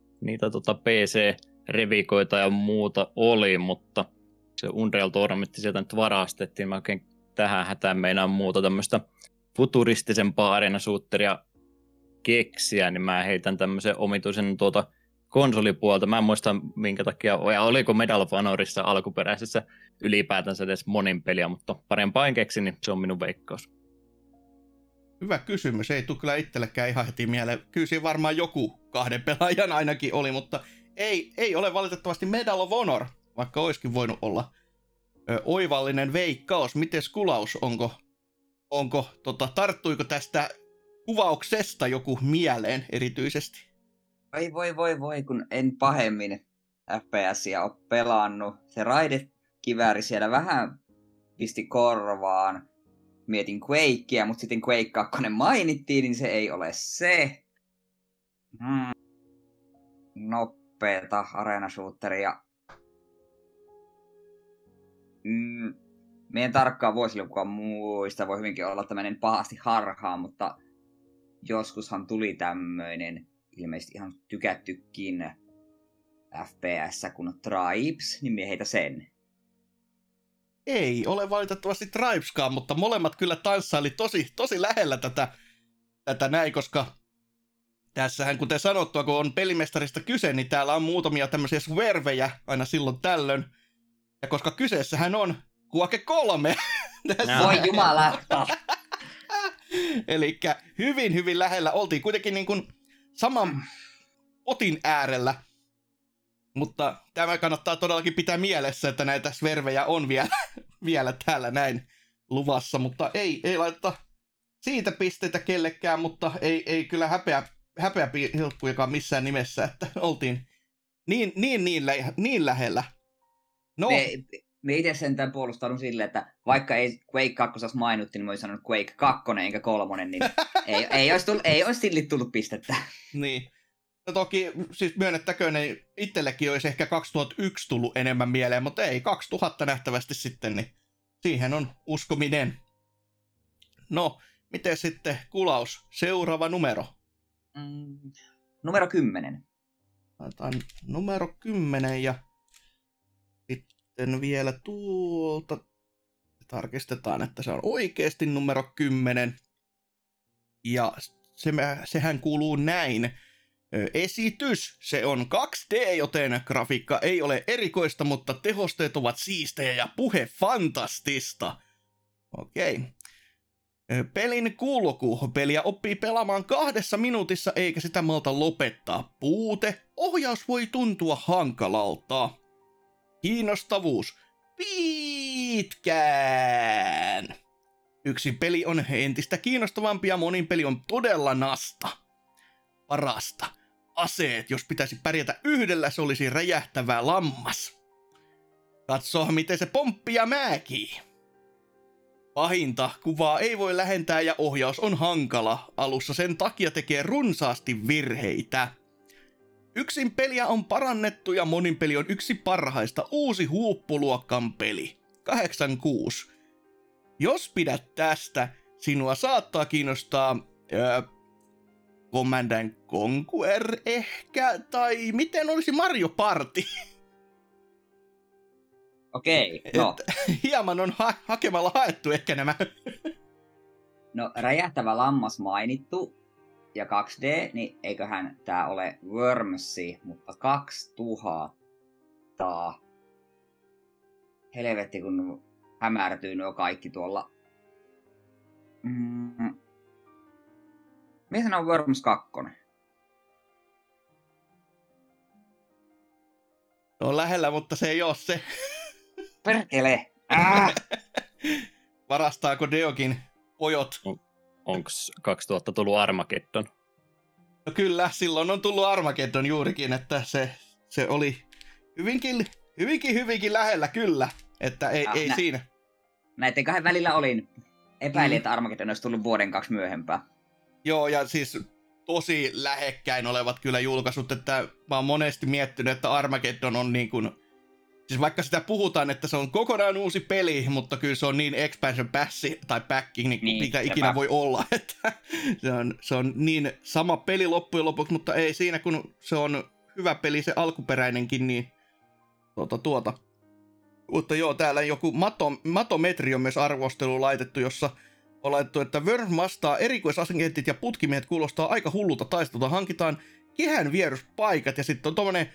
PC-revikoita ja muuta oli, mutta se Unreal Tournament sieltä nyt varastettiin. Mä oikein tähän hätään meinaan muuta tämmöistä futuristisempaa areenasuutteria keksiä, niin mä heitän tämmöisen omituisen konsolipuolta. Mä en muista minkä takia, ja oliko Medal of Honorissa alkuperäisessä ylipäätänsä edes monin peliä, mutta parempaa en keksi, niin se on minun veikkaus. Hyvä kysymys, ei tule kyllä itsellekään ihan heti mieleen. Kyllä siinä varmaan joku 2 pelaajan ainakin oli, mutta ei ole valitettavasti Medal of Honor, vaikka olisikin voinut olla oivallinen veikkaus. Mites Kulaus, tarttuiko tästä kuvauksesta joku mieleen erityisesti? Voi, kun en pahemmin FPS:ia ole pelannut. Se raidekivääri siellä vähän pisti korvaan. Mietin Quakea, mutta sitten Quake 2 mainittiin, niin se ei ole se. Nopeeta areenasuutteria. Meidän tarkkaa vuosilukua muista. Voi hyvinkin olla tämmöinen pahasti harhaa, mutta joskushan tuli tämmöinen ilmeisesti ihan tykättykin FPS kuin Tribes, niin mie heitä sen. Ei ole valitettavasti Tribeskaan, mutta molemmat kyllä tanssaili tosi lähellä tätä näin, koska tässähän, kuten sanottua, kun on pelimestarista kyse, niin täällä on muutamia tämmöisiä swervejä aina silloin tällöin. Ja koska kyseessähän on Quake 3. Voi jumalauta! Elikkä hyvin lähellä oltiin kuitenkin niin kuin saman potin äärellä. Mutta tämä kannattaa todellakin pitää mielessä, että näitä svervejä on vielä täällä näin luvassa. Mutta ei laiteta siitä pisteitä kellekään, mutta ei kyllä häpeä pilkkujakaan missään nimessä, että oltiin niin lähellä. No. Me itse sentään puolustanut silleen, että vaikka ei Quake 2 mainittiin, niin mä olisin sanonut Quake 2 eikä 3, niin ei olisi sillit tullut pistettä. Niin. No toki, siis myönnettäköön, niin itsellekin olisi ehkä 2001 tullut enemmän mieleen, mutta ei 2000 nähtävästi sitten, niin siihen on uskominen. No, miten sitten Kulaus, seuraava numero? Numero 10. Laitetaan numero 10 ja sitten vielä tuolta tarkistetaan, että se on oikeasti numero 10. Ja sehän kuuluu näin. Esitys, se on 2D, joten grafiikka ei ole erikoista, mutta tehosteet ovat siistejä ja puhe fantastista. Okei. Pelin kulku. Peliä oppii pelaamaan 2 minuutissa eikä sitä malta lopettaa. Puute. Ohjaus voi tuntua hankalalta. Kiinnostavuus. Pitkään. Yksin peli on entistä kiinnostavampi ja monin peli on todella nasta. Parasta. Aseet, jos pitäisi pärjätä yhdellä, se olisi räjähtävä lammas. Katso, miten se pomppii ja määkii. Pahinta, kuvaa ei voi lähentää ja ohjaus on hankala. Alussa sen takia tekee runsaasti virheitä. Yksin peliä on parannettu ja monin peli on yksi parhaista. Uusi huuppuluokkan peli. 86. Jos pidät tästä, sinua saattaa kiinnostaa Command & Conquer ehkä, tai miten olisi Mario Party? Okei, no. Hieman on hakemalla haettu ehkä nämä. No, räjähtävä lammas mainittu ja 2D, niin eiköhän tää ole Wormsi, mutta 2000. Helvetti, kun hämärtyy nuo kaikki tuolla. Missä on Worms 2? Se on lähellä, mutta se ei oo se. Perkele! Varastaako Deokin pojot? Onks 2000 tullut Armageddon? No kyllä, silloin on tullut Armageddon juurikin, että se oli hyvinkin lähellä kyllä. Että ei siinä. Näiden kahden välillä olin. Epäilin, että Armageddon olisi tullut vuoden 2 myöhempää. Joo, ja siis tosi lähekkäin olevat kyllä julkaisut, että mä oon monesti miettinyt, että Armageddon on niin kuin, siis vaikka sitä puhutaan, että se on kokonaan uusi peli, mutta kyllä se on niin expansion passi tai packing, niin mitä ikinä voi olla, että se on niin sama peli loppujen lopuksi, mutta ei siinä, kun se on hyvä peli, se alkuperäinenkin, niin Mutta joo, täällä joku matometri on myös arvostelu laitettu, jossa on laitettu, että Worms vastaa erikoisagentit ja putkimiehet kuulostaa aika hullulta taistelulta. Hankitaan kehän vieruspaikat ja sitten on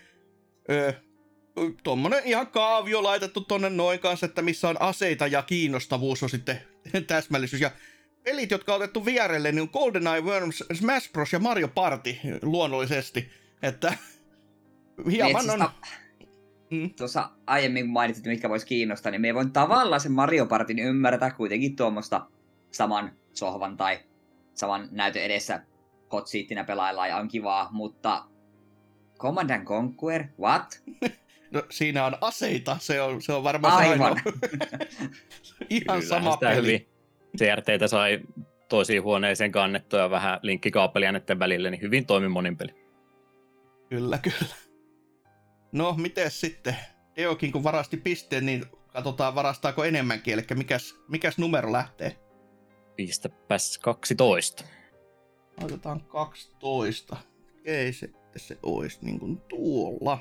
tommonen ihan kaavio laitettu tonne noin kanssa, että missä on aseita ja kiinnostavuus on sitten täsmällisyys. Ja pelit, jotka on otettu vierelle, niin on GoldenEye, Worms, Smash Bros. Ja Mario Party luonnollisesti. Että hieman on... Tuossa aiemmin mainitsit, mitkä vois kiinnostaa, niin me voin tavallaan sen Mario Partin ymmärtää kuitenkin tuommoista saman sohvan tai saman näytön edessä hot seatinä pelaillaan ja on kivaa, mutta Command & Conquer, what? No siinä on aseita, se on varmaan aivan. Ihan kyllä, sama peli. Hyvin. CRT:tä sai toisiin huoneeseen kannettua ja vähän linkkikaapelia näiden välillä, niin hyvin toimi monin peli. Kyllä. No, mites sitten? Deokin kun varasti pisteen, niin katsotaan varastaako enemmänkin, eli mikäs numero lähtee? Pistäpäs 12. Otetaan 12. Ei se olisi niin kuin tuolla.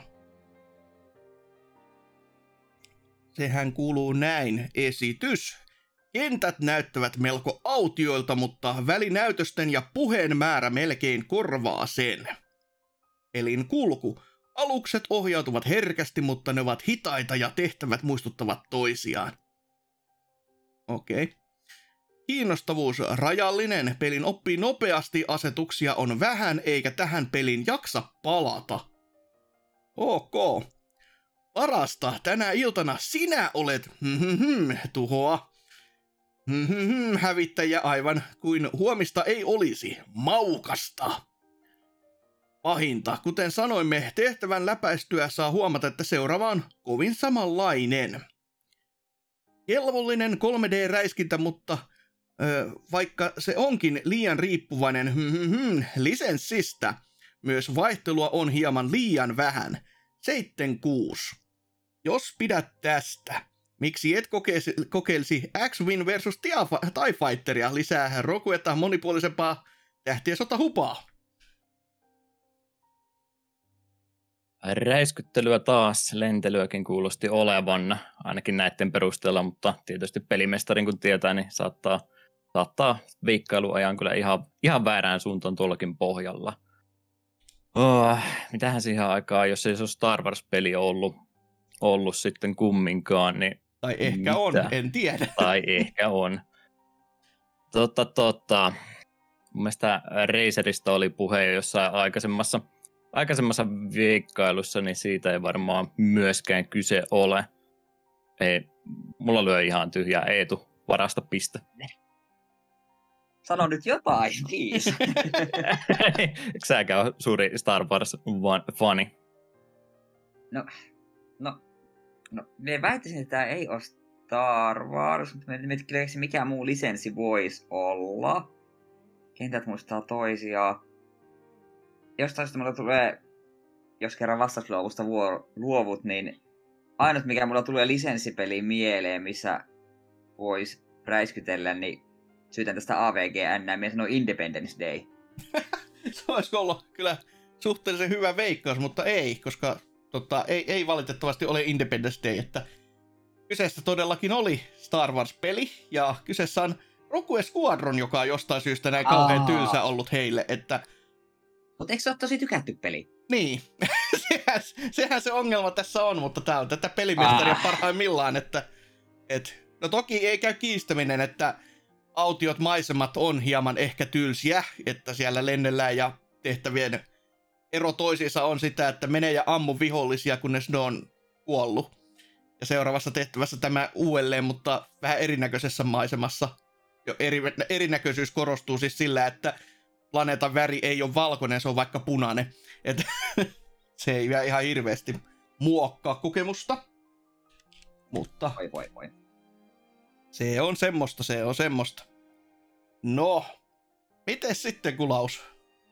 Sehän kuuluu näin. Esitys. Kentät näyttävät melko autioilta, mutta välinäytösten ja puheen määrä melkein korvaa sen. Elinkulku. Alukset ohjautuvat herkästi, mutta ne ovat hitaita ja tehtävät muistuttavat toisiaan. Okei. Kiinnostavuus rajallinen. Pelin oppii nopeasti, asetuksia on vähän, eikä tähän peliin jaksa palata. Ok. Parasta, tänä iltana sinä olet tuhoa. Hävittäjä aivan kuin huomista ei olisi. Maukasta. Pahinta, kuten sanoimme, tehtävän läpäistyä saa huomata, että seuraava on kovin samanlainen. Kelvollinen 3D-räiskintä, mutta vaikka se onkin liian riippuvainen lisenssistä, myös vaihtelua on hieman liian vähän. 76. Jos pidät tästä, miksi et kokeilisi X-Wing vs. TIE Fighteria lisää rokuetta monipuolisempaa tähtien sotahupaa? Räiskyttelyä taas, lentelyäkin kuulosti olevan, ainakin näiden perusteella, mutta tietysti pelimestarin kun tietää, niin saattaa veikkailuajan kyllä ihan väärään suuntaan tuollakin pohjalla. Mitähän siihen aikaan, jos ei se ole Star Wars-peli ollut sitten kumminkaan, niin tai ehkä on, en tiedä. Tai ehkä on. Mun mielestä Razerista oli puhe jo jossain aikaisemmassa veikkailussa, niin siitä ei varmaan myöskään kyse ole. Ei, mulla lyö ihan tyhjää. Eetu, varasta piste. Sano nyt jotain, please. Eikö säkään ole suuri Star Wars-fani? No, me väittäisin, että tämä ei ole Star Wars, mutta mikä muu lisenssi voisi olla. Kentät muistaa toisiaan. Jostain mulla tulee, jos kerran vastausluovusta luovut, niin ainut mikä mulla tulee lisenssipeli mieleen, missä voisi räiskytellä, niin syytän tästä AVGN, ja sanoo Independence Day. Se olisi ollut kyllä suhteellisen hyvä veikkaus, mutta ei, koska ei valitettavasti ole Independence Day, että kyseessä todellakin oli Star Wars-peli, ja kyseessä on Rogue Squadron, joka on jostain syystä näin kauhean tylsä ollut heille, että... Mutta eikö se ole tosi tykätty peli? Niin, sehän se ongelma tässä on, mutta tää on tätä pelimestaria parhaimmillaan, että... No toki ei käy kiistäminen, että autiot maisemat on hieman ehkä tylsiä, että siellä lennellään ja tehtävien ero toisiinsa on sitä, että menee ja ammu vihollisia, kunnes ne on kuollut. Ja seuraavassa tehtävässä tämä uudelleen, mutta vähän erinäköisessä maisemassa. Erinäköisyys korostuu siis sillä, että planeetan väri ei ole valkoinen, se on vaikka punainen. Et se ei vielä ihan hirveästi muokkaa kokemusta. Mutta Voi. se on semmoista. No, miten sitten Kulaus?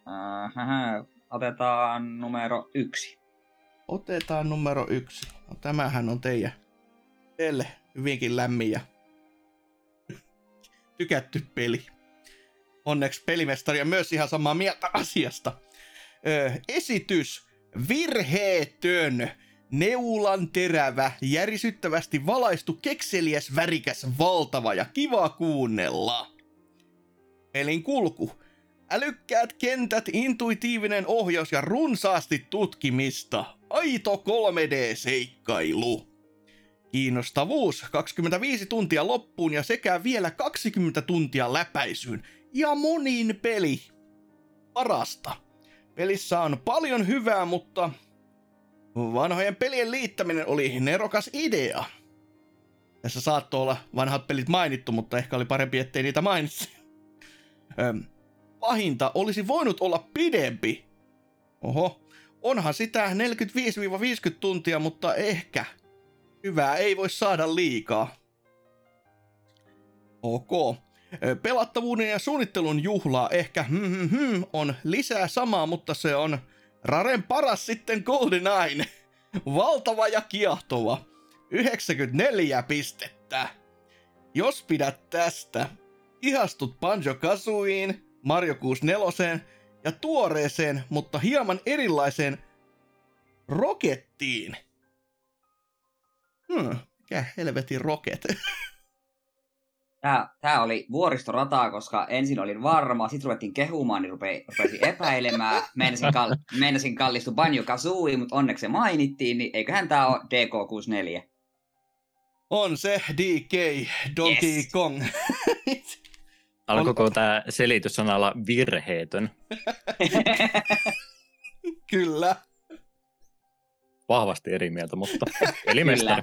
Otetaan numero 1. Otetaan numero 1. No, tämähän on teille hyvinkin lämmin ja tykätty peli. Onneksi pelimestari on myös ihan samaa mieltä asiasta. Esitys virheetön, neulan terävä, järisyttävästi valaistu, kekseliäs, värikäs, valtava ja kiva kuunnella. Pelin kulku. Älykkäät kentät, intuitiivinen ohjaus ja runsaasti tutkimista. Aito 3D-seikkailu. Kiinnostavuus 25 tuntia loppuun ja sekä vielä 20 tuntia läpäisyyn. Ja monin peli. Parasta. Pelissä on paljon hyvää, mutta vanhojen pelien liittäminen oli nerokas idea. Tässä saattoi olla vanhat pelit mainittu, mutta ehkä oli parempi, ettei niitä mainitsi. Pahinta olisi voinut olla pidempi. Oho, onhan sitä 45-50 tuntia, mutta ehkä. Hyvää ei voi saada liikaa. Ok. Pelattavuuden ja suunnittelun juhlaa ehkä on lisää samaa, mutta se on Raren paras sitten GoldenEye. Valtava ja kiehtova. 94 pistettä. Jos pidät tästä, ihastut Banjo-Kazooiin, Mario 64 ja tuoreeseen, mutta hieman erilaiseen Rokettiin. Mikä helvetin Rocket? Tää oli vuoristorataa, koska ensin olin varma, sitten ruvettiin kehumaan, niin rupesin epäilemään. Meinasin kallistua Banjo-Kazooiin, mutta onneksi se mainittiin, niin eiköhän tää ole DK64. On se DK, Donkey Yes. Kong. Alkoiko tämä selitys sanalla virheetön? Kyllä. Vahvasti eri mieltä, mutta pelimestari.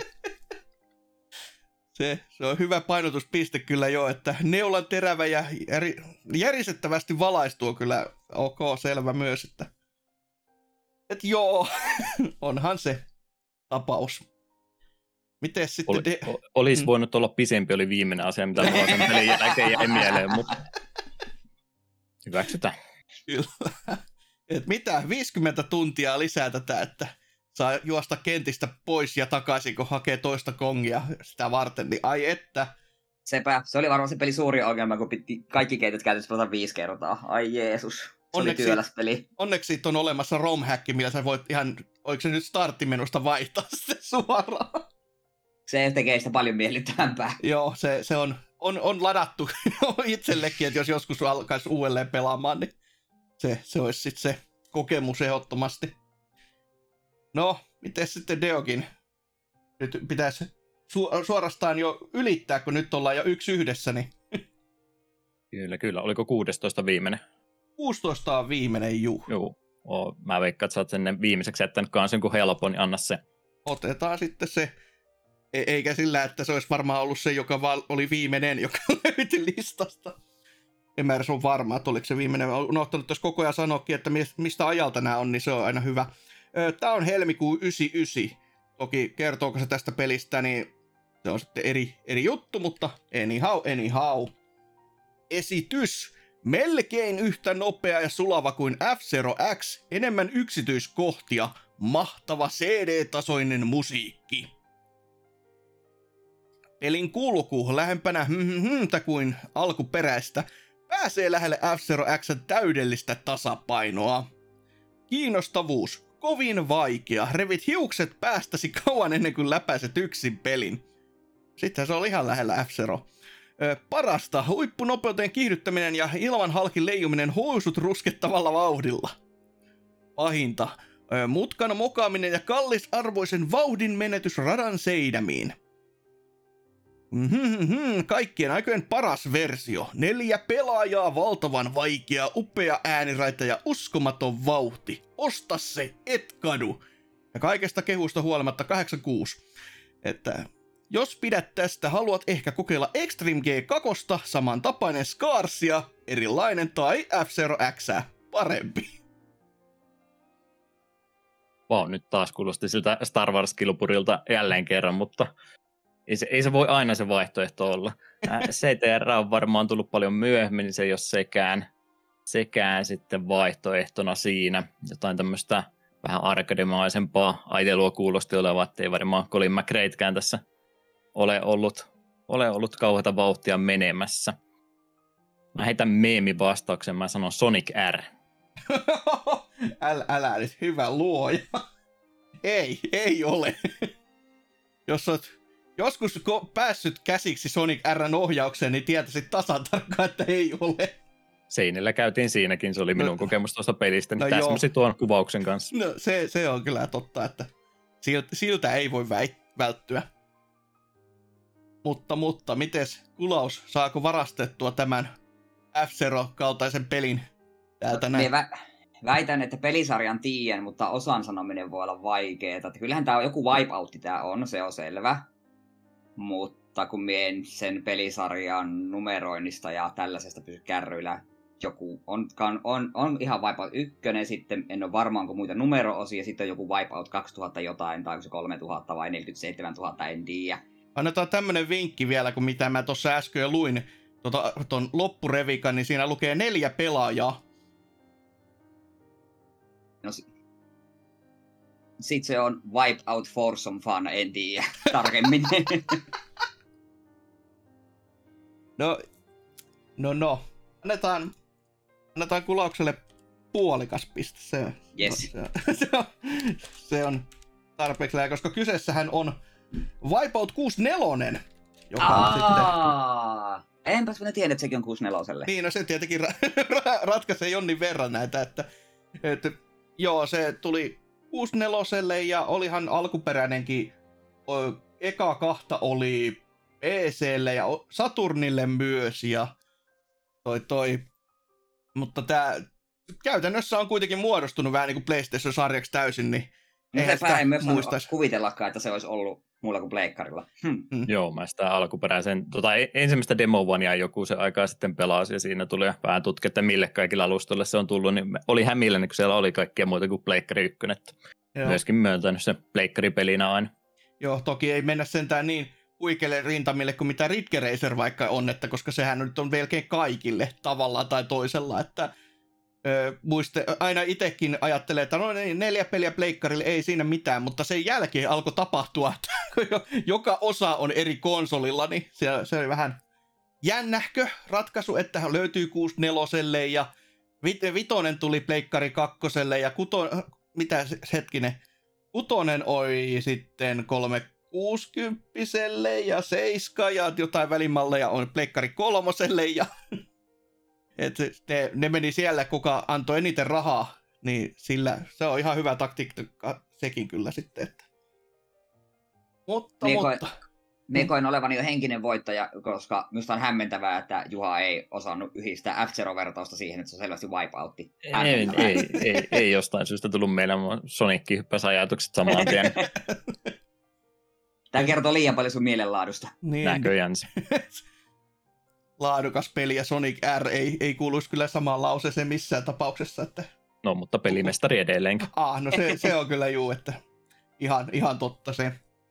Se on hyvä painotuspiste kyllä jo, että neulan terävä ja järisettävästi valaistu on kyllä ok, selvä myös, että joo, onhan se tapaus. Mites sitten... Olisi voinut olla pisempi, oli viimeinen asia, mitä mulla sen pelin jälkeen jäi mieleen, mutta hyväksytään. Kyllä. Et mitä, 50 tuntia lisää tätä, että saa juosta kentistä pois ja takaisin, kun hakee toista kongia sitä varten, niin ai että. Sepä, se oli varmaan se peli suuri ongelma, kun piti kaikki kentät käytössä pelata 5 kertaa. Ai Jeesus, se oli työläs peli. Onneksi siitä on olemassa ROM-häkki, millä sä voit ihan, oliko se nyt starttimenusta vaihtaa sitten suoraan. Se tekee sitä paljon miellyttävämpää. Joo, se on ladattu itsellekin, että jos joskus alkaisi uudelleen pelaamaan, niin se olisi sitten se kokemus ehdottomasti. No, miten sitten Deokin? Nyt pitäisi suorastaan jo ylittää, kun nyt ollaan jo 1-1, niin... Kyllä. Oliko 16 viimeinen? 16 on viimeinen, juu. Joo. Mä veikkaan, että sä oot sen viimeiseksi jättänyt kanssa jonkun helpon, niin anna se. Otetaan sitten se. Eikä sillä, että se olisi varmaan ollut se, joka oli viimeinen, joka löytyi listasta. En mä edes ole varma, että oliko se viimeinen. Olen unohtanut tuossa koko ajan sanoakin, että mistä ajalta nämä on, niin se on aina hyvä. Tämä on helmikuun 99. Toki kertooko se tästä pelistä, niin se on sitten eri juttu, mutta anyhow. Esitys. Melkein yhtä nopea ja sulava kuin F-Zero X, enemmän yksityiskohtia, mahtava CD-tasoinen musiikki. Pelin kulku lähempänä kuin alkuperäistä pääsee lähelle F-Zero X:n täydellistä tasapainoa. Kiinnostavuus. Kovin vaikea. Revit hiukset päästäsi kauan ennen kuin läpäiset yksin pelin. Sitten se oli ihan lähellä F-Zero. Parasta. Huippunopeuteen kiihdyttäminen ja ilman halki leijuminen housut ruskettavalla vauhdilla. Pahinta. Mutkan mokaaminen ja kallisarvoisen vauhdin menetys radan seinämiin. Kaikkien aikojen paras versio. 4 pelaajaa, valtavan vaikea, upea ääniraita ja uskomaton vauhti. Osta se, et kadu. Ja kaikesta kehusta huolimatta 86. Että jos pidät tästä, haluat ehkä kokeilla Extreme G2, samantapainen Scarsia, erilainen tai F-Zero X, parempi. Vau, nyt taas kuulosti siltä Star Wars-kilpurilta jälleen kerran, mutta ei se voi aina se vaihtoehto olla. CTR on varmaan tullut paljon myöhemmin, niin se ei ole sekään sitten vaihtoehtona siinä. Jotain tämmöistä vähän arkademaisempaa aitelua kuulosti olevaa, ettei varmaan Colin McRaetkään tässä ole ollut kauheata vauhtia menemässä. Mä heitän meemivastauksen, mä sanon Sonic R. Älä nyt, hyvä luoja. Ei ole. Jos oot joskus päässyt käsiksi Sonic R:n ohjaukseen, niin tietäisit tasan tarkkaan, että ei ole. Seinillä käytiin siinäkin, se oli minun kokemus tuosta pelistä, niin täsmäsi tuon kuvauksen kanssa. No se on kyllä totta, että siltä ei voi välttyä. Mutta, mites Kulaus, saako varastettua tämän F-Zero-kaltaisen pelin täältä näin? Väitän, että pelisarjan tiedän, mutta osan sanominen voi olla vaikeeta. Kyllähän tää on joku wipeoutti tää on, se on selvä. Mutta kun mie en sen pelisarjan numeroinnista ja tällaisesta pysy kärryillä, joku on ihan Wipeout 1, sitten en ole varmaan kuin muita numero-osia, sitten on joku Wipeout 2000 jotain, tai onko se 3000 vai 47 000, en tiedä. Annetaan tämmönen vinkki vielä, kun mitä mä tuossa äsken jo luin, ton loppurevikan, niin siinä lukee 4 pelaajaa. No sit se on Wipeout for some fun, en tiedä tarkemmin. No. Annetaan Kulaukselle puolikas piste. Yes. Se on tarpeeksi lähellä, koska kyseessähän on Wipeout 64, joka on sitten... Enpäs minä tiedä, että sekin on 64. Niin, no se tietenkin ratkaisee jonnin verran näitä, että joo, se tuli 64 ja olihan alkuperäinenkin, eka 2 oli PC:lle ja Saturnille myös ja mutta tää käytännössä on kuitenkin muodostunut vähän niin kuin PlayStation-sarjaksi täysin, niin eihän sitä en myös kuvitellakaan, että se olisi ollut muulla kuin pleikkarilla. Joo, mä sitä alkuperäisen, ensimmäistä Demo-Onea joku se aikaa sitten pelasi ja siinä tuli vähän tutkia, että mille kaikilla alustoille se on tullut, niin oli hämilläni, kun siellä oli kaikkia muuta kuin Pleikkari 1, että myöskin myöntänyt sen Pleikkari-pelinä aina. Joo, toki ei mennä sentään niin huikeille rintamille kuin mitä Ridge Racer vaikka on, että koska sehän nyt on melkein kaikille tavalla tai toisella, että aina itsekin ajattelee, että no niin, 4 peliä pleikkarille, ei siinä mitään, mutta sen jälkeen alkoi tapahtua, että joka osa on eri konsolilla, niin se oli vähän jännähkö ratkaisu, että löytyy 64 ja 5 tuli pleikkari 2 ja 6 oli sitten 360 ja 7 ja jotain välimalleja on pleikkari 3 ja että ne meni siellä, kuka antoi eniten rahaa, niin sillä se on ihan hyvä taktiikka sekin kyllä sitten. Että. Mutta. Mie koin olevani jo henkinen voittaja, koska minusta on hämmentävää, että Juha ei osannut yhdistää F-Zero-vertausta siihen, että se on selvästi wipeoutti. Ei jostain syystä tullut meille, Sonickin hyppäsi ajatukset samaan tien. Tämä kertoo liian paljon sun mielenlaadusta. Niin. Näköjään se. laadukas peli ja Sonic R ei kuuluisi kyllä samaan lauseeseen missään tapauksessa, että No, mutta pelimestari edelleenkin. no se on kyllä että ihan totta se.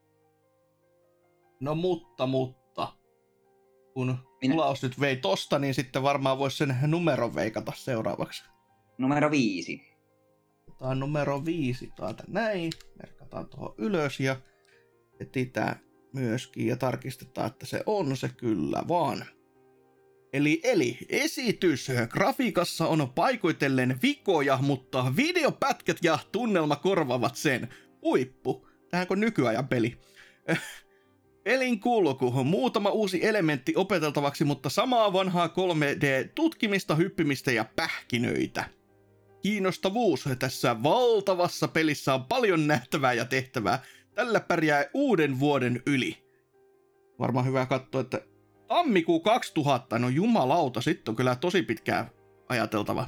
No mutta, kun Kulaus nyt vei tosta, niin sitten varmaan voisi sen numeron veikata seuraavaksi. Numero 5. Otetaan numero 5 täältä näin, merkataan tuohon ylös ja etsitään myöskin ja tarkistetaan, että se on se kyllä vaan. Eli esitys. Grafiikassa on paikoitellen vikoja, mutta videopätkät ja tunnelma korvaavat sen. Huippu. Tämähän on nykyajan peli. Pelin kulku. Muutama uusi elementti opeteltavaksi, mutta samaa vanhaa 3D-tutkimista, hyppimistä ja pähkinöitä. Kiinnostavuus. Tässä valtavassa pelissä on paljon nähtävää ja tehtävää. Tällä pärjää uuden vuoden yli. Varmaan hyvä katsoa, että tammikuu 2000, no jumalauta, sitten on kyllä tosi pitkään ajateltava.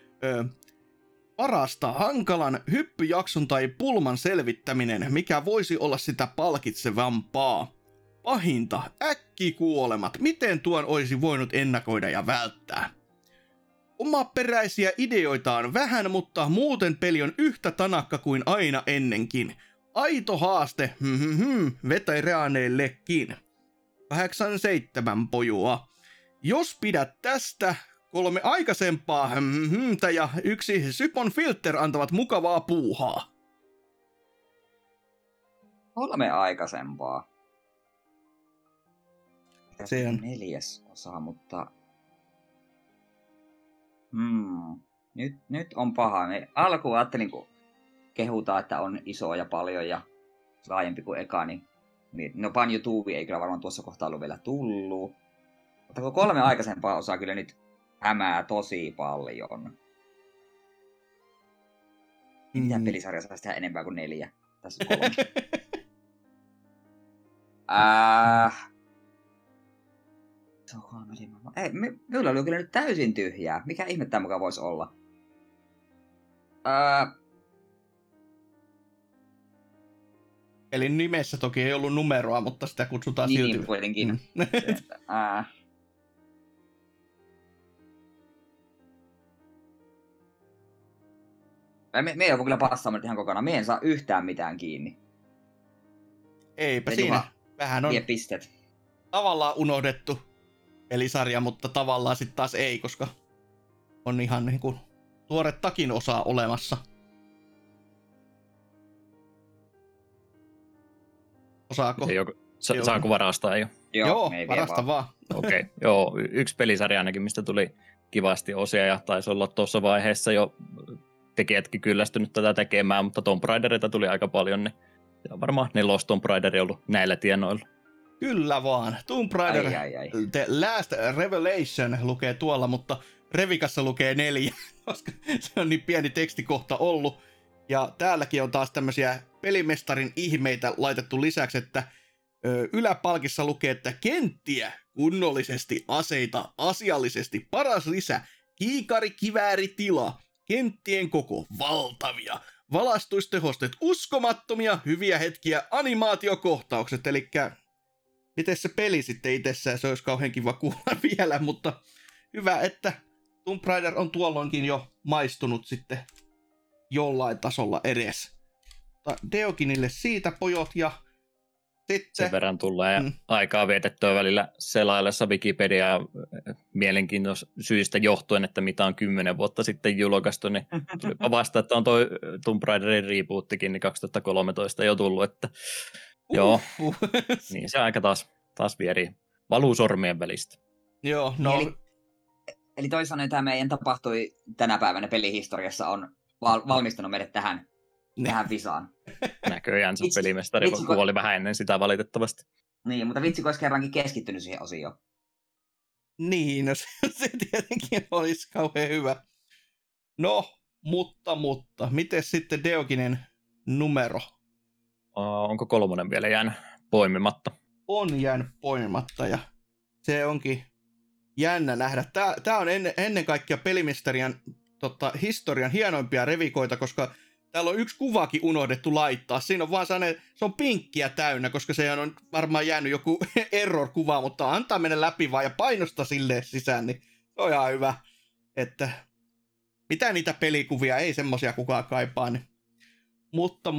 Parasta hankalan hyppyjakson tai pulman selvittäminen, mikä voisi olla sitä palkitsevampaa. Pahinta, äkkikuolemat, miten tuon olisi voinut ennakoida ja välttää. Omaperäisiä ideoita on vähän, mutta muuten peli on yhtä tanakka kuin aina ennenkin. Aito haaste, veteraaneillekin. 87 pojua. Jos pidät tästä, 3 aikaisempaa ja 1 Sypon Filter antavat mukavaa puuhaa. 3 aikaisempaa. Se on 4. osa, mutta... Nyt on paha. Alkuun ajattelin, kun kehutaan, että on iso ja paljon ja laajempi kuin eka, niin no Banjo Tooie ei kyllä varmaan tuossa kohtaa ollut vielä tullut. Mutta kun 3 aikaisempaa osaa kyllä nyt hämää tosi paljon. Mitä pelisarja saisi tehdä enempää kuin 4? Tässä on 3. Se on 3 ilman. Ei, minulla oli kyllä nyt täysin tyhjää. Mikä ihme tämä mukaan voisi olla? Eli nimessä toki ei ollut numeroa, mutta sitä kutsutaan niin, silti. Niin, kuitenkin. Me ei ole kyllä passaamaan ihan kokonaan. Me en saa yhtään mitään kiinni. Eipä siinä. Vähän on pistet. Tavallaan unohdettu pelisarja, mutta tavallaan sitten taas ei, koska on ihan niin kuin tuorettakin osaa olemassa. Osaako? Saanko varastaa jo? Joo varasta vaan. Okei, joo. Yksi pelisarja ainakin, mistä tuli kivasti osia ja taisi olla tuossa vaiheessa jo tekijätkin kyllästynyt tätä tekemään, mutta Tomb Raiderita tuli aika paljon, niin varmaan 4 Tomb Raider ollut näillä tienoilla. Kyllä vaan. Tomb Raider The Last Revelation lukee tuolla, mutta Revikassa lukee 4, koska se on niin pieni tekstikohta ollut. Ja täälläkin on taas tämmöisiä pelimestarin ihmeitä laitettu lisäksi, että yläpalkissa lukee, että kenttiä kunnollisesti, aseita asiallisesti, paras lisä, kiikari, kivääri, tila, kenttien koko, valtavia, valaistustehosteet, uskomattomia, hyviä hetkiä, animaatiokohtaukset, eli miten se peli sitten itsessään, se olisi kauhean kiva kuulla vielä, mutta hyvä, että Tomb Raider on tuolloinkin jo maistunut sitten jollain tasolla edes. Deokinille siitä pojot ja sitten... Sen verran tulee aikaa vietettyä välillä selaillessa Wikipediaa mielenkiintoista syistä johtuen, että mitä on 10 vuotta sitten julkaistu, niin tulipa vasta, että on toi Tomb Raiderin rebootikin niin 2013 jo tullut, että joo, niin se aika taas vierii. Valuu sormien välistä. Joo, no... Eli toisin sanoen tämä meidän tapahtui tänä päivänä pelihistoriassa on valmistanut meidät tähän visaan. Näköjään se pelimestari kuoli vähän ennen sitä valitettavasti. Niin, mutta vitsi, kun olisi kerrankin keskittynyt siihen osioon. Niin, no se tietenkin olisi kauhean hyvä. No, mutta, miten sitten Deokinen numero? Onko 3 vielä jäänyt poimimatta? On jäänyt poimimatta ja se onkin jännä nähdä. Tämä on ennen kaikkea pelimestarian historian hienoimpia revikoita, koska Täällä on yksi kuvakin unohdettu laittaa. Siinä on vaan sellainen, se on pinkkiä täynnä, koska se on varmaan jäänyt joku error-kuva, mutta antaa mennä läpi vaan ja painosta silleen sisään, niin se on ihan hyvä. Että mitä niitä pelikuvia, ei semmosia kukaan kaipaa. Niin. Mutta,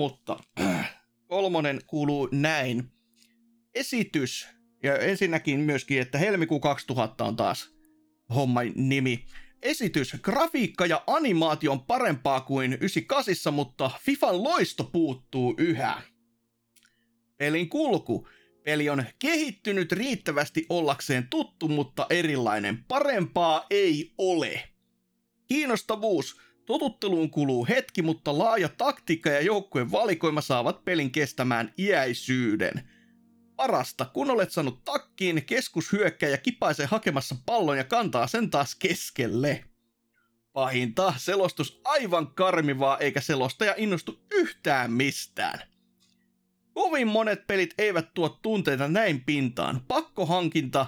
3 kuuluu näin. Esitys, ja ensinnäkin myöskin, että helmikuu 2000 on taas homman nimi. Esitys, grafiikka ja animaatio on parempaa kuin 98, mutta FIFAn loisto puuttuu yhä. Pelin kulku. Peli on kehittynyt riittävästi ollakseen tuttu, mutta erilainen. Parempaa ei ole. Kiinnostavuus. Totutteluun kuluu hetki, mutta laaja taktiikka ja joukkueen valikoima saavat pelin kestämään iäisyyden. Parasta, kun olet saanut takkiin, keskushyökkäjä kipaisee hakemassa pallon ja kantaa sen taas keskelle. Pahinta, selostus aivan karmivaa eikä selostaja innostu yhtään mistään. Kovin monet pelit eivät tuo tunteita näin pintaan. Pakkohankinta.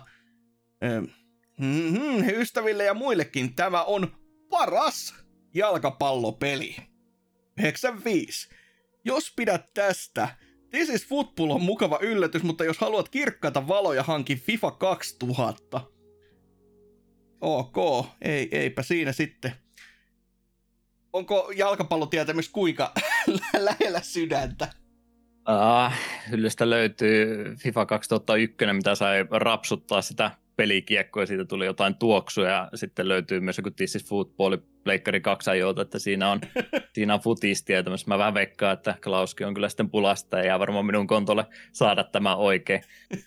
Ystäville ja muillekin tämä on paras jalkapallopeli. 95. Jos pidät tästä, This is Football on mukava yllätys, mutta jos haluat kirkkaita valoja, hankin FIFA 2000. Ok, eipä siinä sitten. Onko jalkapallotietämys kuinka lähellä sydäntä? Hyllystä löytyy FIFA 2001, mitä sai rapsuttaa sitä pelikiekkoa, siitä tuli jotain tuoksua, ja sitten löytyy myös joku This is Football, Pleikkari 2 ajoilta, että siinä on futistietämys. Mä vähän veikkaan, että Klauskin on kyllä sitten pulasta, ja jää varmaan minun kontolle saada tämä oikein.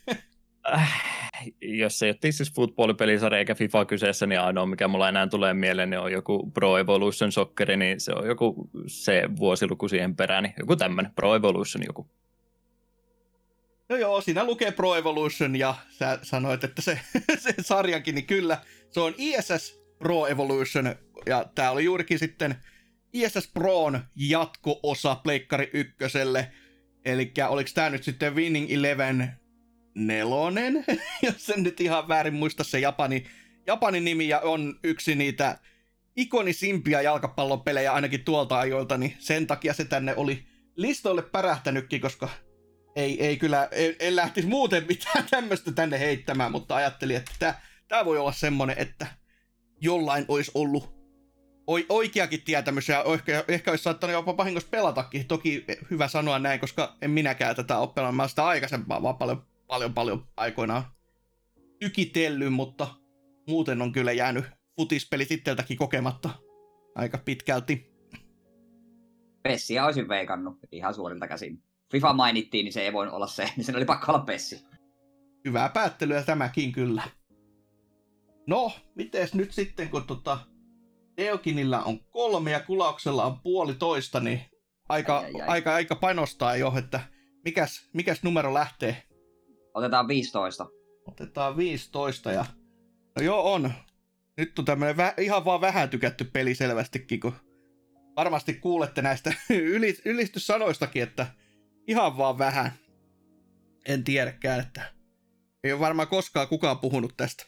Jos ei ole This is Football-pelisarja eikä FIFA kyseessä, niin ainoa, mikä mulla enää tulee mieleen, niin on joku Pro Evolution Soccer, niin se on joku se vuosiluku siihen perään, niin joku tämmöinen Pro Evolution joku. No joo, siinä lukee Pro Evolution ja sä sanoit, että se sarjankin, niin kyllä, se on ISS Pro Evolution ja tää oli juurikin sitten ISS Proon jatko-osa Pleikkari 1:lle, elikkä oliks tää nyt sitten Winning Eleven 4, jos sen nyt ihan väärin muista se Japanin nimi ja on yksi niitä ikonisimpia jalkapallopelejä ainakin tuolta ajoilta, niin sen takia se tänne oli listoille pärähtänytkin, koska ei kyllä, en lähtisi muuten mitään tämmöistä tänne heittämään, mutta ajattelin, että tää voi olla semmonen, että jollain olisi ollut oikeakin tietämys ja ehkä olisi saattanut jopa vahingossa pelatakin. Toki hyvä sanoa näin, koska en minäkään tätä ole pelannut. Mä sitä aikaisempaa vaan paljon aikoinaan tykitellyt, mutta muuten on kyllä jäänyt futispelit itseltäkin kokematta aika pitkälti. Pessiä olisin veikannut ihan suorilta käsin. FIFA mainittiin, niin se ei voinut olla se, niin sen oli pakko olla Pessi. Hyvää päättelyä tämäkin kyllä. No, mites nyt sitten, kun Deokinilla on 3 ja Kulauksella on 1,5, niin aika panostaa jo, että mikäs numero lähtee? Otetaan 15. Otetaan 15 ja no joo on. Nyt on tämmönen ihan vaan vähän tykätty peli selvästikin, kun varmasti kuulette näistä ylistyssanoistakin, että ihan vaan vähän. En tiedäkään, että ei ole varmaan koskaan kukaan puhunut tästä.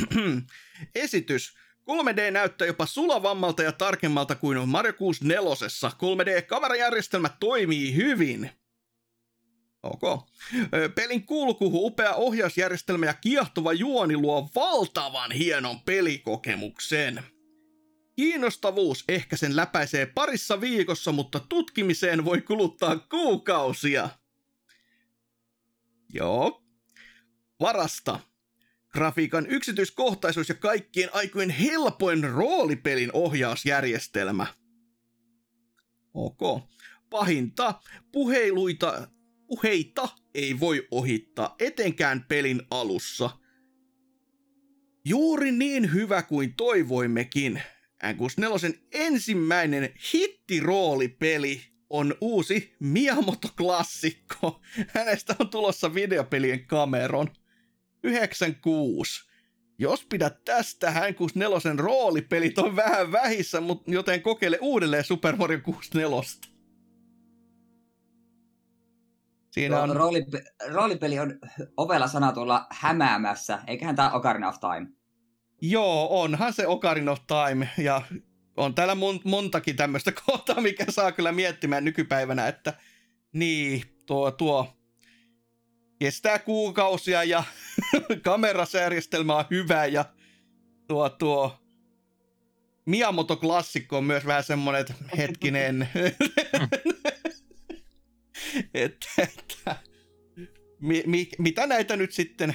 Esitys. 3D näyttää jopa sulavammalta ja tarkemmalta kuin Mario 64. 3D-kamerajärjestelmä toimii hyvin. Ok. Pelin kulku, upea ohjausjärjestelmä ja kiehtova juoni luo valtavan hienon pelikokemuksen. Kiinnostavuus ehkä sen läpäisee parissa viikossa, mutta tutkimiseen voi kuluttaa kuukausia. Joo. Varasta. Grafiikan yksityiskohtaisuus ja kaikkien aikojen helpoin roolipelin ohjausjärjestelmä. Ok. Pahinta. Puheita ei voi ohittaa, etenkään pelin alussa. Juuri niin hyvä kuin toivoimmekin. N64 ensimmäinen hittiroolipeli on uusi Miyamoto-klassikko. Hänestä on tulossa videopelien Cameron. 96. Jos pidät tästä, N64 roolipelit on vähän vähissä, joten kokeile uudelleen Super Mario 64. Siinä on... Roolipeli on ovella sana tuolla hämäämässä, eiköhän tää Ocarina of Time? Joo, onhan se Ocarina of Time, ja on täällä montakin tämmöistä kohtaa, mikä saa kyllä miettimään nykypäivänä, että niin, tuo kestää kuukausia ja kamerasjärjestelmä on hyvä ja tuo Miyamoto-klassikko on myös vähän semmoinen, että hetkinen, että mitä näitä nyt sitten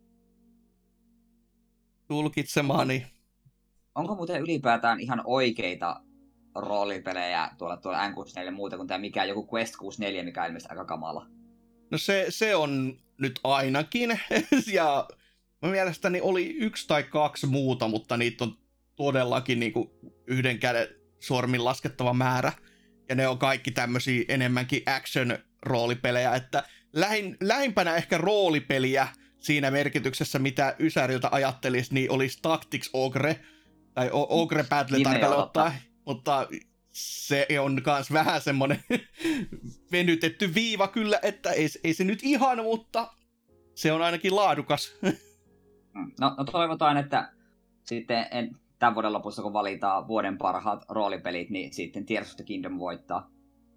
tulkitsemaan, niin Onko muuten ylipäätään ihan oikeita roolipelejä tuolla N64 muuta kuin tämä mikä joku Quest 64, mikä on ilmeisesti aika kamala? no se on nyt ainakin, ja mielestäni oli 1 tai 2 muuta, mutta niitä on todellakin niinku yhden käden sormin laskettava määrä, ja ne on kaikki tämmöisiä enemmänkin action-roolipelejä, että lähimpänä ehkä roolipeliä siinä merkityksessä, mitä Ysäriltä ajattelisi, niin olisi Tactics Ogre, tai Ogre Battle tarkalleen ottaa, mutta se on kans vähän semmonen venytetty viiva kyllä, että ei se nyt ihan, mutta se on ainakin laadukas. No toivotaan, että sitten tämän vuoden lopussa, kun valitaan vuoden parhaat roolipelit, niin sitten Tears of the Kingdom voittaa.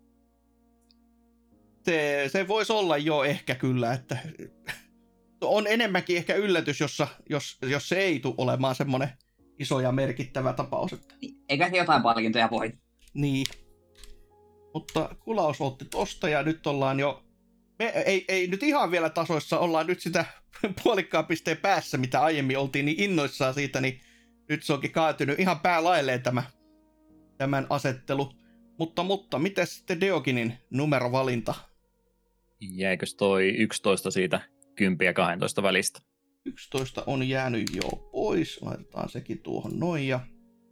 Se voisi olla jo ehkä kyllä, että on enemmänkin ehkä yllätys, jos se ei tule olemaan semmoinen iso ja merkittävä tapaus. Että Eikä se jotain palkintoja voi. niin. Mutta Kulaus otti tosta ja nyt ollaan jo, me ei nyt ihan vielä tasoissa, ollaan nyt sitä puolikkaan pisteen päässä, mitä aiemmin oltiin niin innoissaan siitä, niin nyt se onkin kaatunut ihan päälailleen tämän asettelu. Mutta miten sitten Deoginin numerovalinta? Jäikös toi 11 siitä 10 ja 12 välistä? 11 on jäänyt jo pois. Laitetaan sekin tuohon noin ja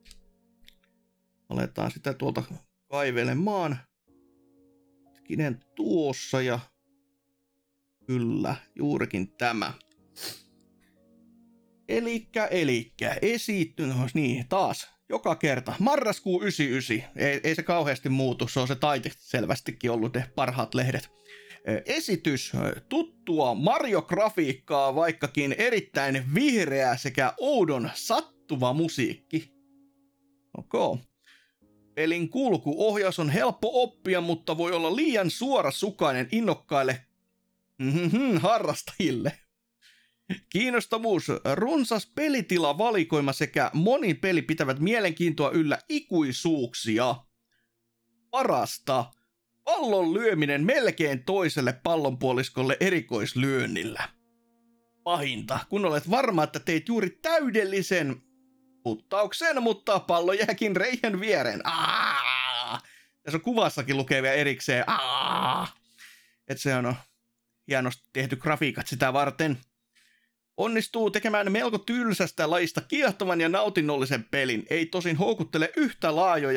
aletaan sitä tuolta kaivelemaan. Hetkinen tuossa ja kyllä, juurikin tämä. Elikkä niin taas joka kerta. Marraskuu 99. Ei se kauheasti muutu, se on se taite selvästikin ollut ne parhaat lehdet. Esitys, tuttua Mario-grafiikkaa, vaikkakin erittäin vihreä sekä oudon sattuva musiikki. Okay. Pelin kulkuohjaus on helppo oppia, mutta voi olla liian suorasukainen innokkaille harrastajille. Kiinnostavuus, runsas pelitilavalikoima sekä monin peli pitävät mielenkiintoa yllä ikuisuuksia. Parasta, pallon lyöminen melkein toiselle pallonpuoliskolle erikoislyönnillä. Pahinta, kun olet varma, että teit juuri täydellisen puttauksen, mutta pallo jääkin reijän viereen. Tässä on kuvassakin lukee vielä erikseen. Että se on hienosti tehty grafiikat sitä varten. Onnistuu tekemään melko tylsästä lajista kiehtovan ja nautinnollisen pelin. Ei tosin houkuttele yhtä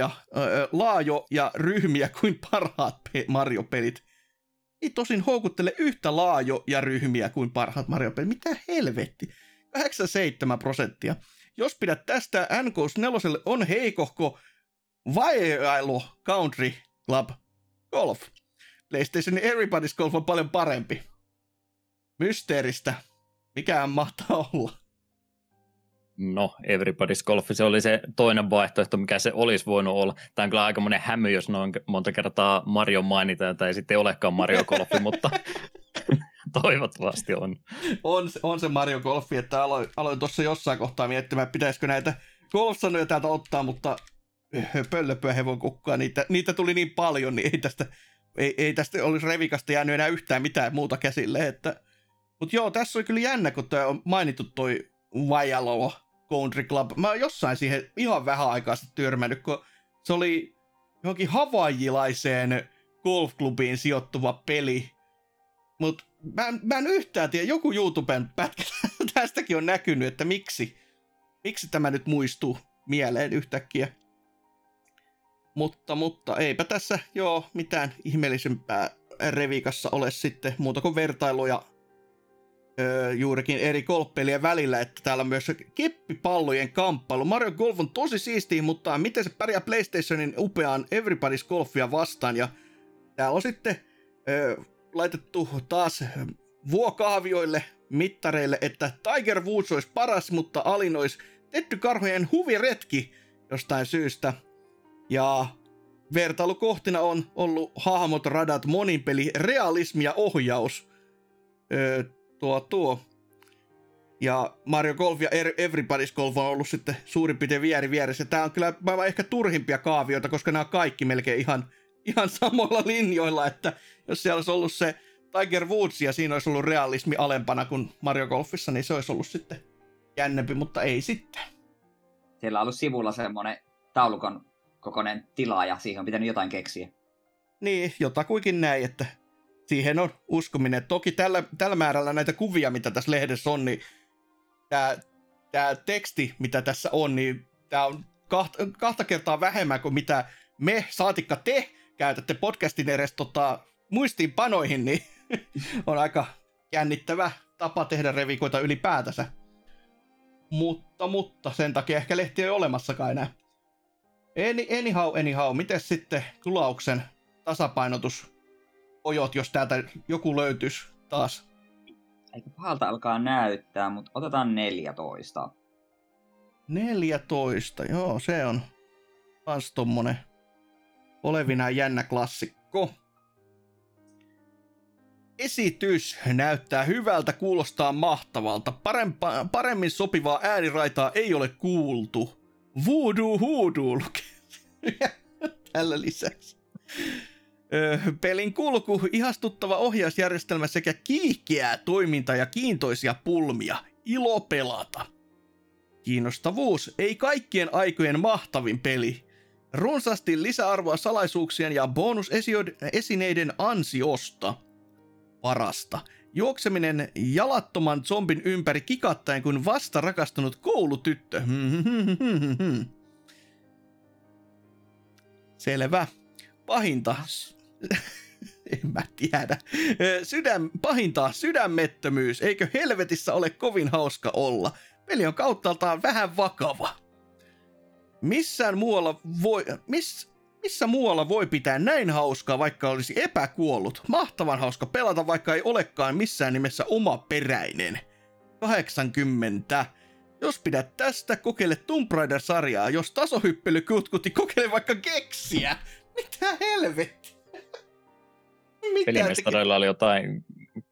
laajoja ryhmiä kuin parhaat Mario-pelit. Ei tosin houkuttele yhtä laajoja ryhmiä kuin parhaat Mario-pelit. Mitä helvetti? 87%. Jos pidät tästä N64 on heikohko Vailo Country Club Golf. PlayStationin Everybody's Golf on paljon parempi. Mysteeristä. Mikähän mahtaa olla? No, Everybody's Golf, se oli se toinen vaihtoehto, mikä se olisi voinut olla. Tämä on kyllä aikamoinen hämy, jos noin monta kertaa Mario mainitaan, tai sitten ei olekaan Mario Golfi, mutta toivottavasti on. On se Mario Golfi, että aloin tuossa jossain kohtaa miettimään, pitäisikö näitä golf-sanoja täältä ottaa, mutta pöllöpöä hevon kukkaa, niitä tuli niin paljon, niin ei tästä olisi Revikasta jäänyt enää yhtään mitään muuta käsille, että mutta joo, tässä oli kyllä jännä, kun toi on mainittu toi Vailo Country Club. Mä oon jossain siihen ihan vähän aikaa sitten törmännyt, kun se oli johonkin hawaiilaiseen golfklubiin sijoittuva peli. Mut mä en yhtään tiedä, joku YouTuben pätkä tästäkin on näkynyt, että miksi tämä nyt muistuu mieleen yhtäkkiä. Mutta eipä tässä mitään ihmeellisempää Revikassa ole sitten muuta kuin vertailuja juurikin eri golfpelien välillä, että täällä on myös keppipallojen kamppailu. Mario Golf on tosi siistiä, mutta miten se pärjää PlayStationin upeaan Everybody's Golfia vastaan, ja täällä on sitten laitettu taas vuokahvioille mittareille, että Tiger Woods olisi paras, mutta alin olisi tettykarhojen huviretki jostain syystä. Ja vertailukohtina on ollut hahmot, radat, moninpeli, realismi ja ohjaus. Ja Mario Golf ja Everybody's Golf on ollut sitten suurin piirtein vieressä. Tää on kyllä maailman ehkä turhimpia kaavioita, koska nämä on kaikki melkein ihan samoilla linjoilla, että jos siellä olisi ollut se Tiger Woods ja siinä olisi ollut realismi alempana kuin Mario Golfissa, niin se olisi ollut sitten jännempi, mutta ei sitten. Siellä on ollut sivulla semmoinen taulukon kokoinen tila ja siihen on pitänyt jotain keksiä. Niin, jotakuinkin näin, että siihen on uskominen. Toki tällä määrällä näitä kuvia, mitä tässä lehdessä on, niin tämä teksti, mitä tässä on, niin tämä on kahta kertaa vähemmän kuin mitä me, saatikka te, käytätte podcastin edes muistiinpanoihin, niin on aika jännittävä tapa tehdä revikoita ylipäätänsä. Mutta sen takia ehkä lehti ei ole olemassakaan enää. Anyhow, miten sitten Kulauksen tasapainotusojot, jos täältä joku löytyisi taas? Aika pahalta alkaa näyttää, mutta otetaan 14. 14, joo, se on kans tommonen olevinaan jännä klassikko. Esitys näyttää hyvältä, kuulostaa mahtavalta. Paremmin sopivaa ääniraitaa ei ole kuultu. Voodoo lukee tällä lisäksi. Pelin kulku, ihastuttava ohjausjärjestelmä sekä kiihkeää toiminta ja kiintoisia pulmia. Ilo pelata. Kiinnostavuus, ei kaikkien aikojen mahtavin peli. Runsaasti lisäarvoa salaisuuksien ja bonusesineiden ansiosta. Parasta. Juokseminen jalattoman zombin ympäri kikattaen kuin vasta rakastunut koulutyttö. Selvä. Pahinta. En mä tiedä. Pahinta sydämettömyys. Eikö helvetissä ole kovin hauska olla? Peli on kauttaaltaan vähän vakava. Missä muualla voi pitää näin hauskaa, vaikka olisi epäkuollut? Mahtavan hauska pelata, vaikka ei olekaan missään nimessä omaperäinen. 80. Jos pidät tästä, kokeile Tomb Raider-sarjaa. Jos tasohyppely kutkutti, kokeile vaikka keksiä. Mitä helvettiä? Pelimestareilla oli jotain,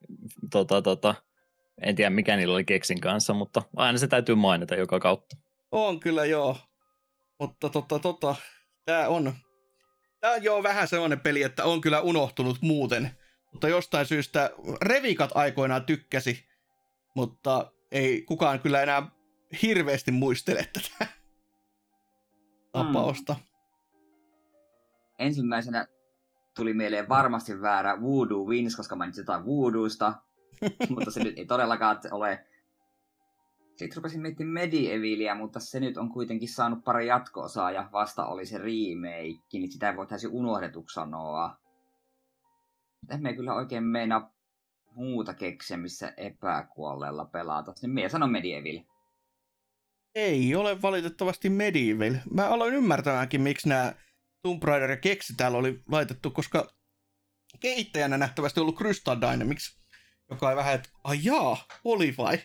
en tiedä mikä niillä oli keksin kanssa, mutta aina se täytyy mainita joka kautta. On kyllä joo, mutta tää on joo vähän sellainen peli, että on kyllä unohtunut muuten, mutta jostain syystä revikat aikoinaan tykkäsi, mutta ei kukaan kyllä enää hirveästi muistele tätä tapausta. Ensimmäisenä tuli mieleen varmasti väärä Voodoo Wins, koska mainitsin jotain voodoosta, mutta se nyt ei todellakaan ole. Sitten rupesin miettimään Medievalia, mutta se nyt on kuitenkin saanut pari jatko-osaa ja vasta oli se remake, niin sitä ei voi täysin unohdetuksi sanoa. Emme kyllä oikein meinaa muuta keksiä, missä epäkuolleella pelata. Niin minä sanon Medieval. Ei ole valitettavasti Medieval. Mä aloin ymmärtämäänkin, miksi nämä Tomb Raider ja keksi täällä oli laitettu, koska kehittäjänä nähtävästi ollut Crystal Dynamics, joka ei vähän, että oli vai?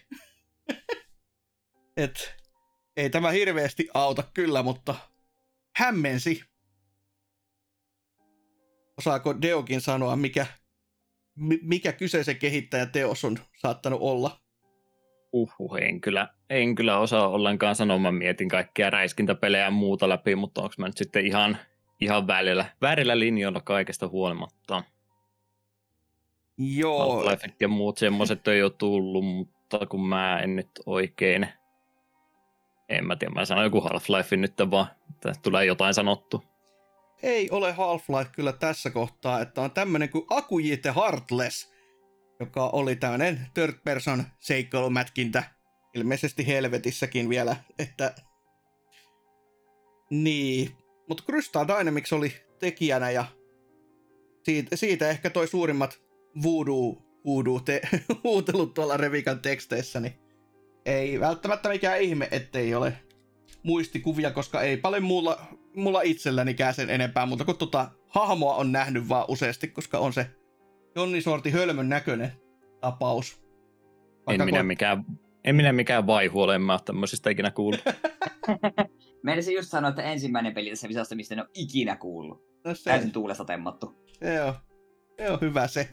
Et ei tämä hirveästi auta kyllä, mutta hämmensi. Osaako Deokin sanoa, mikä kyseisen kehittäjän teos on saattanut olla? En kyllä osaa ollenkaan sanoa. Mä mietin kaikkia räiskintäpelejä ja muuta läpi, mutta onko mä nyt sitten ihan väärillä linjoilla kaikesta huolimatta. Joo. Half-Life ja muut semmoiset on jo tullut, mutta kun mä en nyt oikein... En mä tiedä, mä sanon joku Half-Life nyt vaan, että tulee jotain sanottu. Ei ole Half-Life kyllä tässä kohtaa, että on tämmönen kuin Akuji the Heartless, joka oli tämmönen third person seikkailumätkintä, ilmeisesti helvetissäkin vielä, että... Niin, mutta Crystal Dynamics oli tekijänä ja siitä ehkä toi suurimmat huutelut tuolla Revikan teksteissä, niin ei välttämättä mikään ihme, ettei ole muistikuvia, koska ei paljon mulla itsellänikään sen enempää, mutta kun hahmoa on nähnyt vaan useasti, koska on se Jonni Sorti hölmön näköinen tapaus. En minä mikään vaihu ole, en mä ole tämmöisistä ikinä kuullut. Meinasin just sanoa, että ensimmäinen peli tässä visasta, mistä en ole ikinä kuullut. No se, Täysin tuulesta temmattu. se on hyvä se.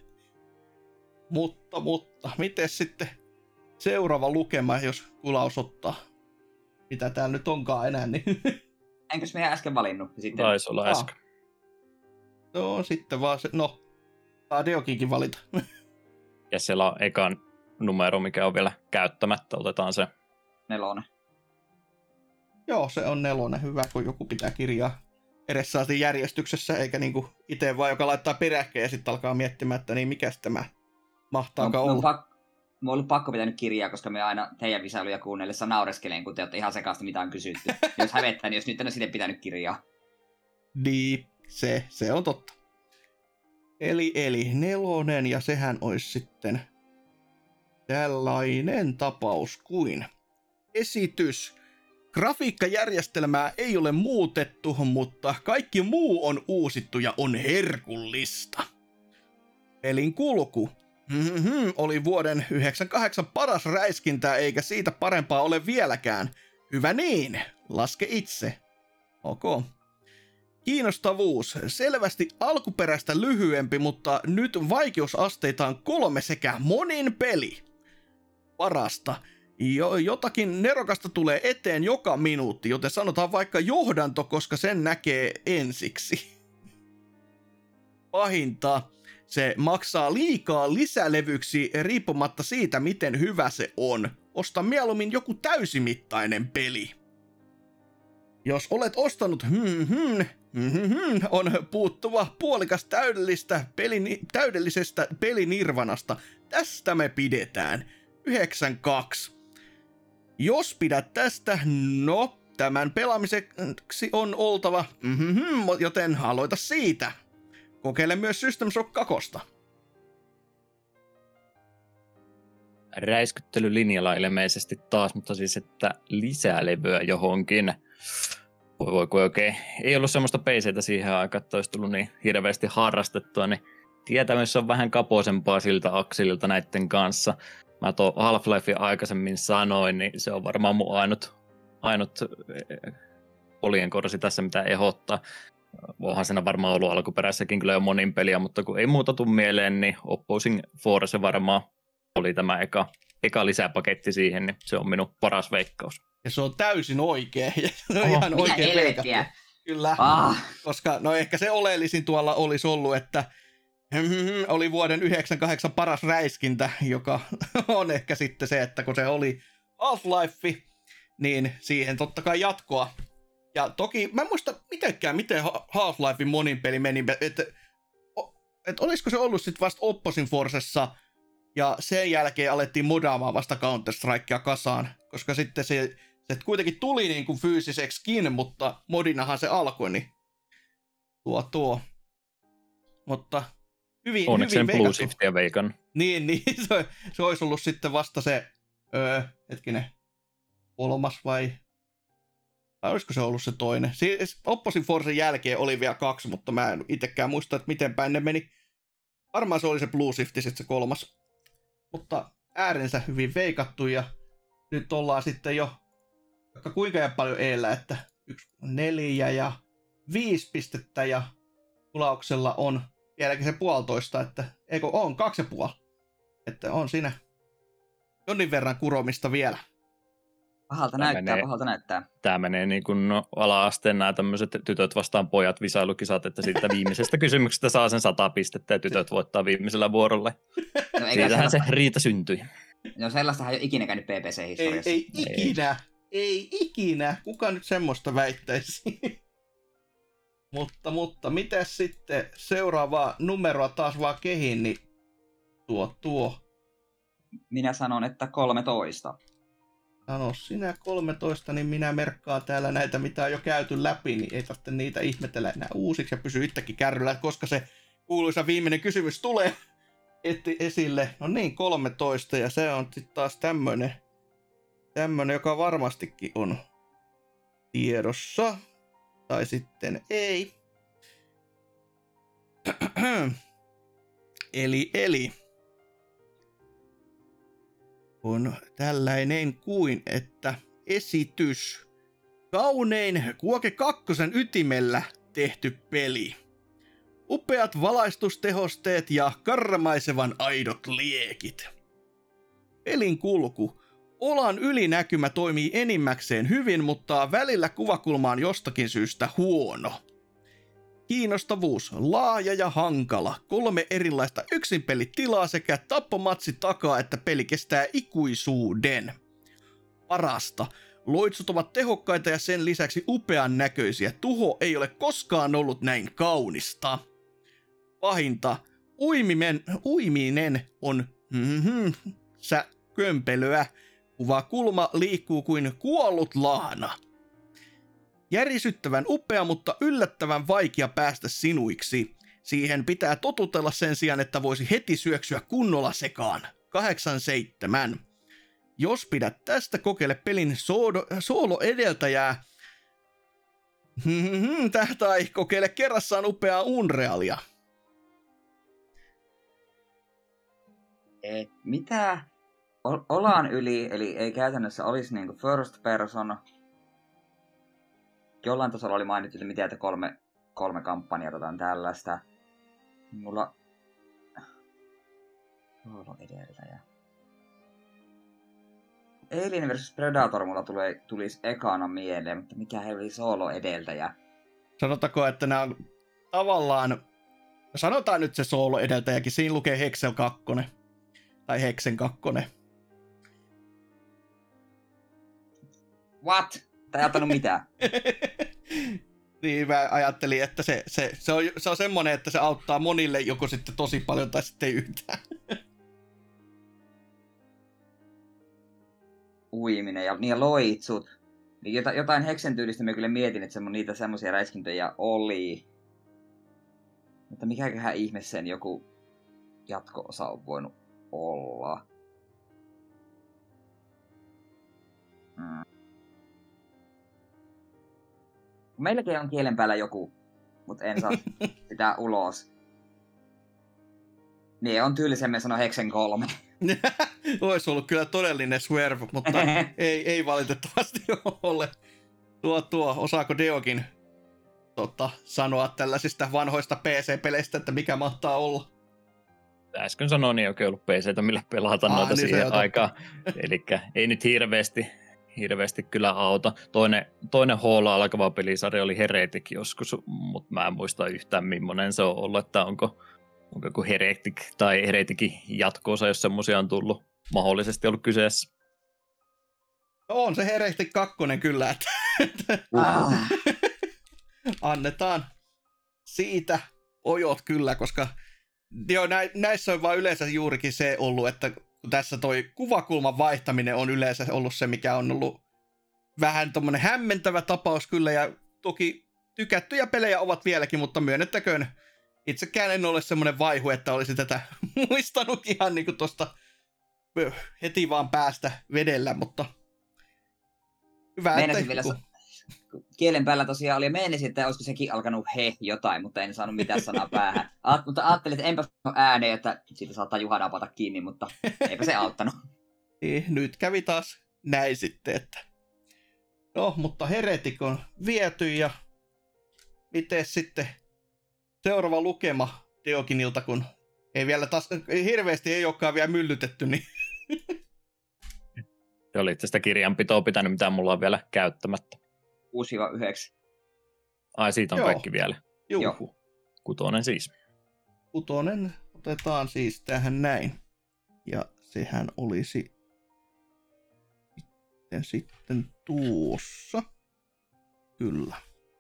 mutta, miten sitten seuraava lukema, jos Kulaus ottaa? Mitä täällä nyt onkaan enää, niin... Enkös meidän äsken valinnut? Sitten... Taisi olla äsken. No sitten vaan se, saa Deokinkin valita. Ja siellä on ekan numero, mikä on vielä käyttämättä. Otetaan se. 4. Joo, se on 4. Hyvä, kun joku pitää kirjaa edessä järjestyksessä, eikä niinku itse vaan, joka laittaa peräkkäin ja sitten alkaa miettimään, että niin mikäs tämä mahtaakaan olla. Mulla on ollut pakko pitänyt kirjaa, koska me aina teidän visailuja kuunnellessa naureskeleen, kun te olette ihan sekasta, mitä on kysytty. Jos hävettää, niin jos nyt en ole sitten pitänyt kirjaa. Niin, se on totta. Eli 4, ja sehän olisi sitten tällainen tapaus kuin esitys. Grafiikkajärjestelmää ei ole muutettu, mutta kaikki muu on uusittu ja on herkullista. Pelin kulku. Oli vuoden 98 paras räiskintä, eikä siitä parempaa ole vieläkään. Hyvä niin, laske itse. Ok. Kiinnostavuus. Selvästi alkuperäistä lyhyempi, mutta nyt vaikeusasteitaan 3 sekä monin peli. Parasta. Jotakin nerokasta tulee eteen joka minuutti, joten sanotaan vaikka johdanto, koska sen näkee ensiksi. Pahinta. Se maksaa liikaa lisälevyksi riippumatta siitä, miten hyvä se on. Osta mieluummin joku täysimittainen peli. Jos olet ostanut on puuttuva puolikas täydellisestä pelinirvanasta. Tästä me pidetään. 92. Jos pidät tästä, tämän pelaamiseksi on oltava, joten aloita siitä. Kokeile myös System Shock 2. Räiskyttelylinjalla ilmeisesti taas, mutta siis, että lisää levyä johonkin. Voi oikein. Ei ollut semmoista PC:tä siihen aikaan, että olisi tullut niin hirveästi harrastettua, niin tietämys on vähän kapoisempaa siltä akselilta näiden kanssa. Mä tuon Half-Life aikaisemmin sanoin, niin se on varmaan mun ainut oljenkorsi tässä, mitä ehdottaa. Onhan siinä varmaan ollut alkuperäissäkin kyllä jo monin peliä, mutta kun ei muuta tule mieleen, niin Opposing Force varmaan oli tämä eka lisäpaketti siihen, niin se on minun paras veikkaus. Ja se on täysin oikein. Se on ihan oikein veikattu. Kyllä, koska ehkä se oleellisin tuolla olisi ollut, että oli vuoden 98 paras räiskintä, joka on ehkä sitten se, että kun se oli Half-Life, niin siihen totta kai jatkoa. Ja toki, mä en muista miten Half-Lifein monin peli meni, että olisiko se ollut sitten vasta Opposing Forcessa, ja sen jälkeen alettiin modaamaan vasta Counter-Strikea kasaan, koska sitten se kuitenkin tuli niin kuin fyysiseksikin, mutta modinahan se alkoi, niin tuo. Mutta hyvin onneksi veikattu. Blue Shiftia veikan. Niin, se olisi ollut sitten vasta se, kolmas vai olisiko se ollut se toinen? Siis Opposing Forcen jälkeen oli vielä 2, mutta mä en itsekään muista, että miten päin ne meni. Varmaan se oli se Blue Shift sitten se 3. Mutta äärensä hyvin veikattu ja nyt ollaan sitten jo vaikka kuinka paljon eellä, että 1, 4 ja 5 pistettä ja Kulauksella on vieläkin se 1,5, että eikö on 2,5. Että on siinä jonnin verran kuromista vielä. Pahalta näyttää. Tämä menee niin kuin ala-asteen nämä tämmöiset tytöt vastaan pojat visailukisat, että siitä viimeisestä kysymyksestä saa sen 100 pistettä ja tytöt voittaa viimeisellä vuorolla. No, siitähän se riita syntyi. No sellaistahan ei ole ikinä käynyt PPC-historiassa. Ei ikinä. Kuka nyt semmoista väittäisi? mutta mitäs sitten seuraavaa numeroa taas vaan kehin, niin tuo. Minä sanon, että 13. Sano sinä 13, niin minä merkkaan täällä näitä, mitä on jo käyty läpi, niin ei tarvitse niitä ihmetellä enää uusiksi ja pysy itsekin kärryllä, koska se kuuluisa viimeinen kysymys tulee esille. No niin, 13, ja se on sitten taas tämmönen, joka varmastikin on tiedossa, tai sitten ei. Eli on tällainen kuin, että esitys Kaunein Quake 2 ytimellä tehty peli. Upeat valaistustehosteet ja karmaisevan aidot liekit. Pelin kulku. Olan ylinäkymä toimii enimmäkseen hyvin, mutta välillä kuvakulma on jostakin syystä huono. Kiinnostavuus. Laaja ja hankala. 3 erilaista yksinpelitilaa sekä tappomatsi takaa, että peli kestää ikuisuuden. Parasta. Loitsut ovat tehokkaita ja sen lisäksi upean näköisiä. Tuho ei ole koskaan ollut näin kaunista. Pahinta. Uiminen on kömpelöä. Kuvakulma liikkuu kuin kuollut lahna. Järisyttävän upea, mutta yllättävän vaikea päästä sinuiksi. Siihen pitää totutella sen sijaan, että voisi heti syöksyä kunnolla sekaan. 8/7. Jos pidät tästä, kokeile pelin soolo-edeltäjää. Tai kokeile kerrassaan upeaa Unrealia. Mitä? Olaan yli, eli ei käytännössä olisi niinku first person. Jollain tasolla oli mainittu, mitä että kolme kampanjaa jotain tällaista. Mulla... edeltäjä. Alien vs Predator mulla tulisi ekana mieleen, mutta mikä helvetin soolo-edeltäjä? Sanotaanko, että nämä on tavallaan... Sanotaan nyt se soolo-edeltäjäkin, siinä lukee Hexen 2. Tai Hexen 2. What? Tai ajattanut mitään? Niin mä ajattelin, että se on semmonen, että se auttaa monille joko sitten tosi paljon tai sitten ei yhtään. Uiminen ja loitsut. Niin jotain Hexen tyylistä mä kyllä mietin, että niitä semmosia räiskintöjä oli. Mutta mikäköhän ihme sen joku jatko-osa on voinut olla? Meilläkin on kielen päällä joku, mutta en saa sitä ulos. Niin on tyylisemmin sanoa Hexen 3. Olisi ollut kyllä todellinen swerve, mutta ei valitettavasti ole. Osaako Deokin sanoa tällaisista vanhoista PC-peleistä, että mikä mahtaa olla? Äsken sanoin, niin ei oikein ollut PC:tä, millä pelata noita niin siihen aikaan. Elikkä ei nyt hirveästi kyllä auta. Toinen H:lla alkava pelisarja oli Heretic joskus, mutta mä en muista yhtään millainen se on ollut, että onko joku Heretic tai Hereticin jatko-osa, jos semmoisia on tullut mahdollisesti ollut kyseessä. On se Heretic 2 kyllä, että annetaan siitä ojot kyllä, koska näissä on vaan yleensä juurikin se ollut, että tässä toi kuvakulman vaihtaminen on yleensä ollut se, mikä on ollut vähän tommonen hämmentävä tapaus kyllä, ja toki tykättyjä pelejä ovat vieläkin, mutta myönnettäköön, itsekään en ole semmonen vaihu, että olisi tätä muistanut ihan niinku tosta heti vaan päästä vedellä, mutta hyvä, meinasin vielä kielen päällä tosiaan oli, meinasin, että olisiko sekin alkanut jotain, mutta en saanut mitään sanaa päähän. Mutta ajattelin, että enpä sano ääneen, että siitä saattaa Juha napata kiinni, mutta eipä se auttanut. Nyt kävi taas näin sitten, että no, mutta Heretic on viety, ja miten sitten seuraava lukema Deokinilta, kun ei vielä taas hirveästi ei olekaan vielä myllytetty, niin Se oli sitä kirjanpitoa pitänyt, mitä mulla on vielä käyttämättä. 6-9. Ai, siitä on kaikki vielä. Juhu. 6 siis. 6 otetaan siis tähän näin. Ja sehän olisi sitten tuossa. Kyllä.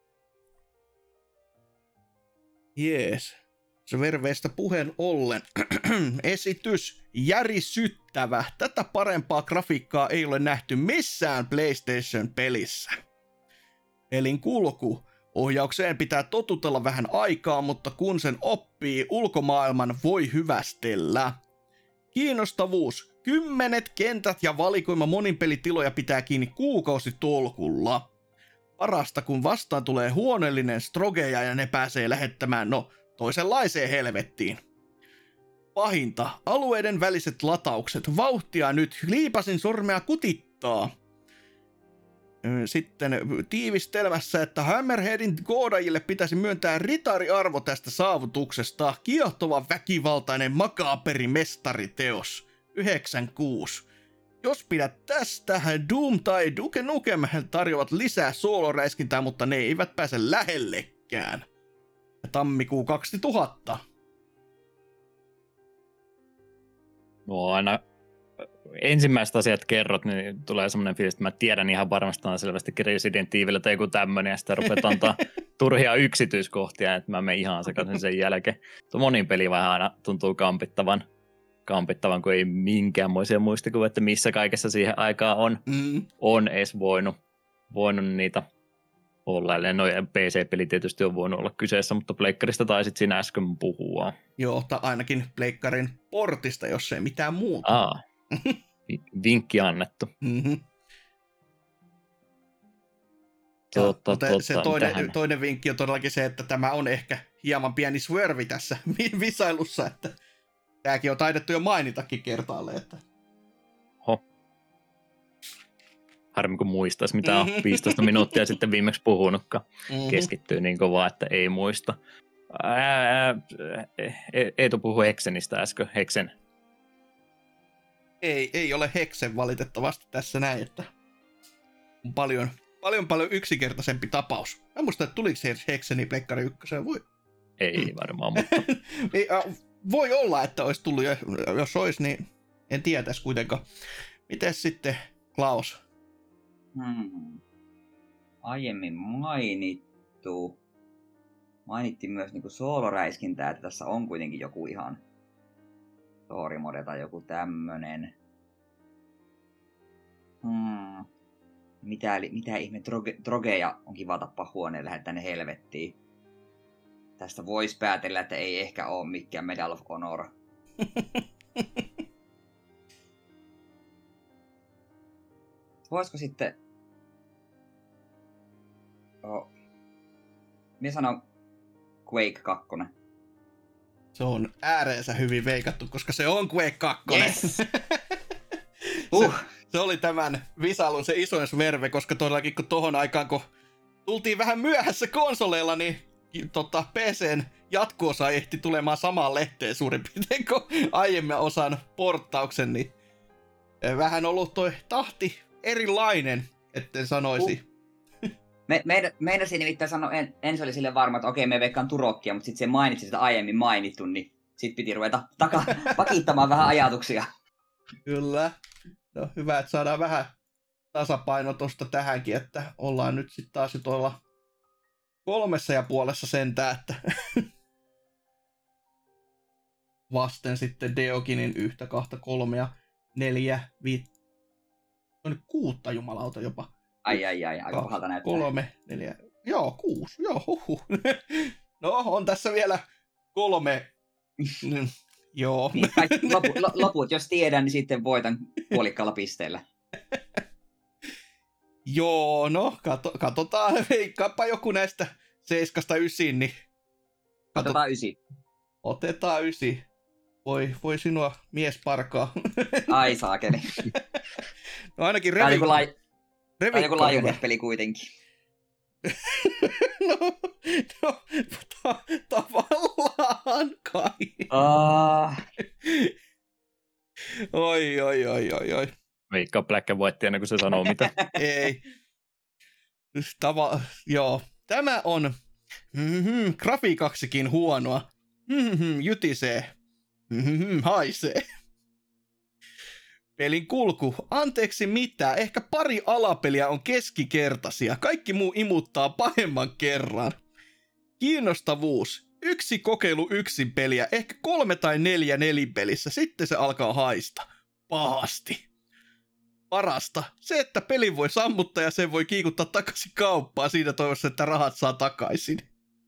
Jees. Verveistä puheen ollen. Esitys järisyttävä. Tätä parempaa grafiikkaa ei ole nähty missään PlayStation-pelissä. Pelin kulku. Ohjaukseen pitää totutella vähän aikaa, mutta kun sen oppii, ulkomaailman voi hyvästellä. Kiinnostavuus. 10 kentät ja valikoima moninpelitiloja pitää kiinni kuukausitolkulla. Parasta, kun vastaan tulee huoneellinen strogeja ja ne pääsee lähettämään, toisenlaiseen helvettiin. Pahinta. Alueiden väliset lataukset. Vauhtia nyt. Liipasin sormea kutittaa. Sitten tiivistelmässä, että Hammerheadin koodajille pitäisi myöntää ritariarvo tästä saavutuksesta. Kiehtova, väkivaltainen, makaaperi mestariteos. 96. Jos pidät tästä, Doom tai Duke Nukem tarjoavat lisää sooloräiskintää, mutta ne eivät pääse lähellekään. Tammikuu 2000. No aina ensimmäiset asiat kerrot, niin tulee semmoinen fiilis, että mä tiedän ihan varmasti selvästi Resident Evil tai joku tämmöinen, ja sitten rupeat antaa turhia yksityiskohtia, että mä menen ihan sekaisin sen jälkeen. Tuo monin peli vähän aina tuntuu kampittavan, kun ei minkäänmoisia muistikuvia, että missä kaikessa siihen aikaan on edes voinut niitä olla. Eli no PC-peli tietysti on voinut olla kyseessä, mutta pleikkarista taisit siinä äsken puhua. Joo, tai ainakin pleikkarin portista, jos ei mitään muuta. Vinkki annettu. Mm-hmm. Se toinen vinkki on todellakin se, että tämä on ehkä hieman pieni swervi tässä visailussa, että tämäkin on taidettu jo mainitakin kertaalleen. Että... Harmi kun muistaisi, mitä on 15 minuuttia sitten viimeksi puhunutkaan. Keskittyy niin kovaa, että ei muista. Eetu puhui Heksenistä äsken. Heksen. Ei ole Heksen valitettavasti tässä näin, että on paljon yksinkertaisempi tapaus. Mä muista, että tuliko se Hekseni Pleikkari 1? Ei varmaan, mutta... Voi olla, että olisi tullut, jos olisi, niin en tietäisi kuitenkaan. Mites sitten Klaus? Aiemmin mainittiin myös niinku sooloräiskintää, että tässä on kuitenkin joku ihan story mode tai joku tämmönen. Mitä ihme drogeja on kiva tappaa huoneen, lähettää ne helvettiin. Tästä voisi päätellä, että ei ehkä ole mikään Medal of Honor. Voisiko sitten... Minä sanon Quake 2. Se on ääreensä hyvin veikattu, koska se on Quake 2. Yes. Se oli tämän visailun se isoin sverve, koska todellakin kun tohon aikaan, kun tultiin vähän myöhässä konsoleilla, niin PC:n jatko-osa ehti tulemaan samaan lehteen suurin piirtein kuin aiemmin osan porttauksen, niin vähän ollut toi tahti erilainen, etten sanoisi. Meinasin nimittäin sanoa, ensin oli sille varma, että okei, me veikkaan Turokkia, mutta sitten se mainitsi sitä aiemmin mainittu, niin sit piti ruveta pakittamaan vähän ajatuksia. Kyllä. No hyvä, että saadaan vähän tasapainotusta tähänkin, että ollaan nyt sitten taas jo tuolla 3,5 sentää, että vasten sitten Deoginin 1, 2, 3 ja 4, 5, no nyt 6 jumalauta jopa. Ai, aika pahalta näyttää. 3, 4, joo 6, joo huhu. No on tässä vielä 3, joo. Niin, loput, jos tiedän, niin sitten voitan puolikkaalla pisteellä. Joo, no katsotaan, veikkaappa joku näistä 7-9, niin... Otetaan 9. Otetaan 9. Voi sinua mies parkaa. Ai saakeli. No ainakin Revikko. Tai joku Lionhead-peli kuitenkin. no tavallaan kai. Oi. Veikkaa Black and White ennen kuin se sanoo mitä. Ei. Joo. Tämä on grafiikaksikin huonoa. Jytisee. Haisee. Pelin kulku. Anteeksi mitä. Ehkä pari alapeliä on keskikertaisia. Kaikki muu imuttaa pahemman kerran. Kiinnostavuus. 1 kokeilu yksin peliä. Ehkä 3 tai 4 nelipelissä. Sitten se alkaa haista. Pahasti. Parasta. Se, että peli voi sammuttaa ja sen voi kiikuttaa takaisin kauppaan siinä toivossa, että rahat saa takaisin.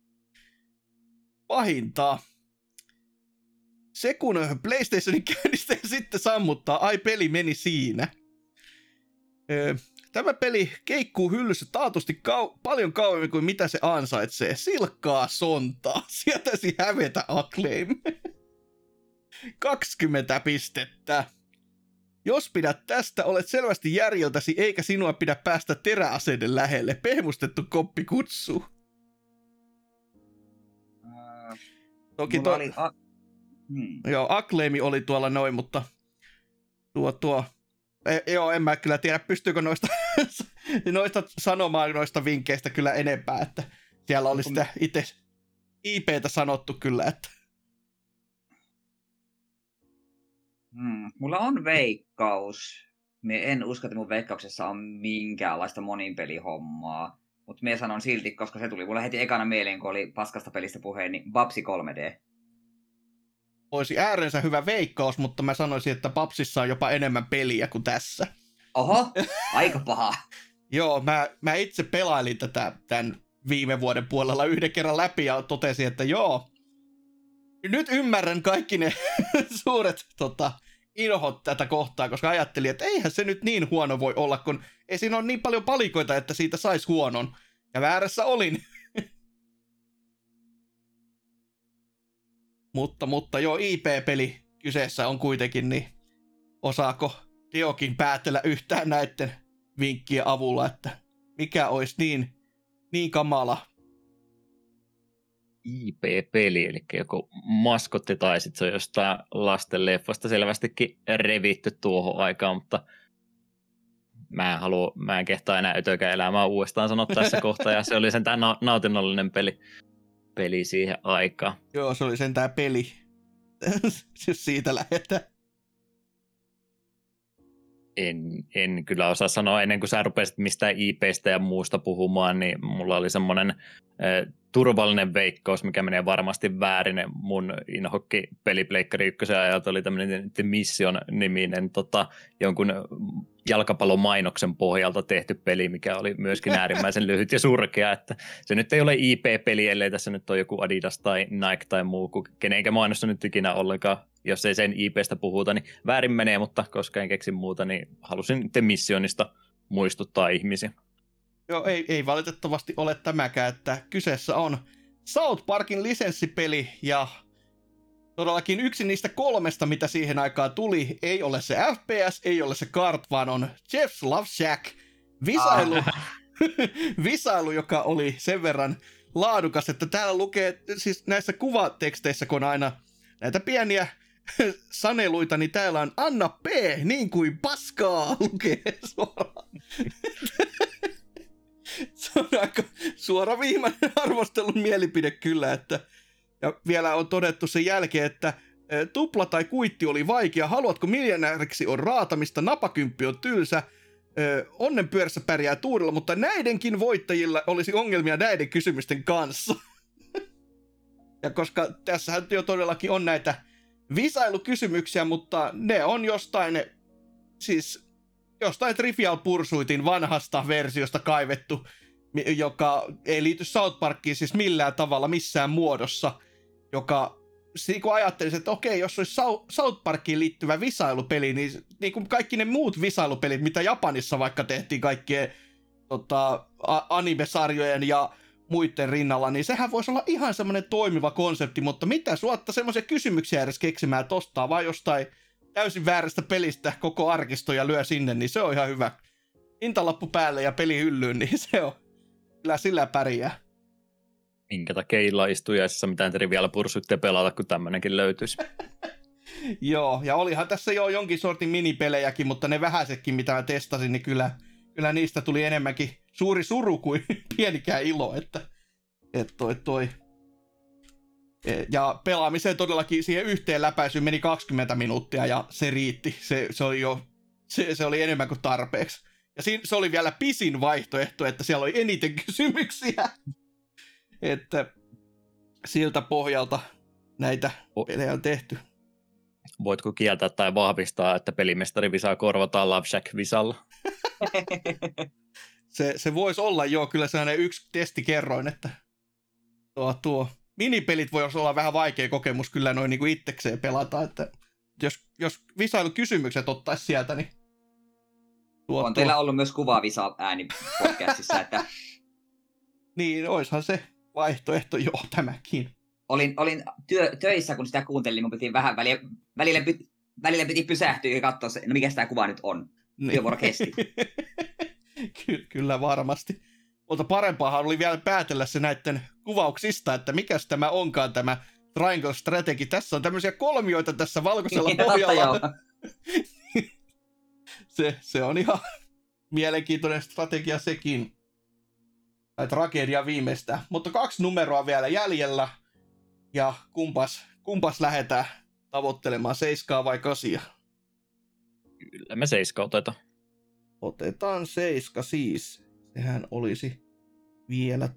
Pahinta. Se kun PlayStationin käynnistä ja sitten sammuttaa, ai peli meni siinä. Tämä peli keikkuu hyllyssä taatusti paljon kauemmin kuin mitä se ansaitsee. Silkkaa sontaa. Sieltäsi hävetä Acclaim. 20 pistettä. Jos pidät tästä, olet selvästi järjeltäsi, eikä sinua pidä päästä teräaseiden lähelle. Pehmustettu koppi kutsuu. Toki Joo, Acclaimi oli tuolla noin, mutta joo, en mä kyllä tiedä, pystyykö noista sanomaan noista vinkkeistä kyllä enempää, että siellä oli sitä itse IP:tä sanottu kyllä, että Mulla on veikkaus. En usko, että mun veikkauksessa on minkäänlaista moninpelihommaa. Mutta mä sanon silti, koska se tuli mulle heti ekana mieleen, kun oli paskasta pelistä puheen, niin Babsi 3D. Olisi äärensä hyvä veikkaus, mutta mä sanoisin, että Babsissa on jopa enemmän peliä kuin tässä. Oho, aika paha. Joo, mä itse pelailin tämän viime vuoden puolella yhden kerran läpi ja totesin, että joo, nyt ymmärrän kaikki ne suuret inhot tätä kohtaa, koska ajattelin, että eihän se nyt niin huono voi olla, kun ei siinä ole niin paljon palikoita, että siitä saisi huonon. Ja väärässä olin. mutta joo, IP-peli kyseessä on kuitenkin, niin osaako Diokin päätellä yhtään näiden vinkkien avulla, että mikä olisi niin kamala? IP-peli, eli joku maskotti tai sitten se on jostain lasten leffasta selvästikin revitty tuohon aikaan, mutta mä en kehtaa enää ötökään elämää uudestaan sanoa tässä kohtaa, ja se oli sentään nautinnollinen peli siihen aikaan. Joo, se oli sentään peli, jos siitä lähdetään. En kyllä osaa sanoa, ennen kuin sä rupesit mistään IPstä ja muusta puhumaan, niin mulla oli semmoinen turvallinen veikkaus, mikä menee varmasti väärin. Mun inhokki pelipleikkari ykkösen ajat oli tämmöinen The Mission-niminen jonkun jalkapallomainoksen pohjalta tehty peli, mikä oli myöskin äärimmäisen lyhyt ja surkea, että se nyt ei ole IP-peli, ellei tässä nyt ole joku Adidas tai Nike tai muu, kenenkä mainosta nyt ikinä ollenkaan, jos ei sen IPstä puhuta, niin väärin menee, mutta koska en keksi muuta, niin halusin The Missionista muistuttaa ihmisiä. Joo, ei valitettavasti ole tämäkään, että kyseessä on South Parkin lisenssipeli ja todellakin yksi niistä 3, mitä siihen aikaan tuli, ei ole se FPS, ei ole se kart, vaan on Jeff's Love Shack visailu, joka oli sen verran laadukas, että täällä lukee, siis näissä kuvateksteissä, kun on aina näitä pieniä saneluita, niin täällä on Anna P. niin kuin paskaa lukee suoraan. Se on aika suoraviimainen arvostelun mielipide kyllä, että ja vielä on todettu sen jälkeen, että tupla tai kuitti oli vaikea, haluatko miljonääriksi on raatamista, napakymppi on tylsä, onnenpyörässä pärjää tuurilla, mutta näidenkin voittajilla olisi ongelmia näiden kysymysten kanssa. Ja koska tässähän jo todellakin on näitä visailukysymyksiä, mutta ne on jostain Trivial Pursuitin vanhasta versiosta kaivettu, joka ei liity South Parkiin siis millään tavalla, missään muodossa, joka kun ajattelisin, että okei, jos olisi South Parkiin liittyvä visailupeli, niin kuin kaikki ne muut visailupelit, mitä Japanissa vaikka tehtiin kaikkien anime-sarjojen ja muiden rinnalla, niin sehän voisi olla ihan semmoinen toimiva konsepti, mutta mitä suotta semmoisia kysymyksiä edes keksimään tostaa, vai jostain täysin väärästä pelistä koko arkisto ja lyö sinne, niin se on ihan hyvä. Hintalappu päälle ja peli hyllyyn, niin se on kyllä sillä pärjää. Minkä takia illaistujaisissa mitään Trivial Pursuittia pelata, kun tämmönenkin löytyisi. Joo, ja olihan tässä jo jonkin sortin minipelejäkin, mutta ne vähäisetkin, mitä mä testasin, niin kyllä niistä tuli enemmänkin suuri suru kuin pienikään ilo, että toi. Ja pelaamiseen todellakin siihen yhteen läpäisyyn meni 20 minuuttia ja se riitti. Se oli enemmän kuin tarpeeksi. Ja se oli vielä pisin vaihtoehto, että siellä oli eniten kysymyksiä. Että siltä pohjalta näitä pelejä on tehty. Voitko kieltää tai vahvistaa, että pelimestari visaa korvataan Love Shack visalla? Se voisi olla joo, kyllä sellainen yksi testikerroin, että tuo minipelit voisi olla vähän vaikea kokemus kyllä noin niin kuin itsekseen pelata, että jos visailukysymykset ottaisi sieltä, niin on teillä ollut myös kuvavisa ääni podcastissa, että niin, oishan se vaihtoehto joo tämäkin. Olin töissä, kun sitä kuuntelin, niin mun piti vähän välillä välillä piti pysähtyä ja katsoa se, no mikä tämä kuva nyt on. Työvuoro kesti. Kyllä varmasti. Mutta parempaahan oli vielä päätellä se näiden kuvauksista, että mikäs tämä onkaan tämä Triangle Strategy. Tässä on tämmöisiä kolmioita tässä valkoisella pohjalla. se on ihan mielenkiintoinen strategia sekin. Tai tragedia viimeistään. Mutta 2 numeroa vielä jäljellä. Ja kumpas lähdetään tavoittelemaan, 7 vai 8? Kyllä me 7 otetaan. Otetaan 7 siis. Sehän olisi vielä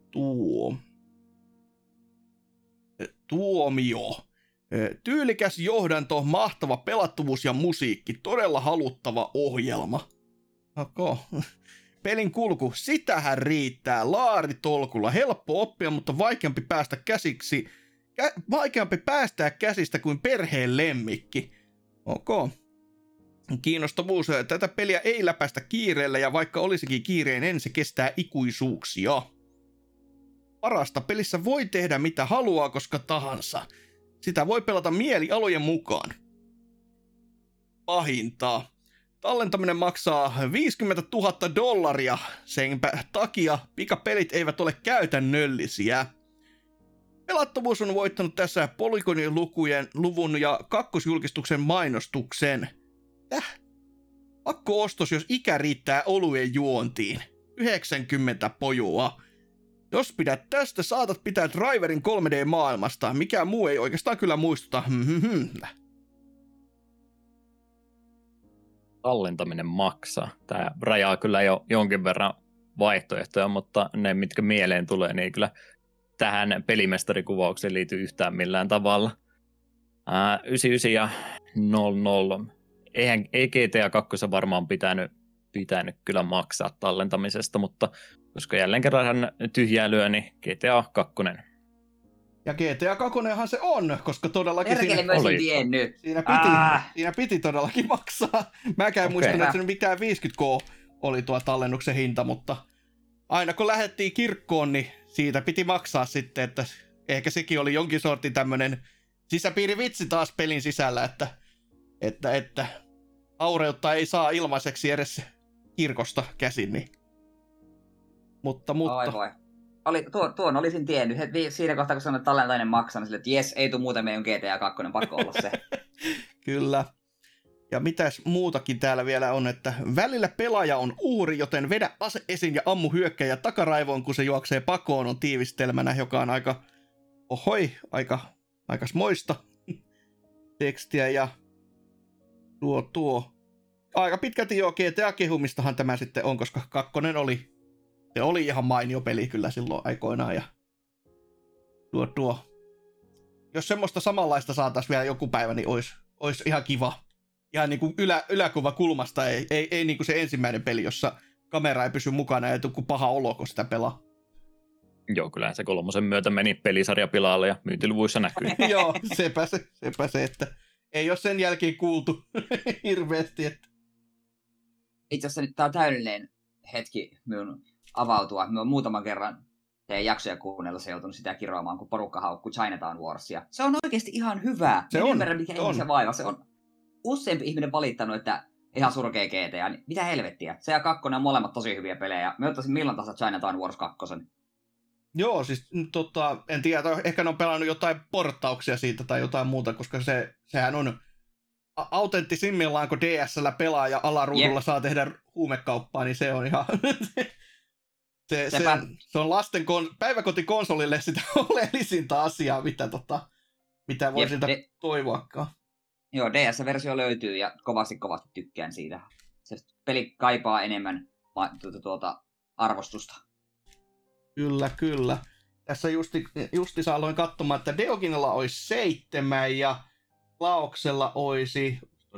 tuomio. Tyylikäs johdanto, mahtava pelattuvuus ja musiikki. Todella haluttava ohjelma. Okay. Pelin kulku, sitähän riittää. Laaritolkulla. Helppo oppia, mutta vaikeampi päästää käsistä kuin perheen lemmikki. Okay. Kiinnostavuus. Tätä peliä ei läpäistä kiireellä, ja vaikka olisikin kiireinen, se kestää ikuisuuksia. Parasta, pelissä voi tehdä mitä haluaa koska tahansa. Sitä voi pelata mielialojen mukaan. Pahinta. Tallentaminen maksaa $50,000. Senpä takia pikapelit eivät ole käytännöllisiä. Pelattavuus on voittanut tässä Polygonin luvun ja kakkosjulkistuksen mainostuksen. Pakko-ostos, jos ikä riittää oluen juontiin. 90 pojoa. Jos pidät tästä, saatat pitää Driverin 3D-maailmasta. Mikään muu ei oikeastaan kyllä muistuta. Tallentaminen maksaa. Tämä rajaa kyllä jo jonkin verran vaihtoehtoja, mutta ne, mitkä mieleen tulee, niin ei kyllä tähän pelimestarikuvaukseen liity yhtään millään tavalla. 99 ja 00. Ei GTA 2 varmaan pitänyt kyllä maksaa tallentamisesta, mutta koska jälleen kerran tyhjää lyö, niin GTA 2. Ja GTA 2han se on, koska todellakin siinä piti todellakin maksaa. Mäkään muistan, että se mitään 50K oli tuo tallennuksen hinta, mutta aina kun lähdettiin kirkkoon, niin siitä piti maksaa sitten, että ehkä sekin oli jonkin sortin tämmönen sisäpiirivitsi taas pelin sisällä, että aureutta ei saa ilmaiseksi edes kirkosta käsin. Niin. Mutta. Tuon olisin tiennyt. Siinä kohtaa, kun sanoin, että tallentaminen maksaa, niin sille, että jes, ei tule muuta meidän GTA 2, pakko olla se. Kyllä. Ja mitäs muutakin täällä vielä on, että välillä pelaaja on uhri, joten vedä ase esiin ja ammu hyökkäjä takaraivoon, kun se juoksee pakoon, on tiivistelmänä, joka on aika smoista tekstiä. Ja tuo. Aika pitkälti jo GTA-kehumistahan tämä sitten on, koska 2 oli ihan mainio peli kyllä silloin aikoinaan. Ja jos semmoista samanlaista saataisiin vielä joku päivä, niin olisi ihan kiva. Ihan niin kuin yläkuva kulmasta, ei niin kuin se ensimmäinen peli, jossa kamera ei pysy mukana ja ei tule kuin paha olo, kun sitä pelaa. Joo, kyllähän se 3 myötä meni pelisarja pilalle ja myyntiluvuissa näkyy. Joo, sepä se, että ei ole sen jälkeen kuultu hirveästi. Että... Itse asiassa nyt tää on täydellinen hetki minun avautua. Minä olen muutaman kerran teidän jaksoja kuunnellessa joutunut sitä kiroamaan, kun porukka haukkuu Chinatown Warsia. Se on oikeasti ihan hyvää. Se on. Ymmärrän, mikä ihmisen vaiva. Se on useampi ihminen valittanut, että ihan surkea GTA. Niin mitä helvettiä? Se ja 2 on molemmat tosi hyviä pelejä. Mä ottaisin milloin tahansa Chinatown Wars 2. Joo, siis en tiedä, ehkä ne on pelannut jotain porttauksia siitä tai jotain muuta, koska sehän on autenttisimmillaan, kun DS:llä pelaa ja alaruudulla saa tehdä huumekauppaa, niin se on ihan... se on lasten päiväkotikonsolille sitä oleellisinta asiaa, mitä voi siltä toivoakaan. Joo, DS-versio löytyy ja kovasti tykkään siitä. Se peli kaipaa enemmän arvostusta. Kyllä. Tässä justi aloin katsomaan, että Deoginilla olisi 7 ja Laoksella olisi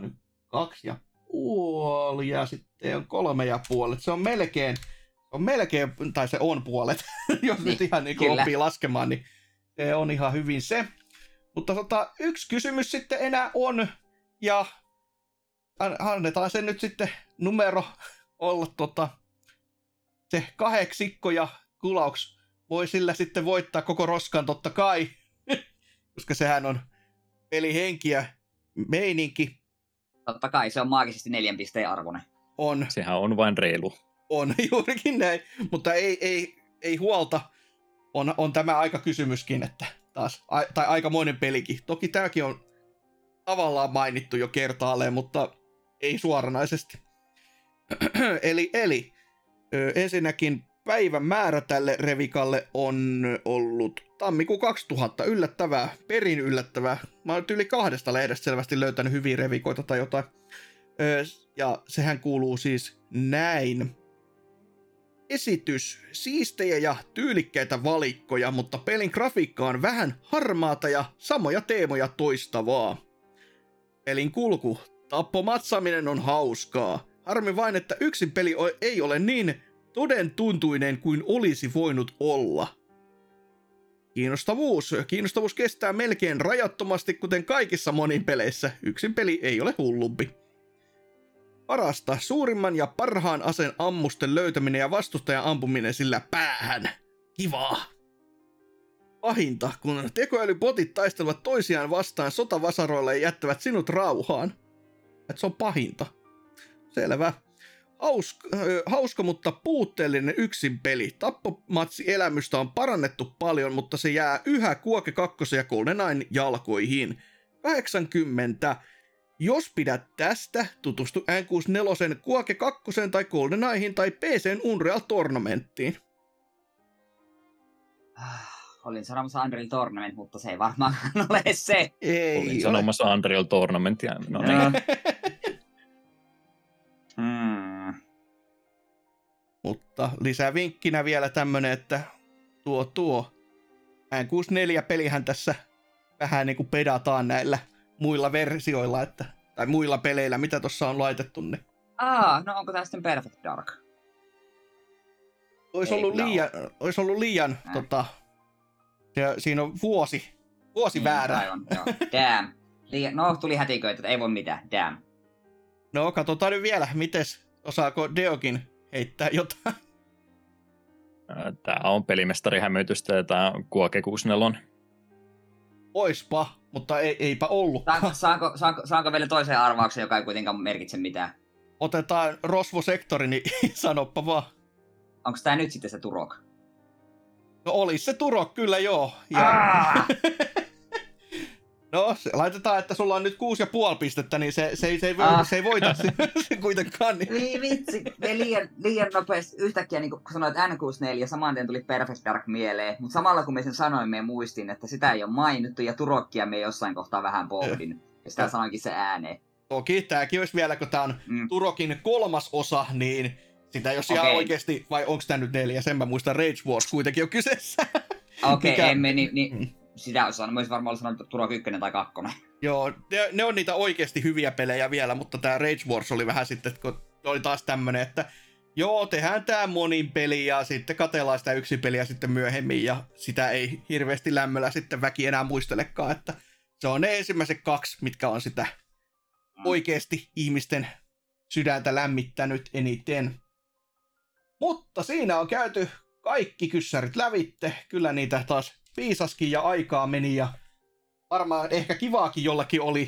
2,5 ja sitten on 3,5. Se on melkein, tai se on puolet, jos nyt ihan niin oppii laskemaan, niin se on ihan hyvin se. Mutta yksi kysymys sitten enää on, ja annetaan sen nyt sitten numero olla se 8 ja Kulauks voi sillä sitten voittaa koko roskan totta kai, koska sehän on pelihenki ja meininki. Totta kai se on maagisesti 4 pisteen arvoinen. On, Sehän on vain reilu. on juurikin näin, mutta ei huolta. On tämä aika kysymyskin, että taas, tai aikamoinen pelikin. Toki tämäkin on tavallaan mainittu jo kertaalleen, mutta ei suoranaisesti. eli ensinnäkin päivän määrä tälle revikalle on ollut tammikuun 2000. Perin yllättävää. Mä oon yli 2 lehdestä selvästi löytänyt hyviä revikoita tai jotain. Ja sehän kuuluu siis näin. Esitys, siistejä ja tyylikkäitä valikkoja, mutta pelin grafiikka on vähän harmaata ja samoja teemoja toistavaa. Pelin kulku, tappomatsaaminen on hauskaa. Harmi vain, että yksin peli ei ole niin toden tuntuinen kuin olisi voinut olla. Kiinnostavuus kestää melkein rajattomasti, kuten kaikissa monin peleissä. Yksin peli ei ole hullumpi. Parasta, suurimman ja parhaan aseen ammusten löytäminen ja vastustajan ampuminen sillä päähän. Kivaa. Pahinta, kun tekoälybotit taistelevat toisiaan vastaan sotavasaroilla ja jättävät sinut rauhaan. Et se on pahinta. Selvä. Hauska, mutta puutteellinen yksin peli. Tappomatsi-elämystä on parannettu paljon, mutta se jää yhä Quake 2 ja GoldenEyen jalkoihin. 80. Jos pidät tästä, tutustu N64, Quake 2 tai GoldenEyeen tai PC:n Unreal Tournamenttiin. Olin sanomassa Unreal Tournament, mutta se ei varmaan ole se. Ei Olin ole. sanomassa Unreal Tournamentia. No niin. Mutta lisävinkkinä vielä tämmönen, että tuo N64-pelihän tässä vähän niinku pedataan näillä muilla versioilla, tai muilla peleillä, mitä tuossa on laitettu. Niin. No onko tää sitten Perfect Dark? Olisi ollut liian siinä on vuosi väärä. Aivan, joo. Damn. No, tuli hätiköitä, että ei voi mitään. Damn. No, katsotaan nyt vielä, osaako Deokin heittää jotain. Tää on pelimestarihämöitystä ja tää on Quake 64. Oispa, mutta eipä ollut. Saanko vielä toiseen arvauksen, joka ei kuitenkaan merkitse mitään? Otetaan rosvosektori, niin sanoppa vaan. Onko tää nyt sitten se Turok? No olis se Turok, kyllä joo. Ja... No, laitetaan, että sulla on nyt 6,5 pistettä, niin se ei voita se kuitenkaan. Niin vitsi, me liian nopeasti yhtäkkiä, niin kun sanoit N64, saman tien tuli Perfect Dark mieleen, mutta samalla kun me sen sanoimme, muistin, että sitä ei ole mainittu, ja Turokkia me jossain kohtaa vähän pohdin, ja sitä sanoinkin se ääneen. Toki, tääkin olisi vielä, kun tää on Turokin 3. osa, niin sitä jos ihan oikeesti, vai onko tää nyt 4, sen mä muistan, Rage Wars kuitenkin on kyseessä. Okei, emme, sitä olisi sanonut, mä olisin varmaan ollut sanonut Turok 1 tai 2. Joo, ne on niitä oikeasti hyviä pelejä vielä, mutta tää Rage Wars oli vähän sitten, kun oli taas tämmönen, että joo, tehdään tää monin peli ja sitten katsellaan sitä yksin peliä sitten myöhemmin ja sitä ei hirveästi lämmöllä sitten väki enää muistelekaan, että se on ne ensimmäiset 2, mitkä on sitä oikeasti ihmisten sydäntä lämmittänyt eniten. Mutta siinä on käyty kaikki kyssärit lävitte, kyllä niitä taas viisaskin ja aikaa meni ja varmaan ehkä kivaakin jollakin oli.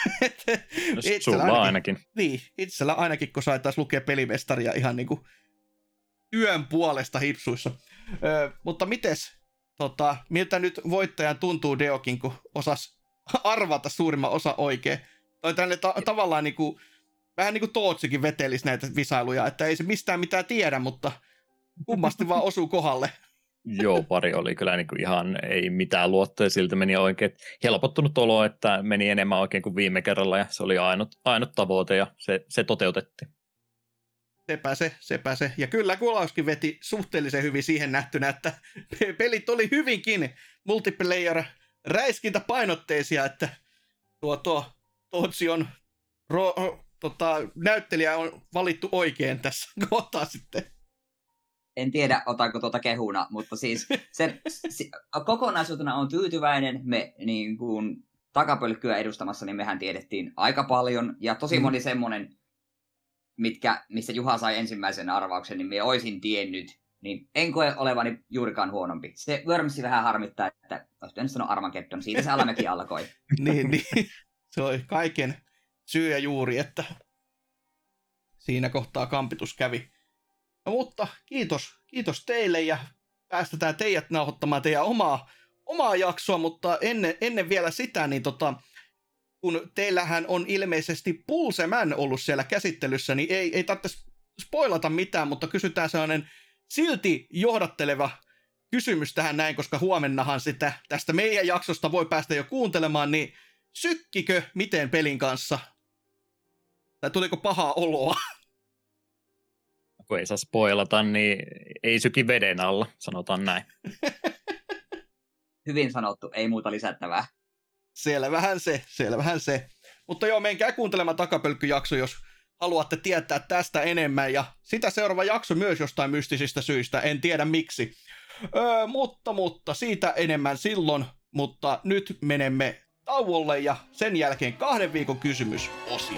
Sulla ainakin. Niin, itsellä ainakin, kun sai taas lukea pelimestaria ihan niinku työn puolesta hipsuissa. Mutta miltä nyt voittajan tuntuu Deokin, kun osas arvata suurimman osa oikein? Toi tänne tavallaan niinku, vähän niin kuin Tootsikin vetelisi näitä visailuja, että ei se mistään mitään tiedä, mutta kummasti vaan osuu kohdalle. Joo, pari oli kyllä niin kuin ihan ei mitään luottoja, siltä meni oikein helpottunut olo, että meni enemmän oikein kuin viime kerralla ja se oli ainut tavoite ja se toteutettiin. Sepä se. Ja kyllä Kulauskin veti suhteellisen hyvin siihen nähtynä, että pelit oli hyvinkin multiplayer räiskintäpainotteisia, että tuo Tootsi on näyttelijä on valittu oikein tässä kohtaa sitten. En tiedä, otanko tuota kehuna, mutta siis kokonaisuutena on tyytyväinen. Me niin kuin takapölkkyä edustamassa, niin mehän tiedettiin aika paljon. Ja tosi moni semmonen, missä Juha sai ensimmäisen arvauksen, niin me oisin tiennyt. Niin en koe olevani juurikaan huonompi. Se Wormsi vähän harmittaa, että olisi pitänyt sanoa Armageddon. Siitä se alamäki alkoi. niin. Se oli syy ja juuri, että siinä kohtaa kampitus kävi. No, mutta kiitos teille ja päästetään teidät nauhoittamaan teidän omaa jaksoa, mutta ennen vielä sitä, niin kun teillähän on ilmeisesti Pulseman ollut siellä käsittelyssä, niin ei tarvitse spoilata mitään, mutta kysytään sellainen silti johdatteleva kysymys tähän näin, koska huomennahan sitä tästä meidän jaksosta voi päästä jo kuuntelemaan, niin sykkikö miten pelin kanssa? Tai tuliko pahaa oloa? Kun ei saa spoilata, niin ei syki veden alla, sanotaan näin. Hyvin sanottu, ei muuta lisättävää. Selvähän se. Mutta joo, menkää kuuntelemaan Takapölkky-jakso, jos haluatte tietää tästä enemmän. Ja sitä seuraava jakso myös jostain mystisistä syistä, en tiedä miksi. Mutta siitä enemmän silloin. Mutta nyt menemme tauolle ja sen jälkeen 2 viikon kysymysosio.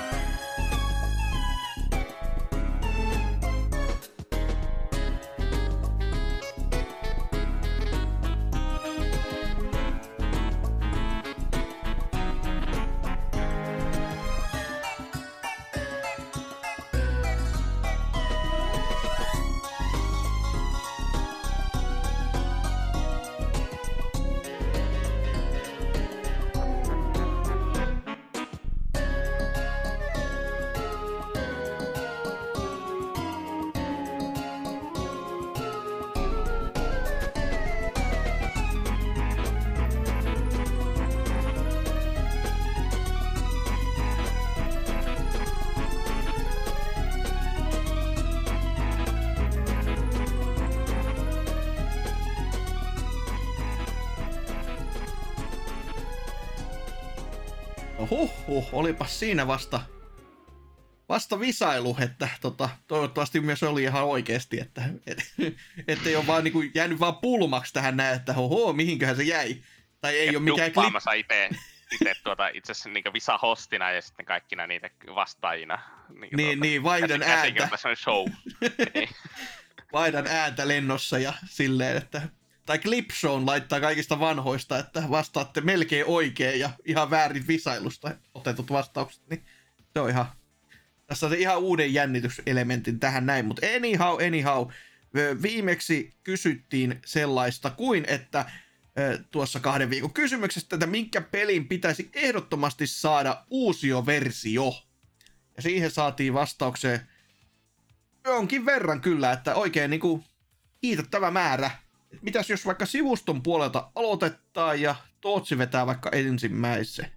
Olipas siinä vasta visailu, että toivottavasti myös oli ihan oikeasti, että ettei ole vaan niinku jäänyt vaan pulmaksi tähän näin, että mihinköhän se jäi. Tai ei ole mikään klip. Mä sain itse itse asiassa niinku visa-hostina ja sitten kaikkina niitä vastaajina. Niin, vaihdan ääntä. Show. Vaihdan ääntä lennossa ja silleen, että tai Clipshown laittaa kaikista vanhoista, että vastaatte melkein oikein ja ihan väärin visailusta otetut vastaukset, niin se on ihan, tässä on ihan uuden jännityselementin tähän näin, mutta anyhow, viimeksi kysyttiin sellaista kuin, että tuossa 2 viikon kysymyksestä, että minkä pelin pitäisi ehdottomasti saada uusioversio, ja siihen saatiin vastaukseen jonkin verran kyllä, että oikein niinku kiitettävä määrä. Mitäs jos vaikka sivuston puolelta aloitetaan ja Tootsi vetää vaikka ensimmäisen?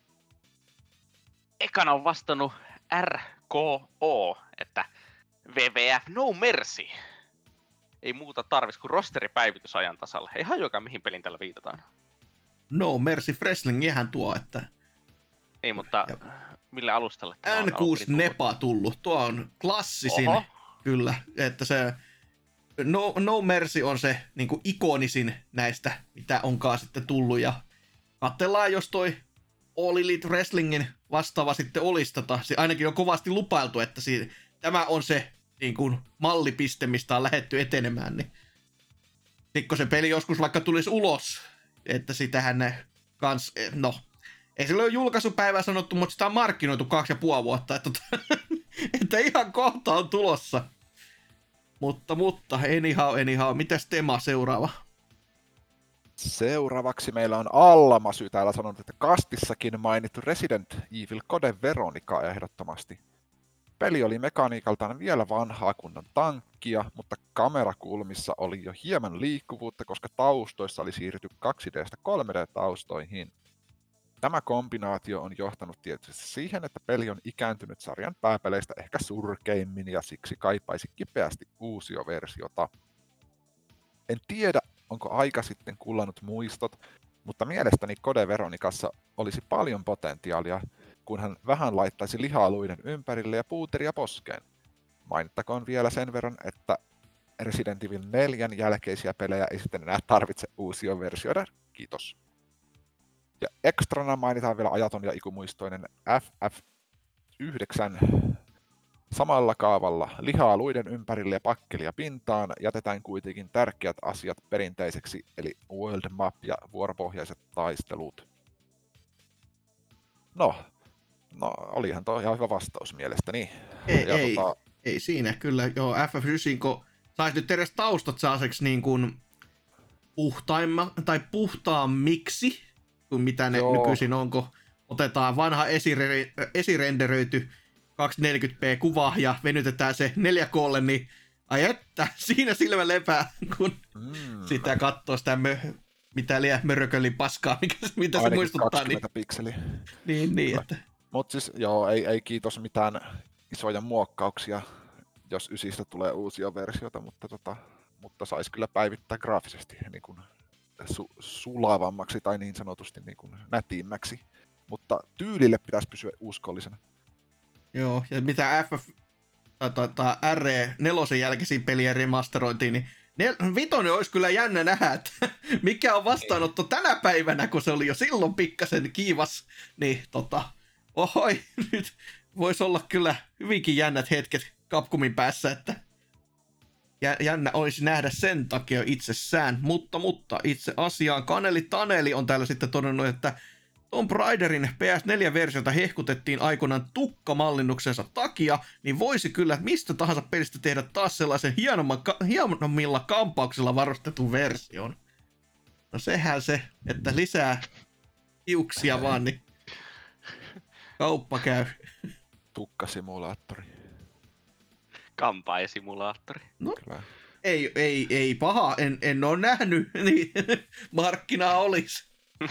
Ekana on vastannut RKO, että WWF No Mercy. Ei muuta tarvis kuin rosteripäivitys ajan tasalla. Ei hajuakaan mihin pelin tällä viitataan. No Mercy Wrestlingihän tuo, että... Ei, mutta millä alustalla? N6 Nepa tullut. Tuo on klassisin. Oho. Kyllä, että se... No Mercy on se niin kuin ikonisin näistä, mitä onkaan sitten tullut, ja katsellaan, jos toi All Elite Wrestlingin vastaava sitten olisi ainakin on kovasti lupailtu, että tämä on se niin kuin mallipiste, mistä on lähdetty etenemään, niin sitten se peli joskus vaikka tulisi ulos, että sitähän ne kans, no, ei sillä ole julkaisupäivää sanottu, mutta sitä on markkinoitu 2,5 vuotta, että ihan kohta on tulossa. Mutta anyhow, mitäs Tema seuraava? Seuraavaksi meillä on Allamasy täällä sanonut, että kastissakin mainittu Resident Evil Code Veronica ehdottomasti. Peli oli mekaniikaltaan vielä vanhaa kunnon tankkia, mutta kamerakulmissa oli jo hieman liikkuvuutta, koska taustoissa oli siirrytty 2D:stä 3D-taustoihin. Tämä kombinaatio on johtanut tietysti siihen, että peli on ikääntynyt sarjan pääpeleistä ehkä surkeimmin ja siksi kaipaisi kipeästi uusioversiota. En tiedä, onko aika sitten kullannut muistot, mutta mielestäni Code Veronicassa olisi paljon potentiaalia, kun hän vähän laittaisi lihaa luiden ympärille ja puuteria poskeen. Mainittakoon vielä sen verran, että Resident Evil 4 jälkeisiä pelejä ei sitten enää tarvitse uusioversioida. Kiitos. Ja ekstrana mainitaan vielä ajaton ja ikumuistoinen FF9. Samalla kaavalla lihaa luiden ympärille ja pakkelia pintaan jätetään kuitenkin tärkeät asiat perinteiseksi, eli world map ja vuoropohjaiset taistelut. No, No, olihan tuo ihan hyvä vastaus mielestäni. Ei siinä kyllä. Joo, FF9, kun saisi nyt edes taustat sellaiseksi niin kuin puhtaammiksi kuin mitä ne nykyisin on, kun otetaan vanha esirenderöity 240p-kuva ja venytetään se 4K:lle, niin ai että, siinä silmä lepää, kun sitä katsoo sitä mitä liian mörökölin paskaa, mitä se muistuttaa. 20 pikseliä. Niin, että... Mutta siis joo, ei kiitos mitään isoja muokkauksia, jos 9 tulee uusia versioita, mutta saisi kyllä päivittää graafisesti niin kuin sulavammaksi tai niin sanotusti niin kuin nätimmäksi. Mutta tyylille pitäisi pysyä uskollisena. Joo, ja mitä RE4 jälkeisiin pelien remasterointiin, niin vitonen olisi kyllä jännä nähdä, että mikä on vastaanotto tänä päivänä, kun se oli jo silloin pikkasen kiivas, niin ohoi, nyt voisi olla kyllä hyvinkin jännät hetket Capcomin päässä, että jännä olisi nähdä sen takia itsessään, mutta itse asiaan Kaneli Taneli on täällä sitten todennut, että Tomb Raiderin PS4-versiota hehkutettiin aikoinaan tukkamallinnuksensa takia, niin voisi kyllä mistä tahansa pelistä tehdä taas sellaisen hienommilla kampauksilla varustetun version. No sehän se, että lisää hiuksia vaan, niin kauppa käy. Tukkasimulaattori. Kampaajasimulaattori. No, ei paha, en ole nähnyt, niin markkinaa olisi.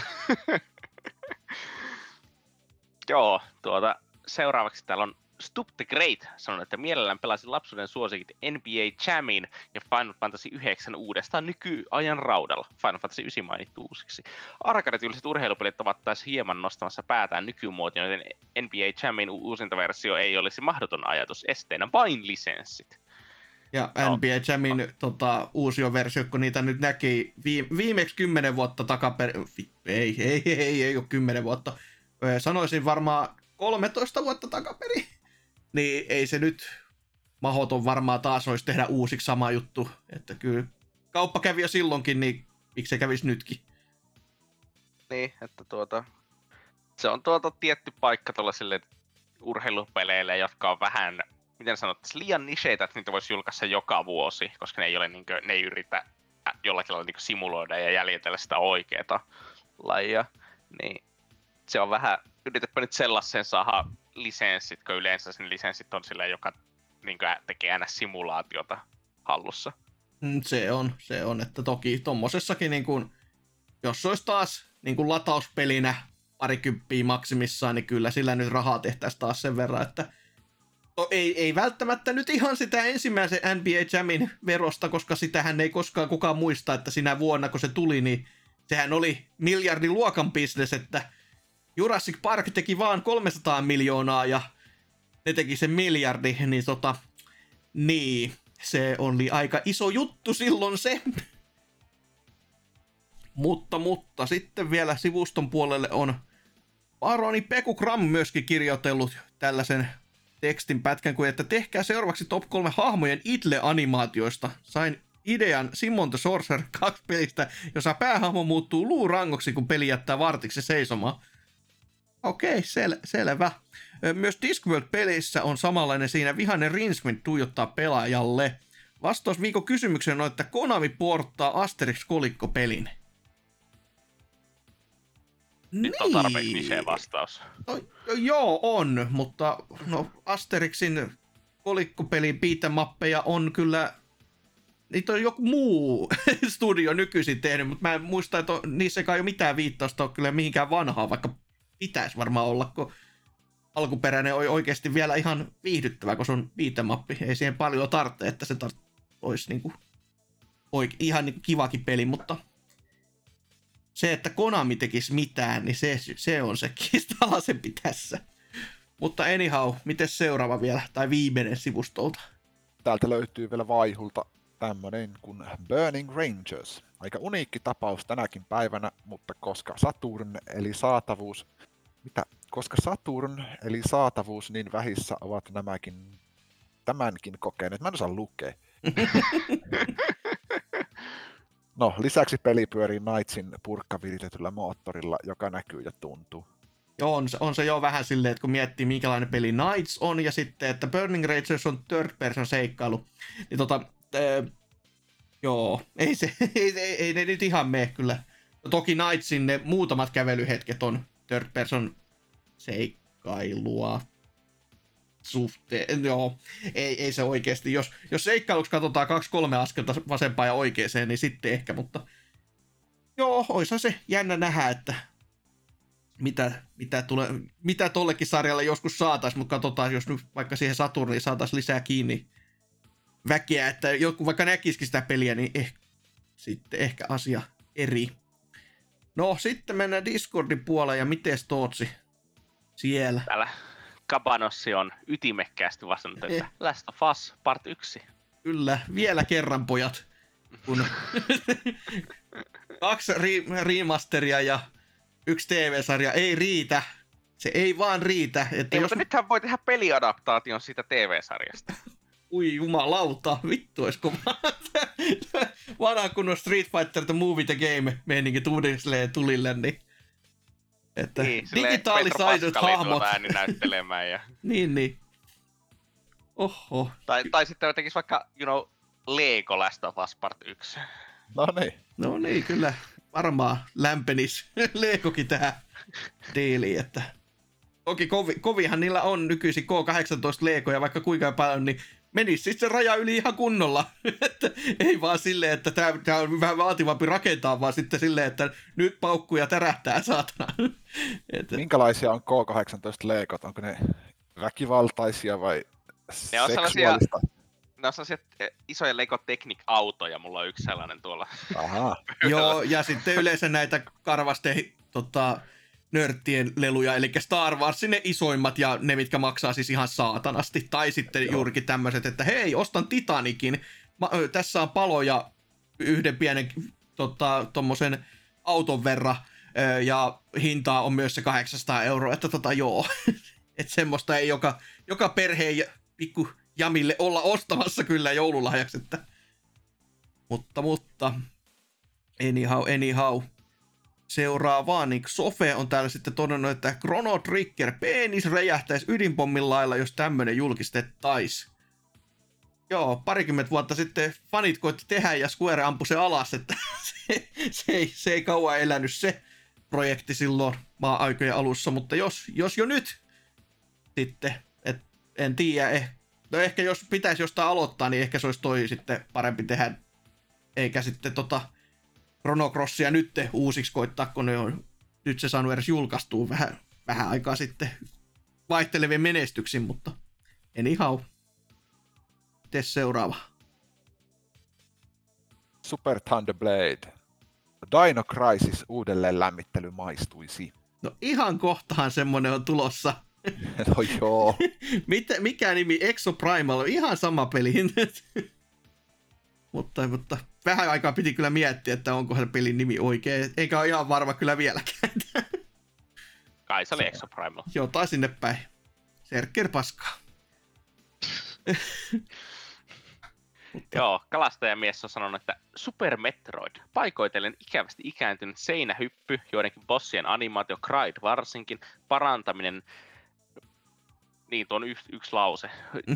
Joo, seuraavaksi täällä on Stup the Great sanonut, että mielellään pelasin lapsuuden suosikit NBA Jamin ja Final Fantasy 9 uudestaan nykyajan raudalla. Final Fantasy 9 mainittu uusiksi. Arcade-tyyliset urheilupelit ovat taas hieman nostamassa päätään nykymuotiin, joten NBA Jamin uusinta versio ei olisi mahdoton ajatus, esteenä vain lisenssit. Ja NBA Jamin uusioversio, kun niitä nyt näki viimeksi 10 vuotta takaperin. Ei ole 10 vuotta. Sanoisin varmaan 13 vuotta takaperin. Niin ei se nyt mahdoton varmaan taas olisi tehdä uusiksi sama juttu. Että kyllä kauppa kävi jo silloinkin, niin miksi se kävisi nytkin? Niin, että se on tietty paikka tuollaisille urheilupeleille, jotka on vähän, miten sanottaisiin, liian nicheitä, että niitä voisi julkaista joka vuosi, koska ne ei yritä jollakin lailla simuloida ja jäljitellä sitä oikeaa lajia. Niin se on vähän, yritäpä nyt sellaisen saada lisenssit, kun yleensä sen lisenssit on sillä, joka tekee NS-simulaatiota hallussa. Se on, että toki tommosessakin, jos olisi taas latauspelinä parikymppiä maksimissaan, niin kyllä sillä nyt rahaa tehtäisiin taas sen verran, että ei välttämättä nyt ihan sitä ensimmäisen NBA Jamin verosta, koska sitähän ei koskaan kukaan muista, että sinä vuonna kun se tuli, niin sehän oli miljardiluokan business, että Jurassic Park teki vaan 300 miljoonaa ja ne teki sen miljardi, niin niin, se oli aika iso juttu silloin se. Mutta sitten vielä sivuston puolelle on Baroni Peku Gram myöskin kirjoitellut tällaisen tekstin pätkän kuin, että tehkää seuraavaksi top 3 hahmojen Itle-animaatioista. Sain idean Simon the Sorcerer 2 pelistä, jossa päähahmo muuttuu luurangoksi, kun peli jättää vartiksi seisomaan. Okei, selvä. Myös Discworld-pelissä on samanlainen siinä vihainen Rinsmith tuijottaa pelaajalle. Vastaus viikon kysymykseen on, että Konami porttaa Asterix-kolikkopelin. Nyt on tarpeeksi se vastaus. No, joo, on, mutta Asterixin kolikkopelin beat'em-mappeja on kyllä... Niitä on joku muu studio nykyisin tehnyt, mutta mä en muista, että niissä ei ole mitään viittausta ole kyllä mihinkään vanhaa, vaikka pitäisi varmaan olla, kun alkuperäinen on oikeasti vielä ihan viihdyttävä, kun se on beat'em-mappi. Ei siihen paljon tarvitse, että se olisi ihan kivakin peli, mutta se, että Konami tekisi mitään, niin se on se kiistalaisempi tässä. Mutta anyhow, miten seuraava vielä, tai viimeinen sivustolta? Täältä löytyy vielä Vaihulta tämmönen kuin Burning Rangers. Aika uniikki tapaus tänäkin päivänä, mutta koska Saturn eli saatavuus niin vähissä ovat tämänkin kokeneet. Mä en osaa lukea. No, lisäksi peli pyörii Knightsin purkkaviritetyllä moottorilla, joka näkyy ja tuntuu. On se jo vähän silleen, että kun miettii minkälainen peli Knights on ja sitten, että Burning Rangers on third person seikkailu, niin joo, ei ne nyt ihan mene kyllä. Toki Knightsin ne muutamat kävelyhetket on third person seikkailua suhteen. Joo, ei se oikeasti. Jos seikkailuksi katsotaan 2-3 askelta vasempaan ja oikeeseen, niin sitten ehkä, mutta joo, oishan se jännä nähdä, että mitä tollekin sarjalle joskus saataisiin, mutta katsotaan, jos nyt vaikka siihen Saturniin saataisiin lisää kiinni väkeä, että joku vaikka näkisikin sitä peliä, niin sitten ehkä asia eri. No, sitten mennään Discordin puoleen, ja mites Tootsi siellä? Täällä Kabanossi on ytimekkäästi vastannut, että Last of Us Part 1. Kyllä, vielä kerran pojat, kun 2 remasteria ja 1 TV-sarja ei riitä. Se ei vaan riitä. Että Mutta nythän voi tehdä peliadaptaation siitä TV-sarjasta. Ui jumalauta, vittu oisko vanha kunnon Street Fighter The Movie The Game meininki uudelleen tulille, niin että niin, digitaalisaiset hahmot. Ääni näyttelemään ja... niin. Oho. Tai sitten tekisi vaikka, Lego Last of Us Part 1. No niin, kyllä varmaan lämpenis Legokin tähän diiliin, että toki kovihan niillä on nykyisin K18 Legoja, vaikka kuinka paljon, niin menisi sitten se raja yli ihan kunnolla. Että ei vaan silleen, että tämä on vähän vaativampi rakentaa, vaan sitten silleen, että nyt paukkuja tärähtää, saatana. Minkälaisia on K18 Legot? Onko ne väkivaltaisia vai seksuaalista? Ne on sellaisia isoja Lego Technic-autoja, mulla on yksi sellainen tuolla. Ahaa. Joo, ja sitten yleensä näitä karvasten nörttien leluja, eli Star Warsin ne isoimmat ja ne, mitkä maksaa siis ihan saatanasti. Tai sitten juurikin tämmöiset, että hei, ostan Titanikin. Tässä on paloja yhden pienen tommosen auton verran, ja hintaa on myös se 800 €, että joo. Että semmoista ei joka perheen pikku jamille olla ostamassa kyllä joululahjaksi, että mutta anyhow. Seuraavaan, niin Sofe on täällä sitten todennut, että Chrono Trigger penis räjähtäisi ydinpommin lailla, jos tämmönen julkistettaisi. Joo, 20 vuotta sitten fanit koitti tehdä ja Square ampui se alas, että se ei kauan elänyt se projekti silloin maa-aikojen alussa, mutta jos jo nyt sitten, en tiedä, no ehkä jos pitäisi jostain aloittaa, niin ehkä se olisi toi sitten parempi tehdä, eikä sitten Chrono Crossia nyt uusiksi koittaa, kun ne on nyt se saanut edes julkaistua vähän aikaa sitten vaihtelevien menestyksin, mutta anyhow. Mites seuraava? Super Thunder Blade. Dino Crisis uudelleen lämmittely maistuisi. No ihan kohtahan semmonen on tulossa. No joo. Mikä nimi? Exoprimal on ihan sama peli. mutta vähän aikaa piti kyllä miettiä, että onko se pelin nimi oikein. Eikä ole ihan varma kyllä vieläkään. Kai se oli Exoprimal. Jotain sinne päin. Serkker paskaa. Joo, kalastajamies on sanonut, että Super Metroid, paikoitellen ikävästi ikääntynyt seinähyppy, joidenkin bossien animaatio, Cryde varsinkin, parantaminen, niin tuo on yksi lause,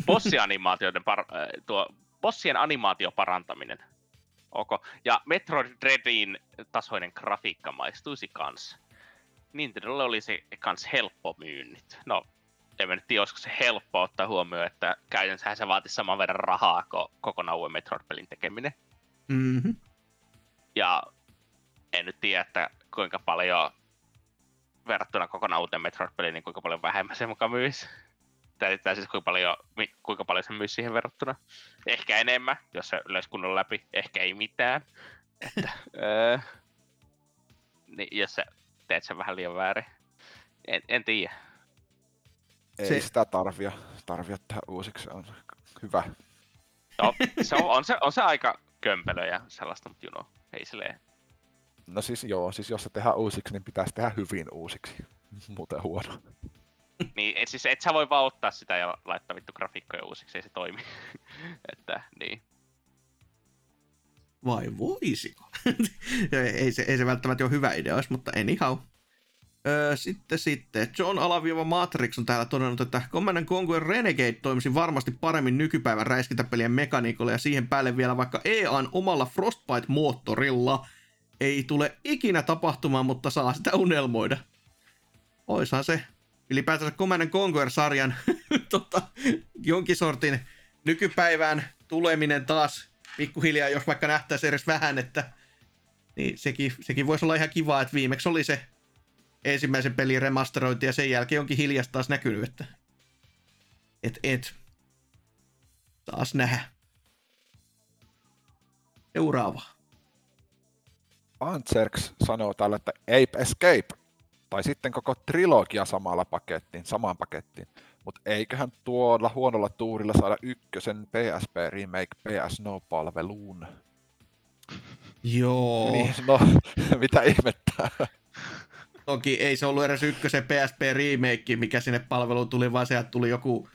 bossien animaatio parantaminen, ja Metroid Dreadin tasoinen grafiikka maistuisi kans. Nintendolle olisi kans helppo myynnit. No, en mä nyt tiedä, olisiko se helppo ottaa huomioon, että käytännössä se vaatisi saman verran rahaa kuin kokonaan uuden Metroid-pelin tekeminen. Mm-hmm. Ja en nyt tiedä, että kuinka paljon verrattuna kokonaan uuteen Metroid-peliin, niin kuinka paljon vähemmän se mukaan myisi. Tai siis kuinka paljon se myisi siihen verrattuna. Ehkä enemmän, jos se löisi kunnon läpi. Ehkä ei mitään. Että, niin, jos sä teet sen vähän liian väärin. En tiedä. Ei sitä tarvia tehdä uusiksi, se on hyvä. No, on se aika kömpelö ja sellaista, mutta ei silleen. No siis joo, siis jos se tehdään uusiksi, niin pitäisi tehdä hyvin uusiksi. Muuten huono. Niin, et sä voi vaan ottaa sitä ja laittaa vittu grafiikkoja uusiksi, ei se toimi. Että, niin. Vai voisiko? ei se välttämättä ole hyvä idea, mutta anyhow. Sitten. John Matrix on täällä todennut, että Command & Conquer Renegade toimisi varmasti paremmin nykypäivän räiskintäpelien mekaniikolla ja siihen päälle vielä vaikka EA:n omalla Frostbite-moottorilla. Ei tule ikinä tapahtumaan, mutta saa sitä unelmoida. Oishan se ylipäätänsä Command & Conquer-sarjan jonkin sortin nykypäivään tuleminen taas pikkuhiljaa, jos vaikka nähtäisi edes vähän, että niin sekin voisi olla ihan kiva, että viimeksi oli se ensimmäisen pelin remasterointi ja sen jälkeen onkin hiljasta taas näkynyt, että taas nähdä. Seuraava. Panzerx sanoo täällä, että Ape Escape, tai sitten koko trilogia samaan pakettiin. Mutta eiköhän tuolla huonolla tuurilla saada ykkösen PSP Remake PS No-palveluun. Joo. Niin, no, mitä ihmettää? Toki ei se ollut edes ykkösen PSP Remake, mikä sinne palveluun tuli, vaan sieltä tuli joku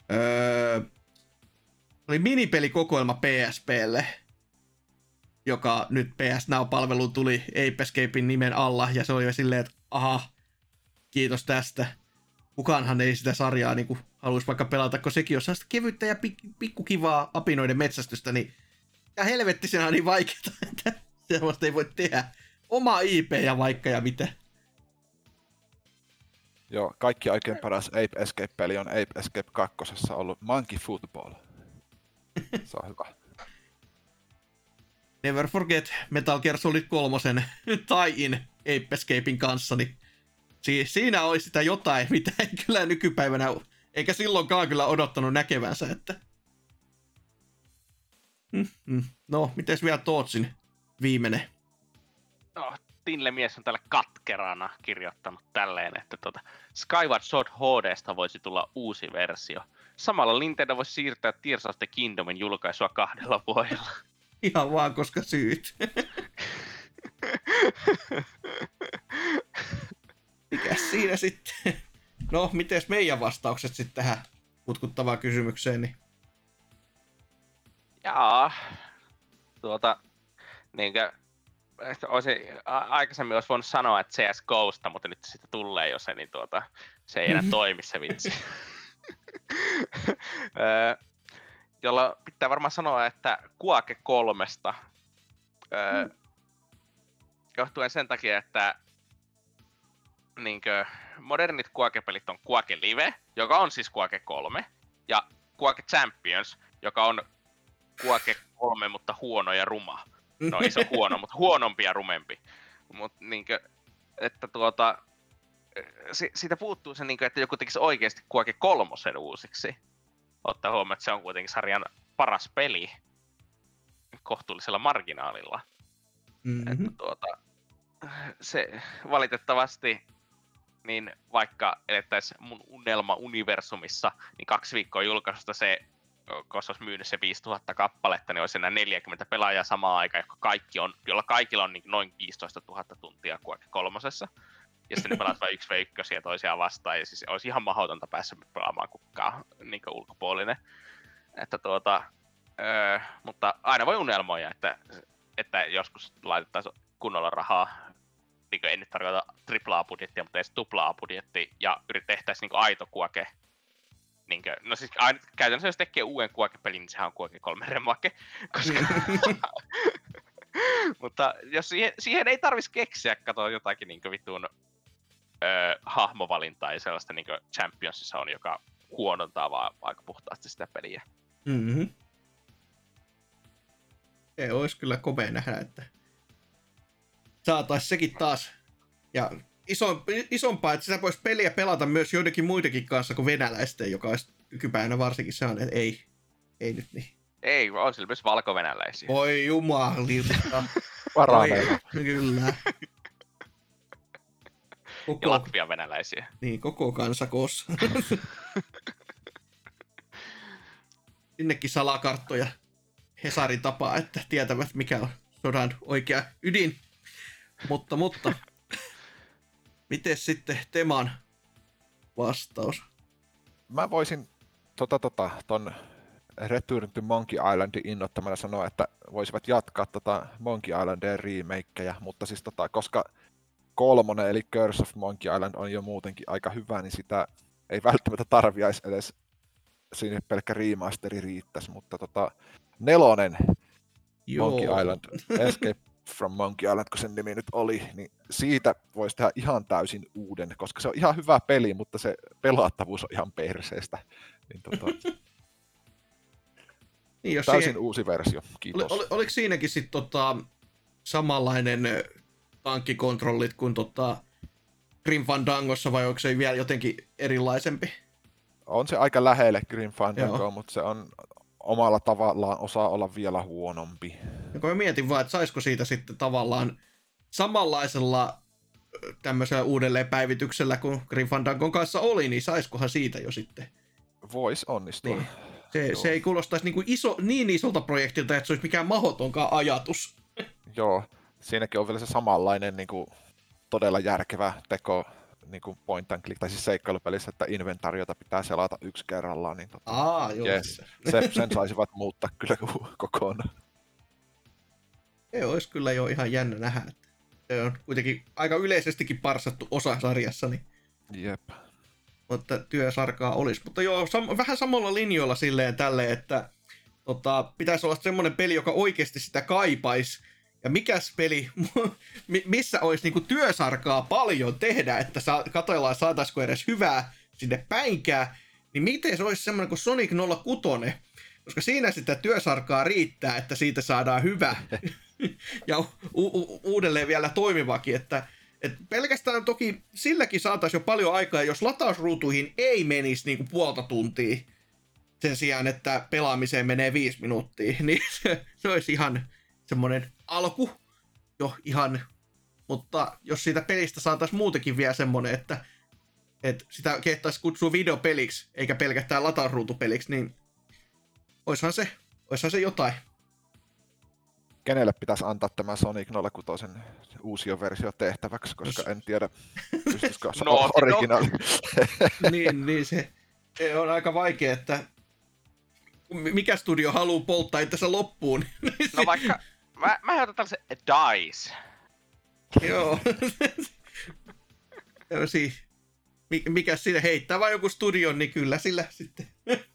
oli minipelikokoelma PSPlle, joka nyt PS Now-palveluun tuli Ape Escapein nimen alla, ja se oli jo silleen, että aha, kiitos tästä. Kukaanhan ei sitä sarjaa niin haluaisi vaikka pelata, kun sekin on sellaista kevyttä ja pikkukivaa apinoiden metsästystä, niin ja helvettisenä on niin vaikeaa, että sellaista ei voi tehdä. Oma IP ja vaikka ja mitä. Joo, kaikki oikein paras Ape Escape-peli on Ape Escape 2. ollut Monkey Football. Se on hyvä. Never forget Metal Gear Solid 3 tie-in Ape Escapein kanssa, niin siinä olisi sitä jotain, mitä ei kyllä nykypäivänä, eikä silloinkaan kyllä odottanut näkevänsä, että no, mites vielä Tootsin viimeinen? No, Tinle mies on tällä katkerana kirjoittanut tälleen, että Skyward Sword HD:sta voisi tulla uusi versio. Samalla Nintendo voisi siirtää Tears of the Kingdomin julkaisua 2 vuodella. Ihan vaan koska syyt. Mikäs siinä sitten? No, mites meidän vastaukset sitten tähän kutkuttavaan kysymykseen? Niin? Jaa, niinkö, aikaisemmin olisi voinut sanoa, että CSGOsta, mutta nyt siitä tulee jo se, niin se ei enää toimi se vitsi. Jolla pitää varmaan sanoa, että Quake 3:sta, johtuen sen takia, että niinkö, modernit Quake-pelit on Quake Live, joka on siis Quake 3, ja Quake Champions, joka on Quake 3, mutta huono ja ruma. No ei se ole huono, mutta huonompi ja rumempi. Mut niinkö, että siitä puuttuu se niinkö, että joku tekisi oikeesti Quake 3 uusiksi. Ottaa huomioon, että se on kuitenkin sarjan paras peli kohtuullisella marginaalilla. Mm-hmm. Että se valitettavasti, niin vaikka elettäisiin mun unelma-universumissa, niin 2 viikkoa julkaisusta se, koska olisi myynyt se 5000 kappaletta, niin olisi enää 40 pelaajaa samaan aikaan, jolla kaikilla on niin noin 15 000 tuntia Quake 3. Ja sitten ne pelaat vain 1v1 ja toisiaan vastaan, ja siis olisi ihan mahdotonta päässä pelaamaan kukaan niin ulkopuolinen. Että mutta aina voi unelmoida, että joskus laitettaisiin kunnolla rahaa, niin en nyt tarkoita AAA-budjettia, mutta edes AA-budjetti, ja tehtäisiin niin aito Quake. No siis käytännössä jos tekee uuden Quake-pelin, niin sehän on Quake 3 remake, koska mutta jos siihen ei tarvitsisi keksiä, katsoa jotakin niin vittuun hahmovalintaa ja sellaista niin kuin Championsissa on, joka huonontaa vaan aika puhtaasti sitä peliä. Mm-hmm. Se olisi kyllä komea nähdä, että saataisiin sekin taas. Ja isompaa, että sitä voisi peliä pelata myös joidenkin muidenkin kanssa kuin venäläisten, joka olisi nykypäivänä varsinkin sellainen, että ei nyt niin. Ei, on sillä myös valko-venäläisiä. Oi jumalista. Varameilla. Kyllä. Ja Latvian venäläisiä. Niin, koko kansa koossa. Sinnekin salakarttoja Hesarin tapaa, että tietävät mikä on sodan oikea ydin. Mutta. Miten sitten Teman vastaus? Mä voisin ton Return to Monkey Islandin innoittamana sanoa, että voisivat jatkaa Monkey Islandin remakeja, mutta siis koska 3, eli Curse of Monkey Island on jo muutenkin aika hyvä, niin sitä ei välttämättä tarviaisi edes, siinä pelkkä remasteri riittäisi, mutta 4, Monkey Island, Escape from Monkey Island, kun sen nimi nyt oli, niin siitä voisi tehdä ihan täysin uuden, koska se on ihan hyvä peli, mutta se pelattavuus on ihan perseestä. Niin niin, jos täysin siihen... uusi versio, kiitos. Oliko siinäkin sitten samanlainen tankkikontrollit kuin Grim Fandangossa, vai onko se vielä jotenkin erilaisempi? On se aika lähelle Grim Fandangoa, mutta se on omalla tavallaan osaa olla vielä huonompi. Ja kun mä mietin vaan, että saisiko siitä sitten tavallaan samanlaisella tämmöisellä uudelleenpäivityksellä kuin Grim Fandangon kanssa oli, niin saiskohan siitä jo sitten? Voisi onnistua. Niin. Se ei kuulostaisi niin isolta projektilta, että se olisi mikään mahdotonkaan ajatus. Joo, siinäkin on vielä se samanlainen niin kuin, todella järkevä teko niin kuin point and click, tai siis seikkailupelissä, että inventaariota pitää selata yksi kerrallaan. Niin joo. Yes, sen saisivat muuttaa kyllä kokonaan. Se olisi kyllä jo ihan jännä nähdä. Että se on kuitenkin aika yleisestikin parsattu osa sarjassa, niin... Jep. Mutta työsarkaa olisi. Mutta joo, vähän samalla linjoilla silleen tälleen, että pitäisi olla semmoinen peli, joka oikeasti sitä kaipaisi. Ja mikäs peli, missä olisi niinku työsarkaa paljon tehdä, että katsoillaan saataisiko edes hyvää sinne päinkään, niin miten se olisi semmoinen kuin Sonic 06, koska siinä sitä työsarkaa riittää, että siitä saadaan hyvä ja uudelleen vielä toimivakin, että pelkästään toki silläkin saataisiin jo paljon aikaa, jos latausruutuihin ei menisi niinku puolta tuntia sen sijaan, että pelaamiseen menee 5 minuuttia, niin se olisi ihan semmoinen alku jo ihan, mutta jos siitä pelistä saataisiin muutenkin vielä semmoinen, että sitä kehtaisi kutsua videopeliksi, eikä pelkästään latausruutupeliksi, niin oishan se jotain. Kenelle pitäisi antaa tämä Sonic 06 uusioversio tehtäväksi, koska en tiedä, pystyisikö originaali. niin se on aika vaikea, että mikä studio haluaa polttaa itsensä loppuun. No vaikka, mä otan tällaisen DICE. Joo. Mikä siinä heittää vaan joku studion, niin kyllä sillä sitten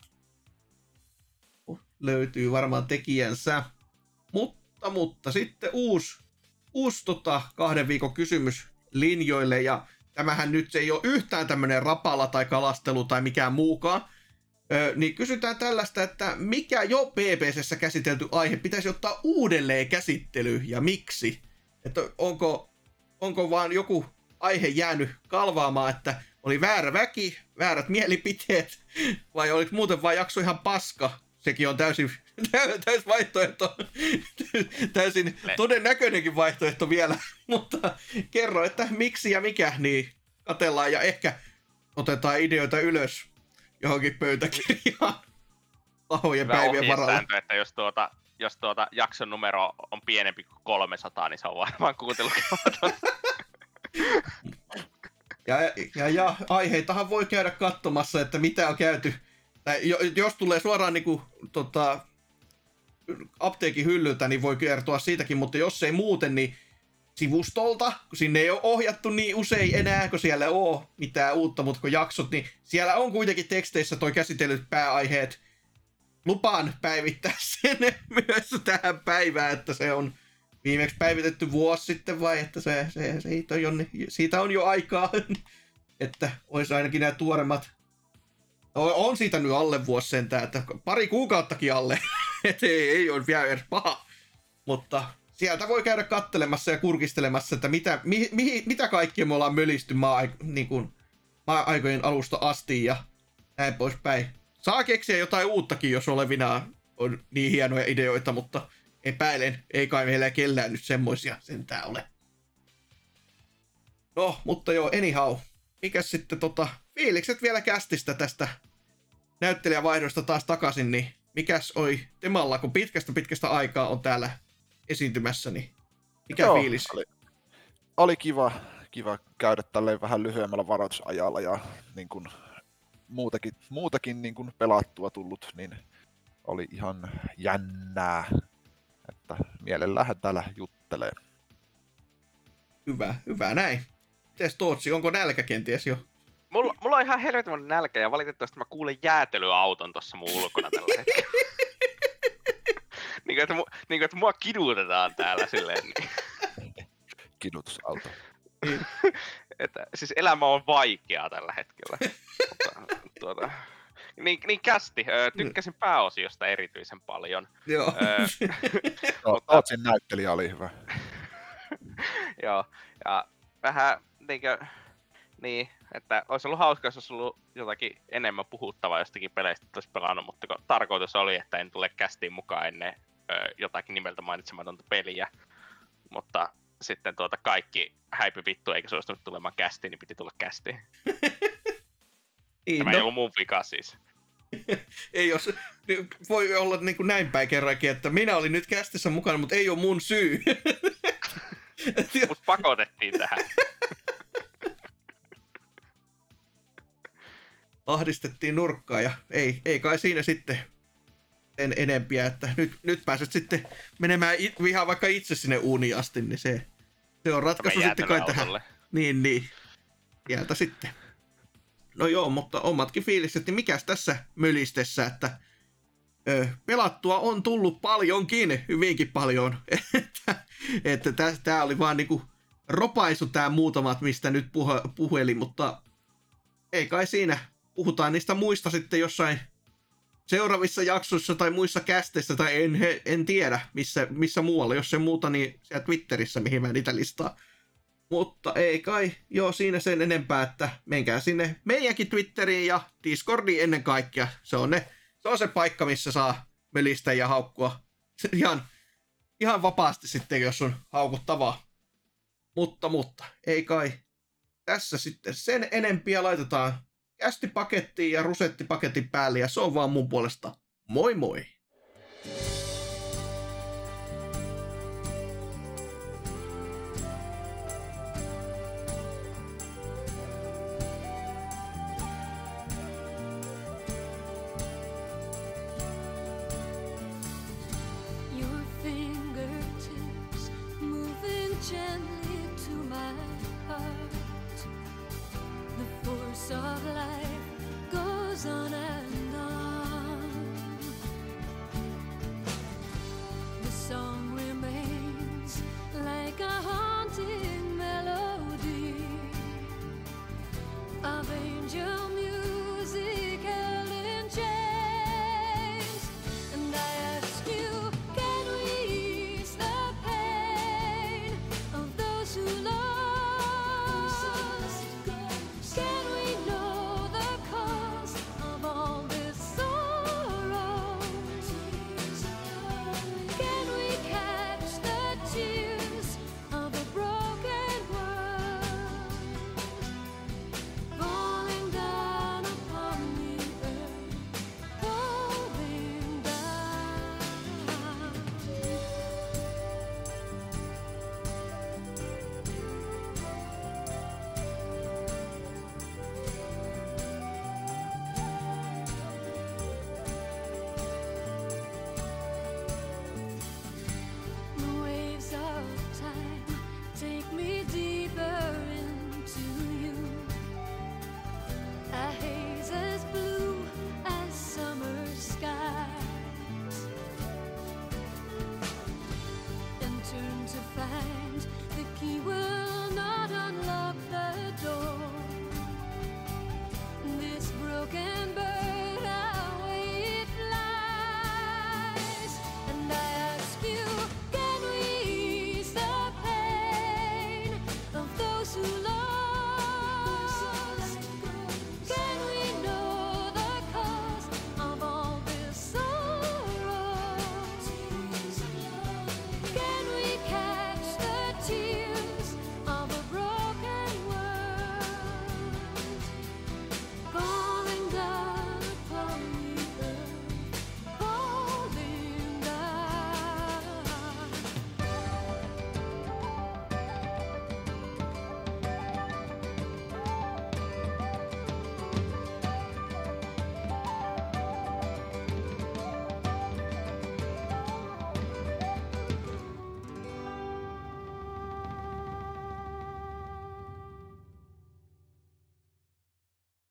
löytyy varmaan tekijänsä. Mutta sitten uusi 2 viikon kysymys linjoille, ja tämähän nyt se ei ole yhtään tämmöinen rapala tai kalastelu tai mikään muukaan. Niin kysytään tällaista, että mikä jo PPC:ssä käsitelty aihe pitäisi ottaa uudelleen käsittelyyn ja miksi? Että onko vaan joku aihe jäänyt kalvaamaan, että oli väärä väki, väärät mielipiteet, vai oliko muuten vaan jakso ihan paska? Sekin on täysin vaihtoehto, täysin todennäköinenkin vaihtoehto vielä, mutta kerro, että miksi ja mikä, niin katsellaan ja ehkä otetaan ideoita ylös johonkin pöytäkirjaan pahojen päivien varalla. Sääntö, että jos jakson numero on pienempi kuin 300, niin se on varmaan kuuntelukelvoton. Ja aiheitahan voi käydä katsomassa, että mitä on käyty. Tai jos tulee suoraan niinku, apteekin hyllyltä, niin voi kertoa siitäkin, mutta jos ei muuten, niin sivustolta, kun sinne ei ole ohjattu niin usein enää, kun siellä ei ole mitään uutta, mutta kun jaksot, niin siellä on kuitenkin teksteissä toi käsitellyt pääaiheet. Lupaan päivittää sen myös tähän päivään, että se on viimeksi päivitetty vuosi sitten vai, että siitä on jo aikaa, että olisi ainakin nämä tuoremmat. On siitä nyt alle vuosi sentään, että pari kuukauttakin alle, että ei ole vielä edes paha, mutta sieltä voi käydä kattelemassa ja kurkistelemassa, että mitä kaikkia me ollaan mölisty maa-aikojen alusta asti ja näin poispäin. Saa keksiä jotain uuttakin, jos olevinaan on niin hienoja ideoita, mutta epäilen, ei kai meillä kellään nyt semmoisia sentään ole. No, mutta joo, anyhow. Mikäs sitten fiilikset vielä kästistä tästä näyttelijävaihdosta taas takaisin, niin mikäs oi Temalla, kun pitkästä aikaa on täällä esiintymässä, niin mikä fiilis? Oli kiva käydä tälleen vähän lyhyemmällä varoitusajalla ja niin kuin muutakin niin kuin pelattua tullut, niin oli ihan jännää, että mielellään täällä juttelee. Hyvä näin. Mites Tootsi, onko nälkä kenties jo? Mulla on ihan helvetin nälkä ja valitettavasti mä kuulen jäätelöauton tossa mun ulkona tällä hetkellä. että mua kidutetaan täällä silleen. Niin. Kidutusauto. Että, siis elämä on vaikeaa tällä hetkellä. Niin kästi. Tykkäsin pääosiosta erityisen paljon. Joo. Tootsin näyttelijä oli hyvä. Joo, ja vähän niin, että olisi ollut hauska, jos olisi ollut jotakin enemmän puhuttavaa jostakin peleistä, että olisi pelannut, mutta tarkoitus oli, että en tule kästiin mukaan ennen jotakin nimeltä mainitsematonta peliä, mutta sitten kaikki häipy vittu eikä suostunut tulemaan kästiin, niin piti tulla kästiin. Tämä ei ollut mun vika siis. Ei jos, voi olla niin kuin näin päin kerrankin, että minä olin nyt kästissä mukana, mutta ei ole mun syy. Mut pakotettiin tähän. Ahdistettiin nurkkaan ja ei kai siinä sitten en enempiä, että nyt pääset sitten menemään ihan vaikka itse sinne uuniin asti, niin se on ratkaisu sitten kai tähän. Niin, sieltä sitten. No joo, mutta omatkin fiilikset, niin mikäs tässä mölistessä, että pelattua on tullut paljonkin, hyvinkin paljon. että tää oli vaan niinku ropaisu tää muutamat, mistä nyt puhelin, mutta ei kai siinä. Puhutaan niistä muista sitten jossain seuraavissa jaksoissa tai muissa kästeissä, tai en tiedä missä muualla. Jos se muuta, niin siellä Twitterissä, mihin mä niitä listaan. Mutta ei kai, joo siinä sen enempää, että menkää sinne meidänkin Twitteriin ja Discordiin ennen kaikkea. Se on se paikka, missä saa melistä ja haukkua ihan vapaasti sitten, jos on haukuttavaa. Mutta ei kai tässä sitten sen enempiä laitetaan kästipakettiin ja rusettipaketin päälle ja se on vaan mun puolesta moi moi!